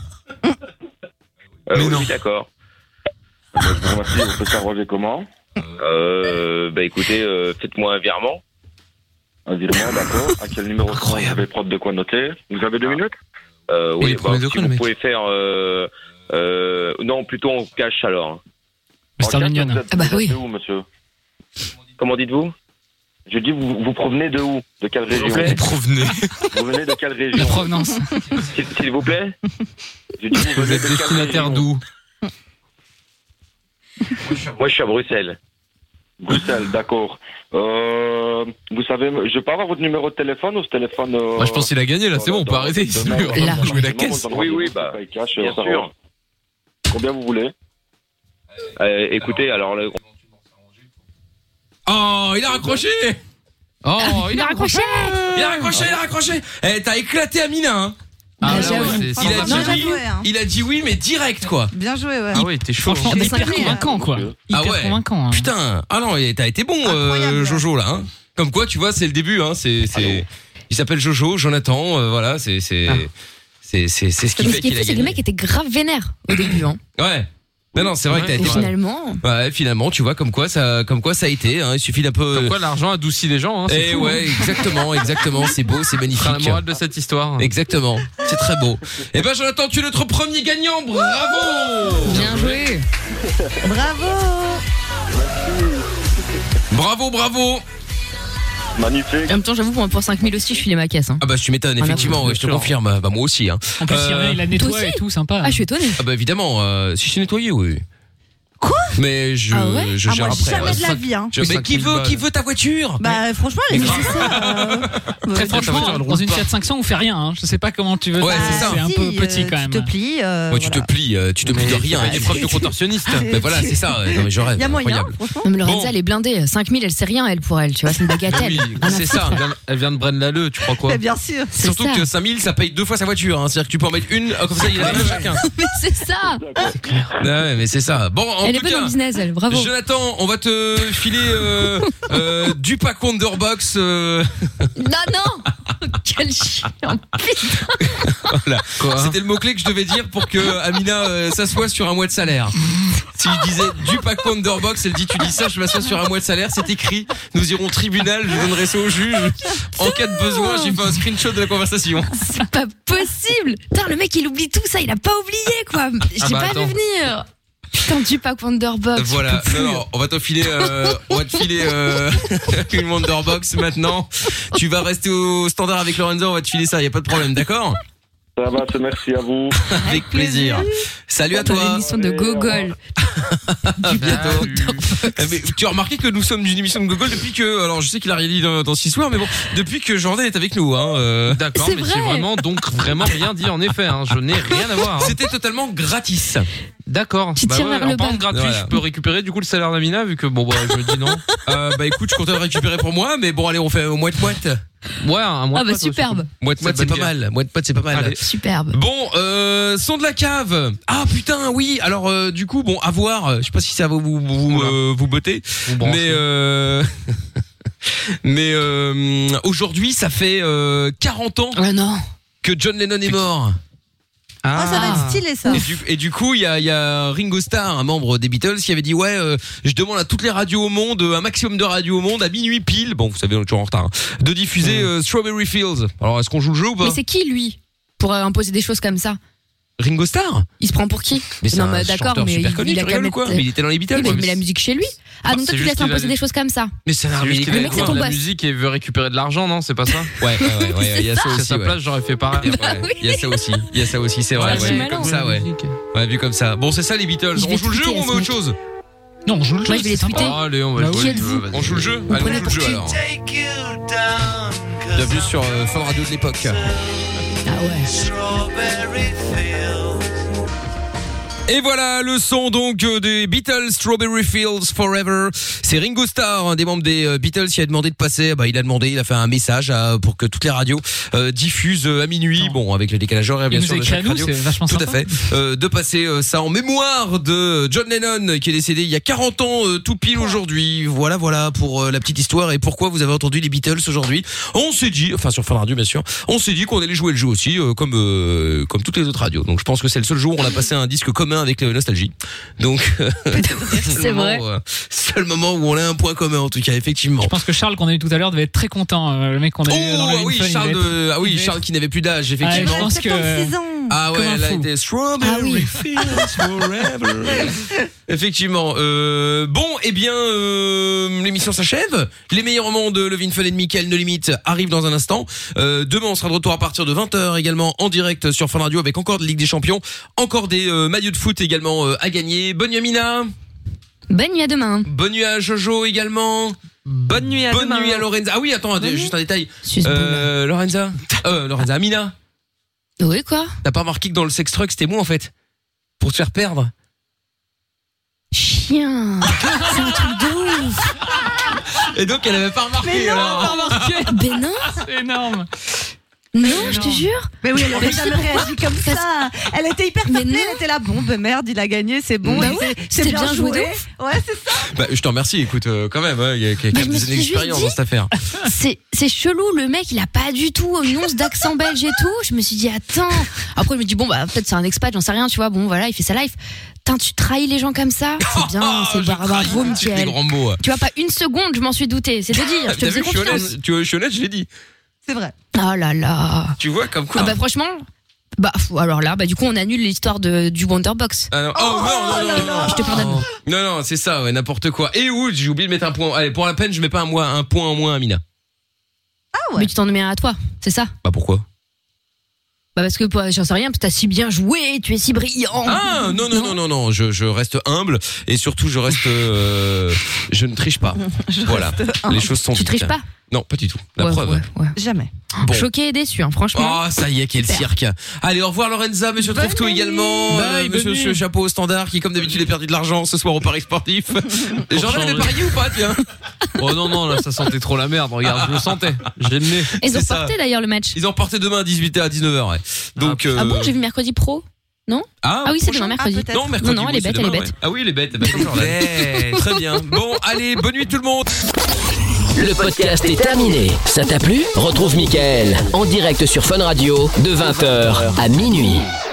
Euh, oui, oui, d'accord. Ben, je vous remercie. On peut s'arranger comment? Euh, bah écoutez, euh, faites-moi un virement. Un virement, d'accord. À quel numéro? Incroyable. Vous avez prendre de quoi noter? Vous avez deux minutes? Euh, Il oui, est bah, premier si degré, vous le mec. pouvez faire... Euh, euh, non, plutôt en cash alors. Mister Mignon. Vous êtes, Ah bah vous êtes oui. de où, monsieur? Comment dites-vous? Je dis, vous, vous provenez de où? De quelle région? Vous provenez. Vous venez de quelle région? La provenance. S'il s'il vous plaît? Je dis, vous Vous venez êtes de quelle destinataire région? d'où? Moi, je suis à Bruxelles. Bruxelles, d'accord. Euh, vous savez, je peux avoir votre numéro de téléphone ou ce téléphone euh, Moi, je pense qu'il a gagné, là, c'est bon, on peut arrêter. Il se met à jouer la caisse. Oui, oui, bah, cash, bien on s'arrange. sûr. Combien vous voulez? Euh, écoutez, alors... Le... Oh, il a raccroché. Oh, il a raccroché. Il a raccroché, il a raccroché. Eh, t'as éclaté Amina, hein. Ah, ouais, j'avoue. ouais, c'est- il a Non, dit oui, j'avoue, hein. il a dit oui, mais direct quoi. Bien joué, ouais. Ah ouais, t'es chaud. Franchement, Ah, bah, hyper cinq mille, convaincant, quoi. Ah Hyper ouais. convaincant. hein. Putain. Ah non, et t'as été bon, euh, Jojo là. Hein. Comme quoi, tu vois, c'est le début. Hein. C'est, c'est. Il s'appelle Jojo, Jonathan. euh, voilà, c'est, c'est, c'est, c'est, c'est ce qui Mais fait ce qui est qu'il fou, a c'est que le gagné. mec était grave vénère au début. Hein. Ouais. Non, non, c'est vrai que t'as Et été. finalement. Ouais, finalement, tu vois, comme quoi ça, comme quoi ça a été. Hein. Il suffit d'un peu. Comme quoi l'argent adoucit les gens. Hein, c'est Et fou, ouais, hein. exactement, exactement. C'est beau, c'est magnifique. C'est la morale de cette histoire. Exactement. C'est très beau. Et ben, Jonathan, tu es notre premier gagnant. Bravo. Bien joué. Bravo. Bravo, bravo. Magnifique. En même temps, j'avoue, pour, pour cinq mille aussi, je filais ma caisse. Hein. Ah bah tu m'étonnes, Voilà. effectivement, ouais, je te Bien sûr. confirme. Bah moi aussi. Hein. En plus, il Euh, revient, il a Toi nettoyé aussi et tout, sympa. Ah, je suis étonnée. Ah bah évidemment, euh, si je suis nettoyé, oui. Quoi? Mais je, Ah ouais je Ah, gère moi, après. jamais ouais. de la vie, hein. Je- mais qui veut, qui veut ta voiture? Bah, franchement, les nécessaires. euh, Très ouais, franchement, dans une Fiat cinq cents, on fait rien. Hein. Je sais pas comment tu veux. Ouais, c'est ça. C'est un si, peu petit euh, quand même. Tu te plies. euh, Ouais, tu te voilà. plies, euh, tu te plies de rien. Il est prof de contorsionniste. Mais voilà, c'est ça. ouais. Non mais je rêve. Il y a moyen, Incroyable. franchement. Non, mais Lorenza, Bon. elle est blindée. cinq mille, elle sait rien, elle, pour elle. Tu vois, c'est une bagatelle. Oui, Rien à c'est ça. foutre. Elle vient, elle vient de Braine-l'Alleud, tu crois quoi? Mais bien sûr. C'est Surtout ça. que cinq mille, ça paye deux fois sa voiture. Hein. C'est-à-dire que tu peux en mettre une, euh, comme ça, il a la même chacun. Mais c'est ça. Ah ouais, mais c'est ça. Bon, en Elle est tout bonne cas. en business, elle. Bravo. Jonathan, on va te filer euh, euh, du pack Wonderbox. Euh, Non, non. Quel chien. Putain. voilà. C'était le mot-clé que je devais dire pour que Amina euh, s'assoie sur un mois de salaire. Si je disais du pack Wonderbox, elle dit tu dis ça, je m'assois sur un mois de salaire, c'est écrit. Nous irons au tribunal, je donnerai ça au juge. En cas de besoin, j'ai fait un screenshot de la conversation. C'est pas possible. Putain, le mec, il oublie tout ça. Il a pas oublié, quoi. J'ai Ah bah pas attends. vu venir. Putain, du pack Wonderbox. Voilà, non, non, on va te filer, euh, on va te filer euh, une Wonderbox maintenant. Tu vas rester au standard avec Lorenzo, on va te filer ça, y a pas de problème, d'accord? Ça va, c'est merci à vous. Avec plaisir. Salut à toi. L'émission de Gogol. À bientôt. Mais tu as remarqué que nous sommes d'une émission de Gogol depuis que, alors je sais qu'il a rien dit dans, dans six soirs, mais bon, depuis que Jordan est avec nous, hein. Euh... D'accord, mais j'ai vraiment donc vraiment rien dit en effet. Hein. Je n'ai rien à voir. Hein. C'était totalement gratis. D'accord. Tu Bah tires ouais, vers le en parlant de bas. gratuit, Voilà. je peux récupérer du coup le salaire d'Amina vu que bon bah je me dis non. Euh, bah écoute, je comptais le récupérer pour moi, mais bon allez, on fait au moite moite. Ouais, un mois. Ah bah superbe. Moite moite, c'est pas mal. Moite moite, c'est pas mal. Allez. Superbe. Bon, euh, son de la cave. Ah putain, oui. Alors euh, du coup, bon, à voir. Je sais pas si ça va vous vous, euh, vous botter, Vous branchez. mais euh... Mais euh, aujourd'hui, ça fait euh, quarante ans oh non. que John Lennon est mort. Ah, ça va être stylé ça. Et du, et du coup, il y a, il y a Ringo Starr, un membre des Beatles, qui avait dit ouais, euh, je demande à toutes les radios au monde, un maximum de radios au monde, à minuit pile, bon, vous savez, on est toujours en retard, hein, de diffuser euh, Strawberry Fields. Alors, est-ce qu'on joue le jeu ou pas? Mais c'est qui lui pour euh, imposer des choses comme ça? Ringo Starr. Il se prend pour qui? Mais c'est non, un mais d'accord, chanteur mais super il, connu, il a tu qu'à rigoles ou mettre. quoi? Mais il était dans les Beatles. Oui, mais il met la musique chez lui. Ah, donc toi tu laisses imposer des choses comme ça. Mais c'est un C'est juste qu'il Le a mec, c'est ton de la boss. musique et veut récupérer de l'argent, non? C'est pas ça? Ouais, ouais, ouais, ouais, il y a ça C'est aussi. sa ouais. place, j'aurais fait pareil. Ouais, il y a ça aussi, il y a ça aussi, c'est vrai. Ouais, Ouais, c'est vu malin, comme ça, ouais. Ouais, vu comme ça. Bon, c'est ça les Beatles. Je On vais joue le jeu ou tweeter on à met ce autre chose? Non, on joue le jeu. Moi je vais les c'est sympa. tweeter. Ah, allez, on va Bah jouer oui. le jeu, vas-y. On joue le jeu? Allez, on joue le jeu alors. Bienvenue sur euh, Fun Radio de l'époque. Ah ouais. Et voilà le son donc euh, des Beatles, Strawberry Fields Forever. C'est Ringo Starr, un des membres des euh, Beatles, qui a demandé de passer. Bah, il a demandé, il a fait un message à, pour que toutes les radios euh, diffusent euh, à minuit. Bon, avec le décalage horaire bien Il sûr nous de écrit chaque à nous, radio. c'est vachement Tout sympa. à fait. Euh, de passer euh, ça en mémoire de John Lennon, qui est décédé il y a quarante ans, euh, tout pile aujourd'hui. Voilà, voilà pour euh, la petite histoire et pourquoi vous avez entendu les Beatles aujourd'hui. On s'est dit, enfin sur Fun Radio bien sûr, on s'est dit qu'on allait jouer le jeu aussi, euh, comme euh, comme toutes les autres radios. Donc je pense que c'est le seul jour où on a passé un disque commun avec euh, Nostalgie. Donc C'est vrai. euh, seul moment où on a un point commun en tout cas, effectivement. Je pense que Charles qu'on a eu tout à l'heure devait être très content. euh, Le mec qu'on a eu dans Oh le ah oui, Fun, il Charles devait être- de... ah oui, il Charles qui n'avait plus d'âge, Ah, effectivement. je pense que soixante-six ans. Ah ouais, comme un là, fou. il était Strawberry Ah oui. Fields Forever. Effectivement. Euh, bon, eh bien, euh, l'émission s'achève. Les meilleurs moments de Levin Fun et de Mickaël No Limite arrivent dans un instant. Euh, demain, on sera de retour à partir de vingt heures également en direct sur Fun Radio avec encore de Ligue des Champions, encore des euh, maillots de foot également euh, à gagner. Bonne nuit Amina. Bonne nuit à demain. Bonne nuit à Jojo également. Bonne nuit à Bonne demain. nuit à Lorenza. Ah oui, attends, Bonne juste un détail. Suce Euh, Lorenza. Euh, Lorenza, Amina. Oui, quoi? T'as pas remarqué que dans le sex truck c'était moi en fait, pour te faire perdre. Chien. C'est un truc de ouf. Et donc elle avait pas remarqué. Mais non, alors. Ben non. C'est énorme. Non, je te jure. Mais oui, elle aurait Mais jamais c'est pourquoi réagi comme ça. Elle était hyper Mais fair play, non. elle était là. Bon, ben merde, il a gagné, c'est bon. Bah il ouais, s'est- c'était c'est bien joué de joué. ouf. Ouais, c'est ça. Bah, je te remercie. Écoute, euh, quand même, hein, il y a quand Mais même je me des suis juste expériences dit- dans cette affaire. C'est c'est chelou, le mec il a pas du tout une once d'accent belge et tout. Je me suis dit attends. Après je me dis bon bah peut-être c'est un expat, j'en sais rien, tu vois. Bon voilà, il fait sa life. Putain, tu trahis les gens comme ça. C'est bien, c'est Je bravo, trahis tout de suite les Mickaël. grands mots. Tu vois pas une seconde, je m'en suis douté. C'est de dire, je te T'as faisais vu, je suis confiance. honnête. Tu vois, je suis honnête, je l'ai dit. C'est vrai. Oh là là. Tu vois comme quoi. Ah bah franchement, bah fou, alors là, bah du coup on annule l'histoire de du Wonderbox. Ah non. Oh, non, non, non, non, non. Je te pardonne. Non, non, c'est ça, ouais, n'importe quoi. Et où j'ai oublié de mettre un point. Allez, pour la peine, je mets pas un, mois, un point en moins à Mina. Ah ouais. Mais tu t'en mets un à toi, c'est ça? Bah pourquoi? Bah parce que bah, j'en sais rien, parce que t'as si bien joué, tu es si brillant. Ah non non non non non, je je reste humble et surtout je reste euh, je ne triche pas. Je Voilà, reste humble. les choses sont Tu dites. triches pas? Non, pas du tout. La Ouais, preuve. ouais, ouais. Jamais. Bon. Choqué et déçu, hein, franchement. Oh, ça y est, quel cirque. Allez, au revoir Lorenza, monsieur Bonne Trouve-Tout nuit. également, Bye, euh, bonne monsieur, nuit. monsieur Chapeau au standard qui comme d'habitude a perdu de l'argent ce soir au Paris sportif. Les gens avaient changer. parié ou pas, tiens? Oh non, non, là, ça sentait trop la merde. Regarde, je le sentais. J'ai le nez. Ils ont c'est ça. porté d'ailleurs le match. Ils ont reporté demain à dix-huit heures à dix-neuf heures, ouais. Donc, Ah euh, bon, j'ai vu mercredi pro. Non? Ah, Ah oui, c'est prochain demain mercredi. Ah, peut-être. Non, mercredi. Non, non, elle est oui, c'est bête, elle est demain, bête. ouais. Ah oui, elle est bête. Bah, comme Jordan. Ouais, très bien. Bon, allez, bonne nuit tout le monde. Le podcast est terminé. Ça t'a plu? Retrouve Mickaël en direct sur Fun Radio de vingt heures à minuit.